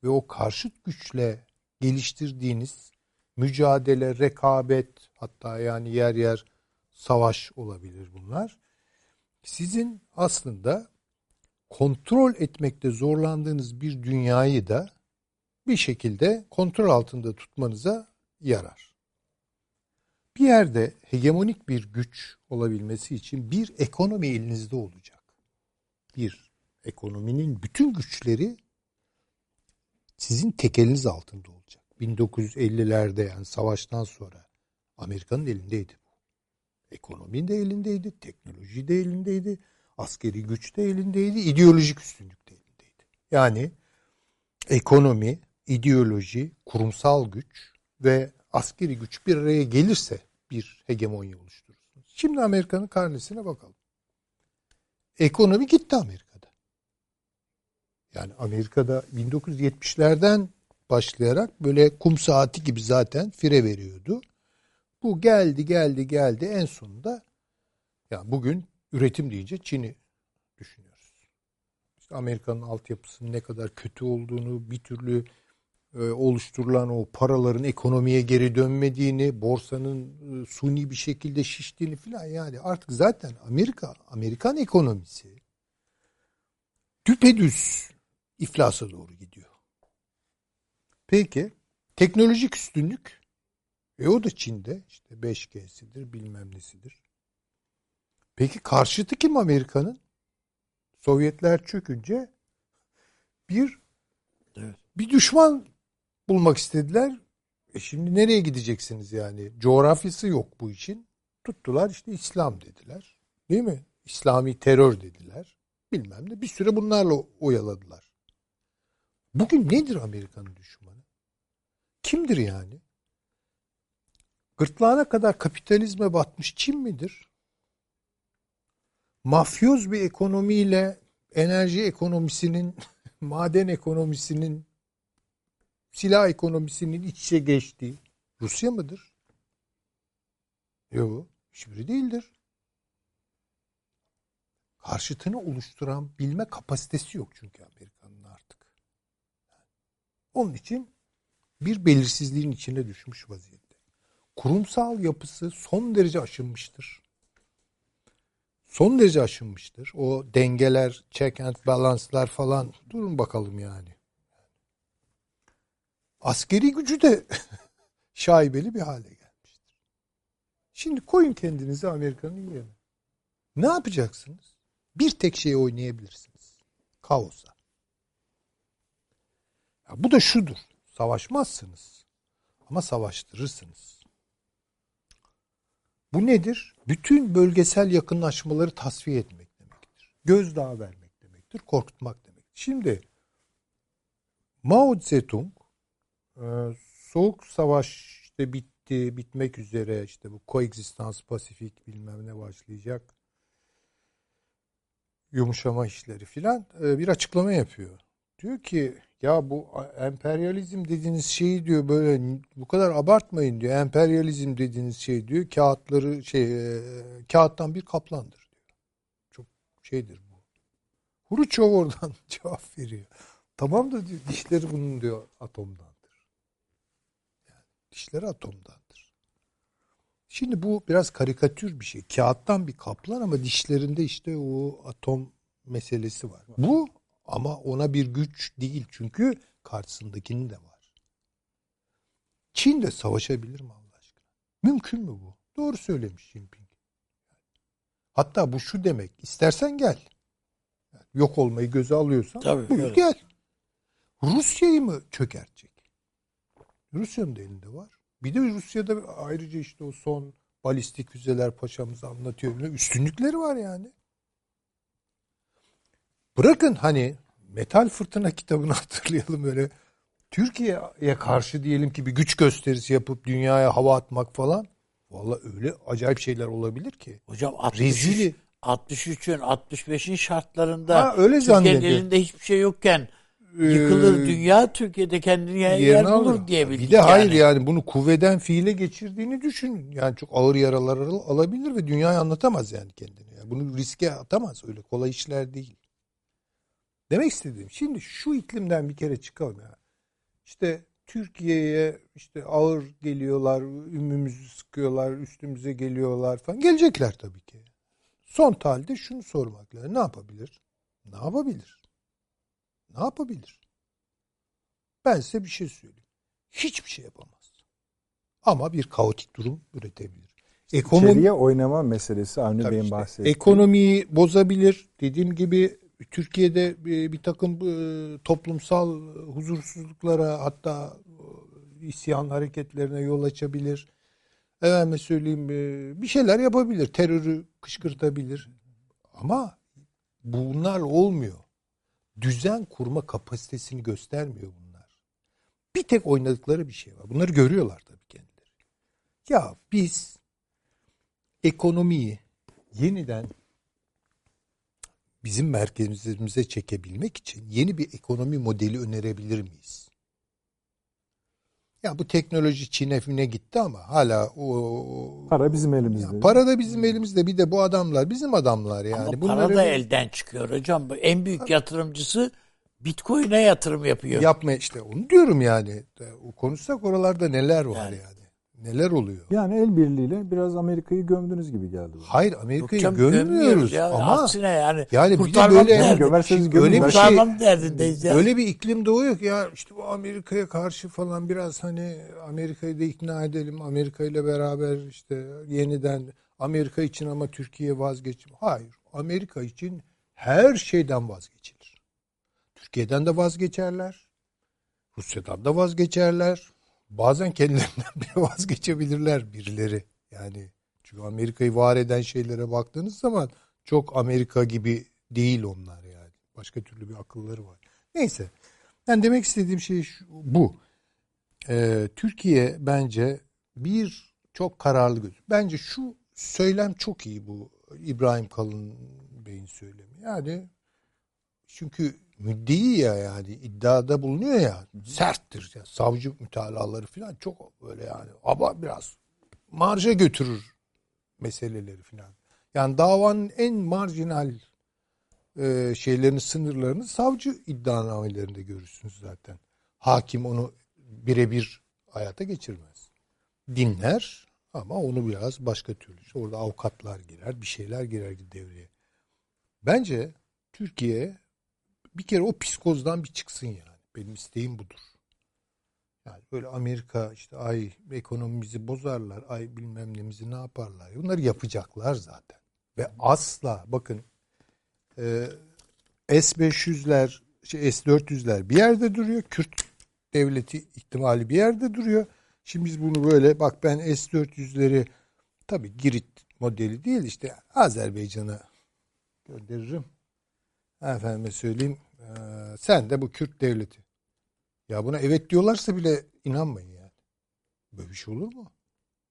ve o karşıt güçle geliştirdiğiniz mücadele, rekabet, hatta yani yer yer savaş olabilir bunlar. Sizin aslında kontrol etmekte zorlandığınız bir dünyayı da bir şekilde kontrol altında tutmanıza yarar. Bir yerde hegemonik bir güç olabilmesi için bir ekonomi elinizde olacak. Bir ekonominin bütün güçleri sizin tek eliniz altında olacak. 1950'lerde yani savaştan sonra Amerika'nın elindeydi bu. Ekonomi de elindeydi, teknoloji de elindeydi, askeri güç de elindeydi, ideolojik üstünlük de elindeydi. Yani ekonomi, ideoloji, kurumsal güç ve askeri güç bir araya gelirse bir hegemonya oluşturursunuz. Şimdi Amerika'nın karnesine bakalım. Ekonomi gitti Amerika'da. Yani Amerika'da 1970'lerden başlayarak böyle kum saati gibi zaten fire veriyordu. Bu geldi en sonunda ya bugün üretim deyince Çin'i düşünüyoruz. İşte Amerika'nın altyapısının ne kadar kötü olduğunu, bir türlü oluşturulan o paraların ekonomiye geri dönmediğini, borsanın suni bir şekilde şiştiğini filan, yani artık zaten Amerikan ekonomisi düpedüz iflasa doğru gidiyor. Peki teknolojik üstünlük o da Çin'de işte 5G'sidir bilmem nesidir. Peki karşıtı kim Amerika'nın? Sovyetler çökünce bir düşman bulmak istediler. Şimdi nereye gideceksiniz yani? Coğrafyası yok bu işin. Tuttular işte İslam dediler. Değil mi? İslami terör dediler. Bilmem ne. Bir süre bunlarla oyaladılar. Bugün nedir Amerika'nın düşmanı? Kimdir yani? Gırtlağına kadar kapitalizme batmış Çin midir? Mafyoz bir ekonomiyle enerji ekonomisinin, maden ekonomisinin, silah ekonomisinin iç içe geçtiği Rusya mıdır? Yok, hiçbiri değildir. Karşıtını oluşturan bilme kapasitesi yok çünkü Amerika'nın artık. Onun için bir belirsizliğin içine düşmüş vaziyette. Kurumsal yapısı son derece aşınmıştır. Son derece aşınmıştır. O dengeler, check and balance'lar falan durun bakalım yani. Askeri gücü de şaibeli bir hale gelmiştir. Şimdi koyun kendinizi Amerika'nın yerine. Ne yapacaksınız? Bir tek şeyi oynayabilirsiniz. Kaosa. Ya bu da şudur. Savaşmazsınız. Ama savaştırırsınız. Bu nedir? Bütün bölgesel yakınlaşmaları tasfiye etmek demektir. Gözdağı vermek demektir. Korkutmak demektir. Şimdi Mao Zedong Soğuk Savaş işte bitti, bitmek üzere, işte bu koegzistans, pasifik bilmem ne başlayacak, yumuşama işleri filan bir açıklama yapıyor. Diyor ki ya bu emperyalizm dediğiniz şeyi diyor böyle bu kadar abartmayın diyor. Emperyalizm dediğiniz şey diyor kağıttan bir kaplandır diyor. Çok şeydir bu. Hruçov oradan cevap veriyor. Tamam da diyor dişleri bunun diyor atomdandır. Yani dişleri atomdandır. Şimdi bu biraz karikatür bir şey. Kağıttan bir kaplan ama dişlerinde işte o atom meselesi var. Bu ama ona bir güç değil. Çünkü karşısındakinin de var. Çin de savaşabilir mi Allah aşkına? Mümkün mü bu? Doğru söylemiş Xi Jinping. Hatta bu şu demek. İstersen gel. Yani yok olmayı göze alıyorsan buyur gel. Rusya'yı mı çökertecek? Rusya'nın da elinde var. Bir de Rusya'da ayrıca işte o son balistik füzeler paşamız anlatıyor. Üstünlükleri var yani. Bırakın hani Metal Fırtına kitabını hatırlayalım öyle. Türkiye'ye karşı diyelim ki bir güç gösterisi yapıp dünyaya hava atmak falan. Vallahi öyle acayip şeyler olabilir ki. Hocam 63'ün 65'in şartlarında öyle Türkiye'nin elinde hiçbir şey yokken yıkılır dünya, Türkiye'de kendini yer bulur diyebildik. Bir de hayır yani bunu kuvveden fiile geçirdiğini düşünün. Yani çok ağır yaralar alabilir ve dünyaya anlatamaz yani kendini. Yani bunu riske atamaz. Öyle kolay işler değil. Demek istediğim şimdi şu iklimden bir kere çıkalım ya. İşte Türkiye'ye işte ağır geliyorlar, ümümüzü sıkıyorlar, üstümüze geliyorlar falan. Gelecekler tabii ki. Son tahlilde şunu sormak lazım. Ne yapabilir? Ne yapabilir? Ne yapabilir? Ben size bir şey söyleyeyim. Hiçbir şey yapamaz. Ama bir kaotik durum üretebilir. İçeriye oynama meselesi Avni Bey'in bahsettiği. Ekonomiyi bozabilir. Dediğim gibi Türkiye'de bir takım toplumsal huzursuzluklara, hatta isyan hareketlerine yol açabilir. Efendime söyleyeyim, bir şeyler yapabilir. Terörü kışkırtabilir. Ama bunlar olmuyor. Düzen kurma kapasitesini göstermiyor bunlar. Bir tek oynadıkları bir şey var. Bunları görüyorlar tabii kendileri. Ya biz ekonomiyi yeniden bizim merkezimize çekebilmek için yeni bir ekonomi modeli önerebilir miyiz? Ya bu teknoloji Çin'e gitti ama hala o para bizim elimizde. Para da bizim elimizde. Bir de bu adamlar bizim adamlar yani. Ama bunları para da elden çıkıyor hocam. En büyük yatırımcısı Bitcoin'e yatırım yapıyor. Yapma işte, onu diyorum yani. Konuşsak oralarda neler var yani. Neler oluyor? Yani el birliğiyle biraz Amerika'yı gömdünüz gibi geldi. Hayır, Amerika'yı Yok canım, gömmüyoruz ya. ama Aksine yani bir de böyle derdindeyiz ya. Öyle bir iklim doğuyor ki ya işte bu Amerika'ya karşı falan biraz hani Amerika'yı da ikna edelim. Amerika ile beraber işte yeniden Amerika için ama Türkiye vazgeçim. Hayır. Amerika için her şeyden vazgeçilir. Türkiye'den de vazgeçerler. Rusya'dan da vazgeçerler. Bazen kendilerinden bile vazgeçebilirler birileri. Yani çünkü Amerika'yı var eden şeylere baktığınız zaman çok Amerika gibi değil onlar yani. Başka türlü bir akılları var. Neyse. Yani demek istediğim şey bu. Türkiye bence çok kararlı gözüküyor. Bence şu söylem çok iyi, bu İbrahim Kalın Bey'in söylemi. Yani çünkü müddei ya, yani iddiada bulunuyor ya, serttir. Yani savcı mütalaları falan çok böyle yani, ama biraz marja götürür meseleleri falan. Yani davanın en marjinal şeylerini, sınırlarını savcı iddianamelerinde görürsünüz zaten. Hakim onu birebir hayata geçirmez. Dinler ama onu biraz başka türlü. Orada avukatlar girer, bir şeyler girer devreye. Bence Türkiye bir kere o psikozdan bir çıksın yani. Benim isteğim budur. Yani böyle Amerika işte ay ekonomimizi bozarlar, ay bilmem nemizi ne yaparlar. Bunları yapacaklar zaten. Ve asla bakın S-500'ler, S-400'ler bir yerde duruyor. Kürt devleti ihtimali bir yerde duruyor. Şimdi biz bunu böyle, bak ben S-400'leri tabii Girit modeli değil, işte Azerbaycan'a gönderirim. Efendime söyleyeyim, sen de bu Kürt devleti. Ya buna evet diyorlarsa bile inanmayın yani. Böyle bir şey olur mu?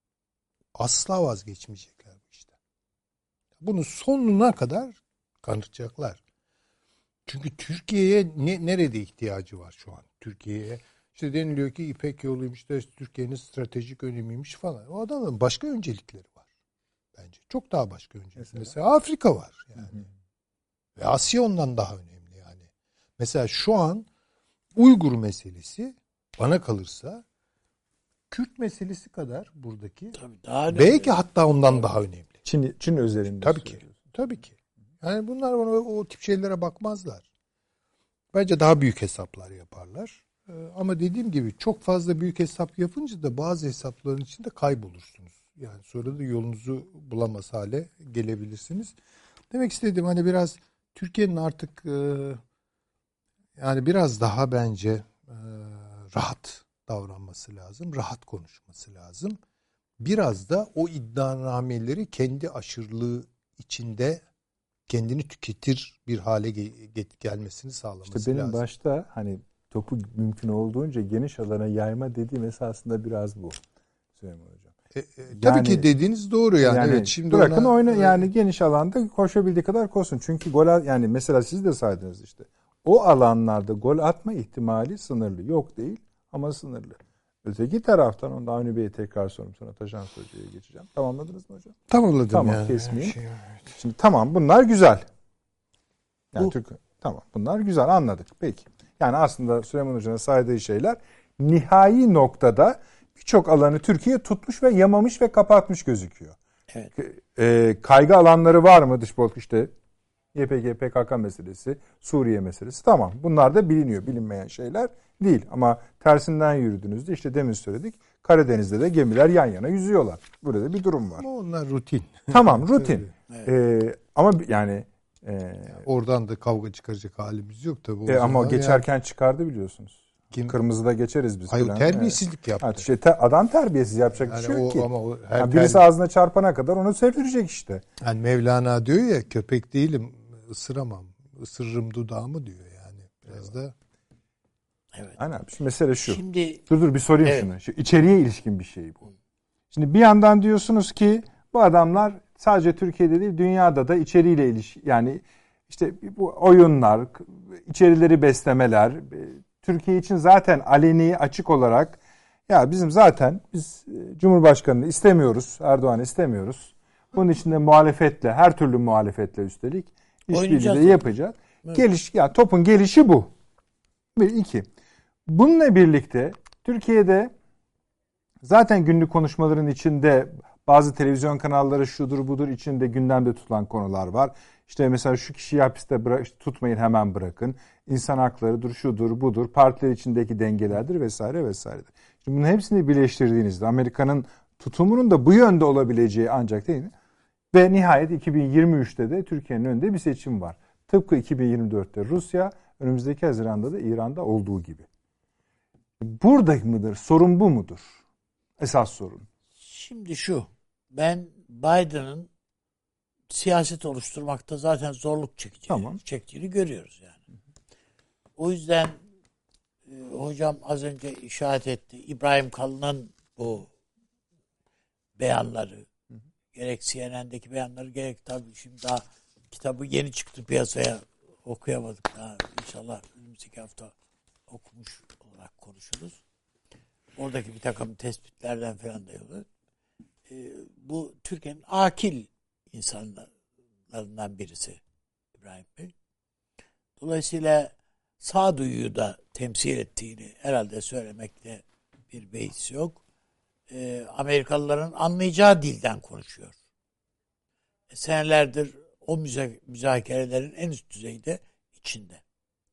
Asla vazgeçmeyecekler bu işten. Bunu sonuna kadar kanıtlayacaklar. Çünkü Türkiye'ye nerede ihtiyacı var şu an? Türkiye'ye işte deniliyor ki İpek yoluymuş da Türkiye'nin stratejik önemiymiş falan. O adamın başka öncelikleri var. Bence çok daha başka öncelikleri. Mesela Afrika var yani. Ve Asya ondan daha önemli yani. Mesela şu an Uygur meselesi bana kalırsa Kürt meselesi kadar buradaki, belki hatta ondan daha önemli. Çin özelinde. Tabii ki. Tabii ki. Yani bunlar o tip şeylere bakmazlar. Bence daha büyük hesaplar yaparlar. Ama dediğim gibi çok fazla büyük hesap yapınca da bazı hesapların içinde kaybolursunuz. Yani sonra da yolunuzu bulamaz hale gelebilirsiniz. Demek istediğim hani biraz Türkiye'nin artık yani biraz daha bence rahat davranması lazım. Rahat konuşması lazım. Biraz da o iddianameleri kendi aşırılığı içinde kendini tüketir bir hale gelmesini sağlaması lazım. İşte benim başta hani topu mümkün olduğunca geniş alana yayma dediğim esasında biraz bu. Süleyman Hocam. Tabii ki dediğiniz doğru yani. Evet, şimdi bırakın oyna yani geniş alanda koşabildiği kadar koşsun. Çünkü gol yani mesela siz de saydınız işte. O alanlarda gol atma ihtimali sınırlı. Yok değil ama sınırlı. Öteki taraftan onu da Avni Bey'e tekrar sorum, sonra Taşan Hoca'ya geçeceğim. Tamamladınız mı hocam? Tamamladım. Tamam, yani. kesmeyeyim. Şimdi tamam, bunlar güzel. Yani tamam, bunlar güzel, anladık. Peki. Yani aslında Süleyman Hoca'nın saydığı şeyler nihai noktada birçok alanı Türkiye tutmuş ve yamamış ve kapatmış gözüküyor. Evet. Kaygı alanları var mı dış politika, işte YPG, PKK meselesi, Suriye meselesi, tamam. Bunlar da biliniyor, bilinmeyen şeyler değil. Ama tersinden yürüdüğünüzde işte demin söyledik, Karadeniz'de de gemiler yan yana yüzüyorlar. Burada bir durum var. Ama onlar rutin. Tamam, rutin. Ama yani oradan da kavga çıkaracak halimiz yok tabii. ama geçerken çıkardı biliyorsunuz. Kim? Kırmızıda geçeriz biz. Hayır, terbiyesizlik yaptı. Ha, işte adam terbiyesiz, yapacak bir şey yok ki. Ama birisi ağzına çarpana kadar onu sevdirecek işte. Yani Mevlana diyor ya, köpek değilim, ısıramam. Isırırım dudağımı diyor yani. Biraz da. Evet. Aynen. Şimdi mesele şu. Şimdi Dur bir sorayım evet. şunu. Şu içeriye ilişkin bir şey bu. Şimdi bir yandan diyorsunuz ki bu adamlar sadece Türkiye'de değil dünyada da içeriğiyle ilişki, yani işte bu oyunlar, içerileri beslemeler, Türkiye için zaten aleni, açık olarak ya biz Cumhurbaşkanı'nı istemiyoruz, Erdoğan'ı istemiyoruz. Bunun için de muhalefetle, her türlü muhalefetle üstelik işbirliği yapacağız. Evet. Topun gelişi bu. 1, 2. Bununla birlikte Türkiye'de zaten günlük konuşmaların içinde bazı televizyon kanalları şudur budur içinde gündemde tutulan konular var. İşte mesela şu kişiyi hapiste tutmayın, hemen bırakın. İnsan haklarıdır, şudur budur, partiler içindeki dengelerdir vesaire vesaire. Şimdi bunun hepsini birleştirdiğinizde Amerika'nın tutumunun da bu yönde olabileceği ancak değil mi? Ve nihayet 2023'te de Türkiye'nin önünde bir seçim var. Tıpkı 2024'te Rusya, önümüzdeki Haziran'da da İran'da olduğu gibi. Burada mıdır? Sorun bu mudur? Esas sorun. Şimdi şu, ben Biden'ın siyaset oluşturmakta zaten zorluk çektiğini görüyoruz yani. O yüzden hocam az önce işaret etti. İbrahim Kalın'ın bu beyanları, gerek CNN'deki beyanları, gerek tabii şimdi daha kitabı yeni çıktı piyasaya, okuyamadık daha. İnşallah önümüzdeki hafta okumuş olarak konuşuruz. Oradaki bir takım tespitlerden falan da yolu. Bu Türkiye'nin akil insanlarından birisi İbrahim Bey. Dolayısıyla sağduyuyu da temsil ettiğini herhalde söylemekte bir beis yok. Amerikalıların anlayacağı dilden konuşuyor. Senelerdir o müzakerelerin en üst düzeyde içinde.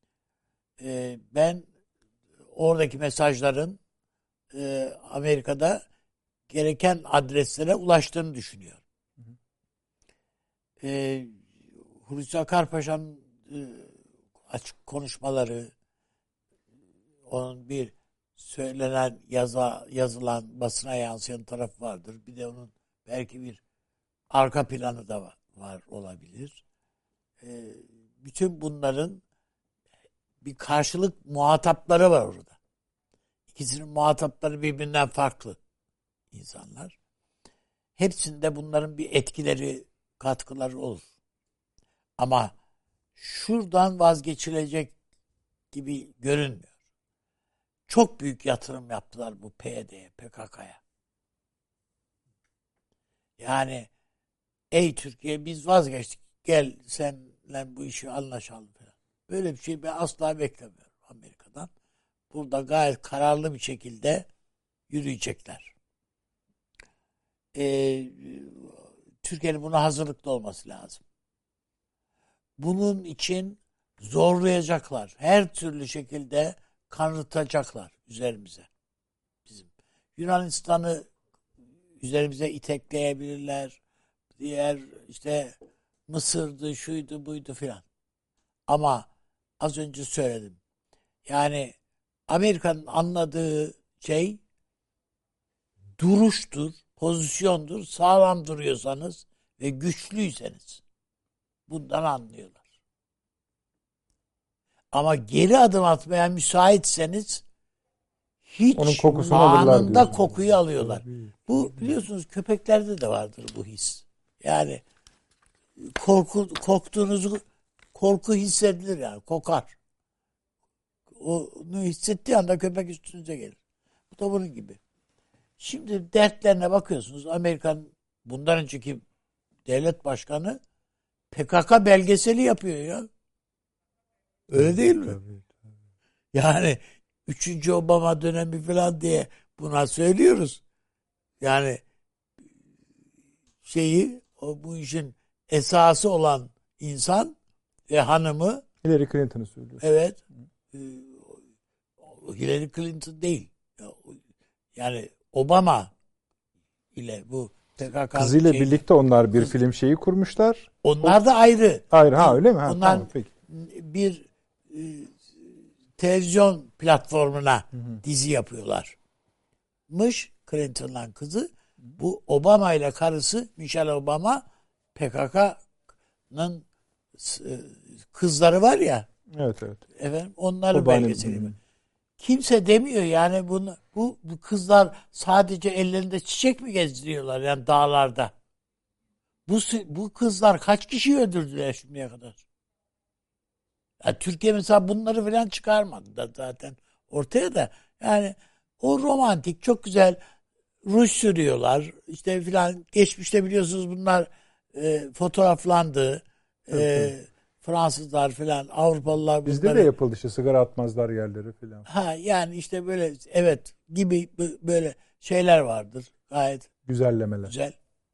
Ben oradaki mesajların Amerika'da gereken adreslere ulaştığını düşünüyorum. Hulusi Akar Paşa'nın açık konuşmaları, onun bir söylenen, yazılan, basına yansıyan tarafı vardır. Bir de onun belki bir arka planı da var olabilir. Bütün bunların bir karşılık muhatapları var orada. İkisinin muhatapları birbirinden farklı insanlar. Hepsinde bunların bir etkileri, katkıları olur. Ama şuradan vazgeçilecek gibi görünmüyor. Çok büyük yatırım yaptılar bu PYD'ye, PKK'ya. Yani ey Türkiye biz vazgeçtik, gel senle bu işi anlaşalım falan. Böyle bir şey ben asla beklemiyorum Amerika'dan. Burada gayet kararlı bir şekilde yürüyecekler. Türkiye'nin buna hazırlıklı olması lazım. Bunun için zorlayacaklar. Her türlü şekilde kanıtacaklar üzerimize. Bizim Yunanistan'ı üzerimize itekleyebilirler. Diğer işte Mısır'dı, şuydu, buydu filan. Ama az önce söyledim. Yani Amerika'nın anladığı şey duruştur, pozisyondur. Sağlam duruyorsanız ve güçlüyseniz bundan anlıyorlar. Ama geri adım atmaya müsaitseniz hiç onun kokusunu anında kokuyu alıyorlar. Bu biliyorsunuz köpeklerde de vardır bu his. Yani korku hissedilir yani, kokar. Onu hissettiği anda köpek üstünüze gelir. Bu da bunun gibi. Şimdi dertlerine bakıyorsunuz. Amerikan bundan önceki devlet başkanı PKK belgeseli yapıyor ya. Öyle değil mi? Tabii. Yani 3. Obama dönemi falan diye buna söylüyoruz. Yani bu işin esası olan insan ve hanımı, Hillary Clinton'ı söylüyor. evet, Hillary Clinton değil. Yani Obama ile bu PKK Kızıyla birlikte onlar bir film şeyi kurmuşlar. Onlar da ayrı. Ayrı, öyle mi? Onlar Tamam, peki. bir televizyon platformuna dizi yapıyorlarmış. Clinton'la kızı. Bu Obama ile karısı Michelle Obama, PKK'nın kızları var ya. Evet, evet. Efendim, onların belgeseli. Kimse demiyor yani bu kızlar sadece ellerinde çiçek mi gezdiriyorlar yani dağlarda? Bu kızlar kaç kişi öldürdüler şimdiye kadar? Ya Türkiye mesela bunları falan çıkarmadı da zaten ortaya da. Yani o romantik, çok güzel ruj sürüyorlar. İşte filan, geçmişte biliyorsunuz bunlar fotoğraflandı. Fransızlar filan, Avrupalılar bunları. Bizde de yapıldı işte, sigara atmazlar yerlere filan. Yani işte böyle, evet, gibi böyle şeyler vardır. Gayet Güzellemeler. güzel.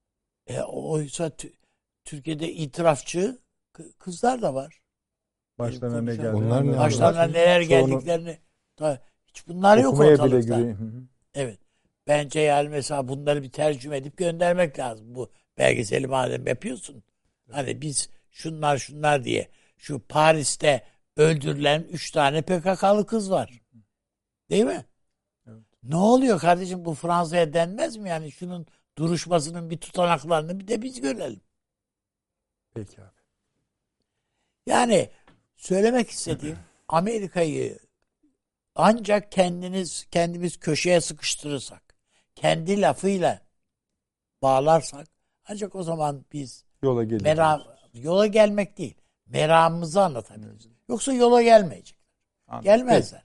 Oysa Türkiye'de itirafçı kızlar da var. Başlarına ne geldi? Onlar ne Başlarına neler geldiklerini. Hiç bunlar yok ortalıkta. Evet. Bence yani mesela bunları bir tercüme edip göndermek lazım. Bu belgeseli madem yapıyorsun. Hani biz şunlar diye. Şu Paris'te öldürülen 3 tane PKK'lı kız var. Değil mi? Evet. Ne oluyor kardeşim, bu Fransa'ya denmez mi? Yani şunun duruşmasının bir tutanaklarını bir de biz görelim. Peki abi. Yani söylemek istediğim, Amerika'yı ancak kendimiz köşeye sıkıştırırsak, kendi lafıyla bağlarsak, ancak o zaman biz yola gelmek değil, meramımızı anlatabiliriz. Yoksa yola gelmeyecek. Gelmezler.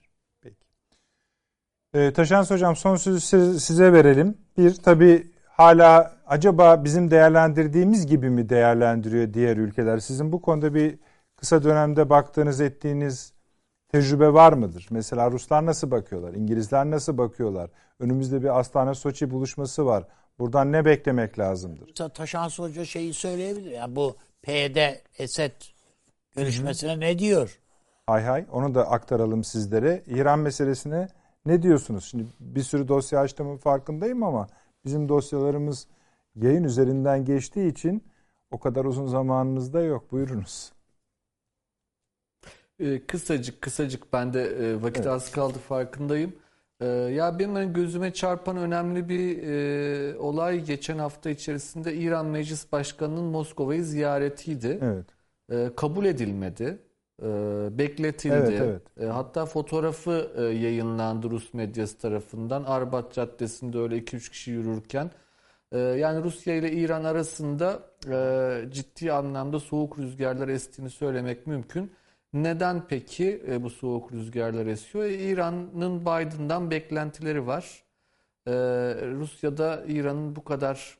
Peki. Taşans Hocam, son sözü size verelim. Tabii hala acaba bizim değerlendirdiğimiz gibi mi değerlendiriyor diğer ülkeler? Sizin bu konuda bir kısa dönemde baktığınız, ettiğiniz tecrübe var mıdır? Mesela Ruslar nasıl bakıyorlar? İngilizler nasıl bakıyorlar? Önümüzde bir Astana-Soçi buluşması var. Buradan ne beklemek lazımdır? Taşans Hoca söyleyebilir. Yani bu PYD-Esed görüşmesine ne diyor? Hay onu da aktaralım sizlere. İran meselesine ne diyorsunuz? Şimdi bir sürü dosya açtığımın farkındayım ama bizim dosyalarımız yayın üzerinden geçtiği için o kadar uzun zamanınız da yok. Buyurunuz. Kısacık ben de vakit az kaldı, farkındayım. Ya benim hani gözüme çarpan önemli bir olay geçen hafta içerisinde İran Meclis Başkanı'nın Moskova'yı ziyaretiydi. Evet. Kabul edilmedi. Bekletildi. Evet. Hatta fotoğrafı yayınlandı Rus medyası tarafından. Arbat Caddesi'nde öyle 2-3 kişi yürürken. Yani Rusya ile İran arasında ciddi anlamda soğuk rüzgarlar estiğini söylemek mümkün. Neden peki bu soğuk rüzgarlar esiyor? İran'ın Biden'dan beklentileri var. Rusya'da İran'ın bu kadar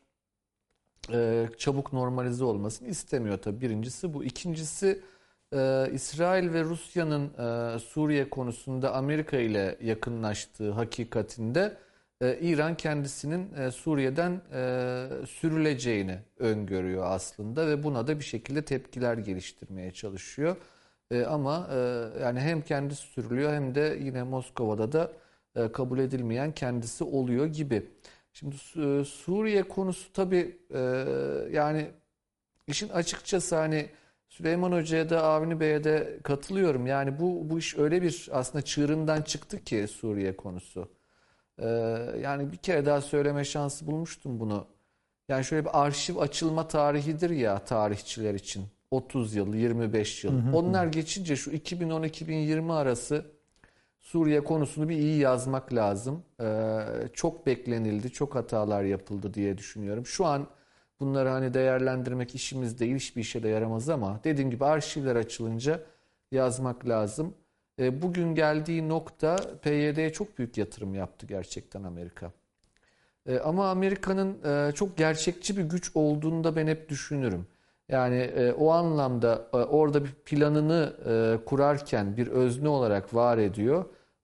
çabuk normalize olmasını istemiyor tabii. Birincisi bu. İkincisi, İsrail ve Rusya'nın Suriye konusunda Amerika ile yakınlaştığı hakikatinde İran kendisinin Suriye'den sürüleceğini öngörüyor aslında ve buna da bir şekilde tepkiler geliştirmeye çalışıyor. Ama yani hem kendisi sürülüyor hem de yine Moskova'da da kabul edilmeyen kendisi oluyor gibi. Şimdi Suriye konusu tabii yani işin açıkçası hani Süleyman Hoca'ya da Avni Bey'e de katılıyorum. Yani bu iş öyle bir aslında çığırından çıktı ki Suriye konusu. Yani bir kere daha söyleme şansı bulmuştum bunu. Yani şöyle bir arşiv açılma tarihidir ya tarihçiler için. 30 yıl, 25 yıl. Onlar geçince şu 2010-2020 arası Suriye konusunu bir iyi yazmak lazım. Çok beklenildi, çok hatalar yapıldı diye düşünüyorum. Şu an bunları hani değerlendirmek işimiz değil, hiçbir işe de yaramaz ama dediğim gibi arşivler açılınca yazmak lazım. Bugün geldiği nokta, PYD'ye çok büyük yatırım yaptı gerçekten Amerika. Ama Amerika'nın çok gerçekçi bir güç olduğunu da ben hep düşünürüm. Yani o anlamda orada bir planını kurarken bir özne olarak var ediyor.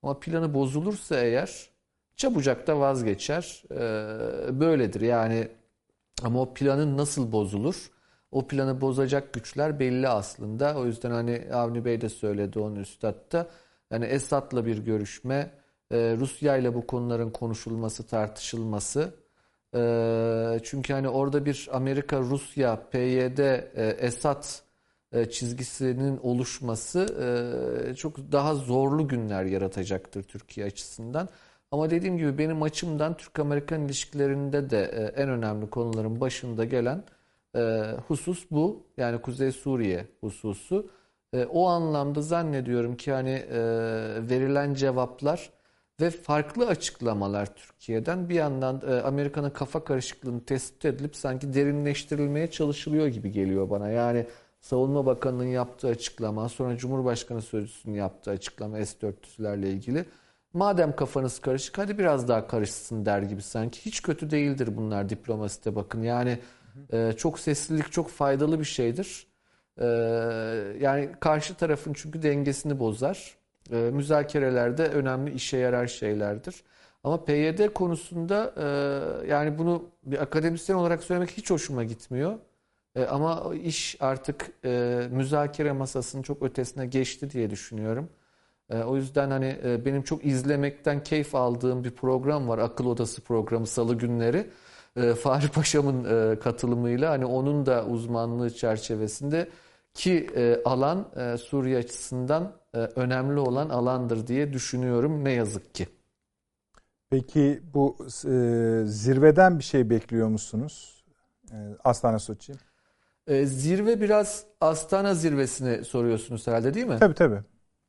Ama planı bozulursa eğer çabucak da vazgeçer. Böyledir yani. Ama o planın nasıl bozulur? O planı bozacak güçler belli aslında. O yüzden hani Avni Bey de söyledi onun üstadda. Yani Esad'la bir görüşme, Rusya ile bu konuların konuşulması, tartışılması. Çünkü hani orada bir Amerika, Rusya, PYD, Esad çizgisinin oluşması çok daha zorlu günler yaratacaktır Türkiye açısından. Ama dediğim gibi benim açımdan Türk-Amerikan ilişkilerinde de en önemli konuların başında gelen husus bu. Yani Kuzey Suriye hususu. O anlamda zannediyorum ki hani verilen cevaplar ve farklı açıklamalar Türkiye'den bir yandan Amerika'nın kafa karışıklığını tespit edilip sanki derinleştirilmeye çalışılıyor gibi geliyor bana. Yani Savunma Bakanı'nın yaptığı açıklama, sonra Cumhurbaşkanı Sözcüsü'nün yaptığı açıklama S-400'lerle ilgili. Madem kafanız karışık hadi biraz daha karışsın der gibi sanki. Hiç kötü değildir bunlar diplomaside bakın. Yani çok seslilik çok faydalı bir şeydir. Yani karşı tarafın çünkü dengesini bozar. Müzakerelerde önemli işe yarar şeylerdir. Ama PYD konusunda yani bunu bir akademisyen olarak söylemek hiç hoşuma gitmiyor. Ama iş artık müzakere masasının çok ötesine geçti diye düşünüyorum. O yüzden hani benim çok izlemekten keyif aldığım bir program var. Akıl Odası programı Salı günleri. Fahri Paşam'ın katılımıyla hani onun da uzmanlığı çerçevesinde ki alan Suriye açısından önemli olan alandır diye düşünüyorum ne yazık ki. Peki bu zirveden bir şey bekliyor musunuz? Astana Soçi. Zirve biraz Astana zirvesini soruyorsunuz herhalde değil mi? Tabii.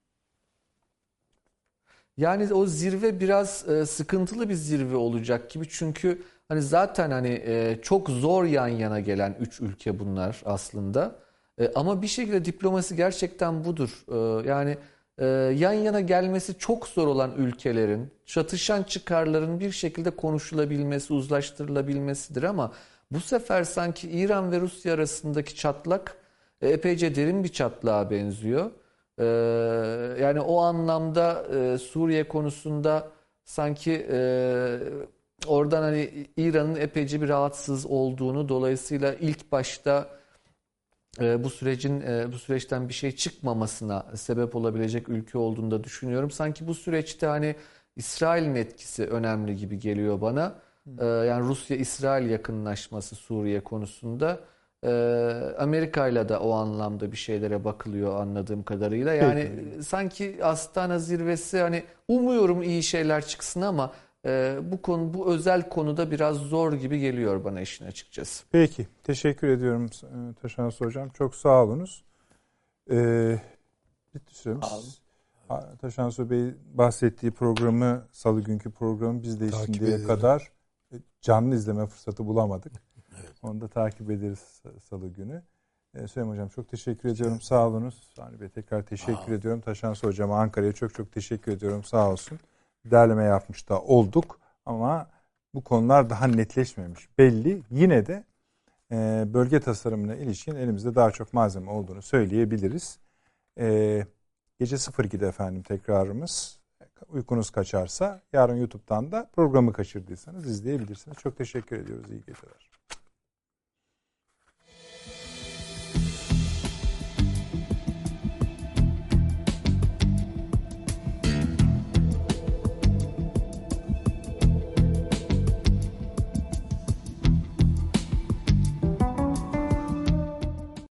Yani o zirve biraz sıkıntılı bir zirve olacak gibi çünkü hani zaten hani çok zor yan yana gelen 3 ülke bunlar aslında. Ama bir şekilde diplomasi gerçekten budur. Yani yan yana gelmesi çok zor olan ülkelerin, çatışan çıkarların bir şekilde konuşulabilmesi, uzlaştırılabilmesidir ama bu sefer sanki İran ve Rusya arasındaki çatlak epeyce derin bir çatlağa benziyor. Yani o anlamda Suriye konusunda sanki oradan hani İran'ın epeyce bir rahatsız olduğunu dolayısıyla ilk başta bu süreçten bir şey çıkmamasına sebep olabilecek ülke olduğunu da düşünüyorum. Sanki bu süreçte hani İsrail'in etkisi önemli gibi geliyor bana. Yani Rusya-İsrail yakınlaşması Suriye konusunda. Amerika ile de o anlamda bir şeylere bakılıyor anladığım kadarıyla. Yani sanki Astana zirvesi hani umuyorum iyi şeyler çıksın ama bu özel konuda biraz zor gibi geliyor bana işin açıkçası. Peki. Teşekkür ediyorum Taşansu Hocam. Çok sağ olunuz. Bitti süremiz. Taşansu Bey bahsettiği programı, Salı günkü programı biz de şimdiye kadar canlı izleme fırsatı bulamadık. Evet. Onu da takip ederiz Salı günü. Süleyman Hocam çok teşekkür ediyorum. Sağ olunuz. Avni Bey tekrar teşekkür ediyorum. Taşansu Hocam'a Ankara'ya çok teşekkür ediyorum. Sağ olsun. Derleme yapmış da olduk ama bu konular daha netleşmemiş. Belli. Yine de bölge tasarımına ilişkin elimizde daha çok malzeme olduğunu söyleyebiliriz. Gece 02'de efendim tekrarımız. Uykunuz kaçarsa yarın YouTube'dan da programı kaçırdıysanız izleyebilirsiniz. Çok teşekkür ediyoruz. İyi geceler.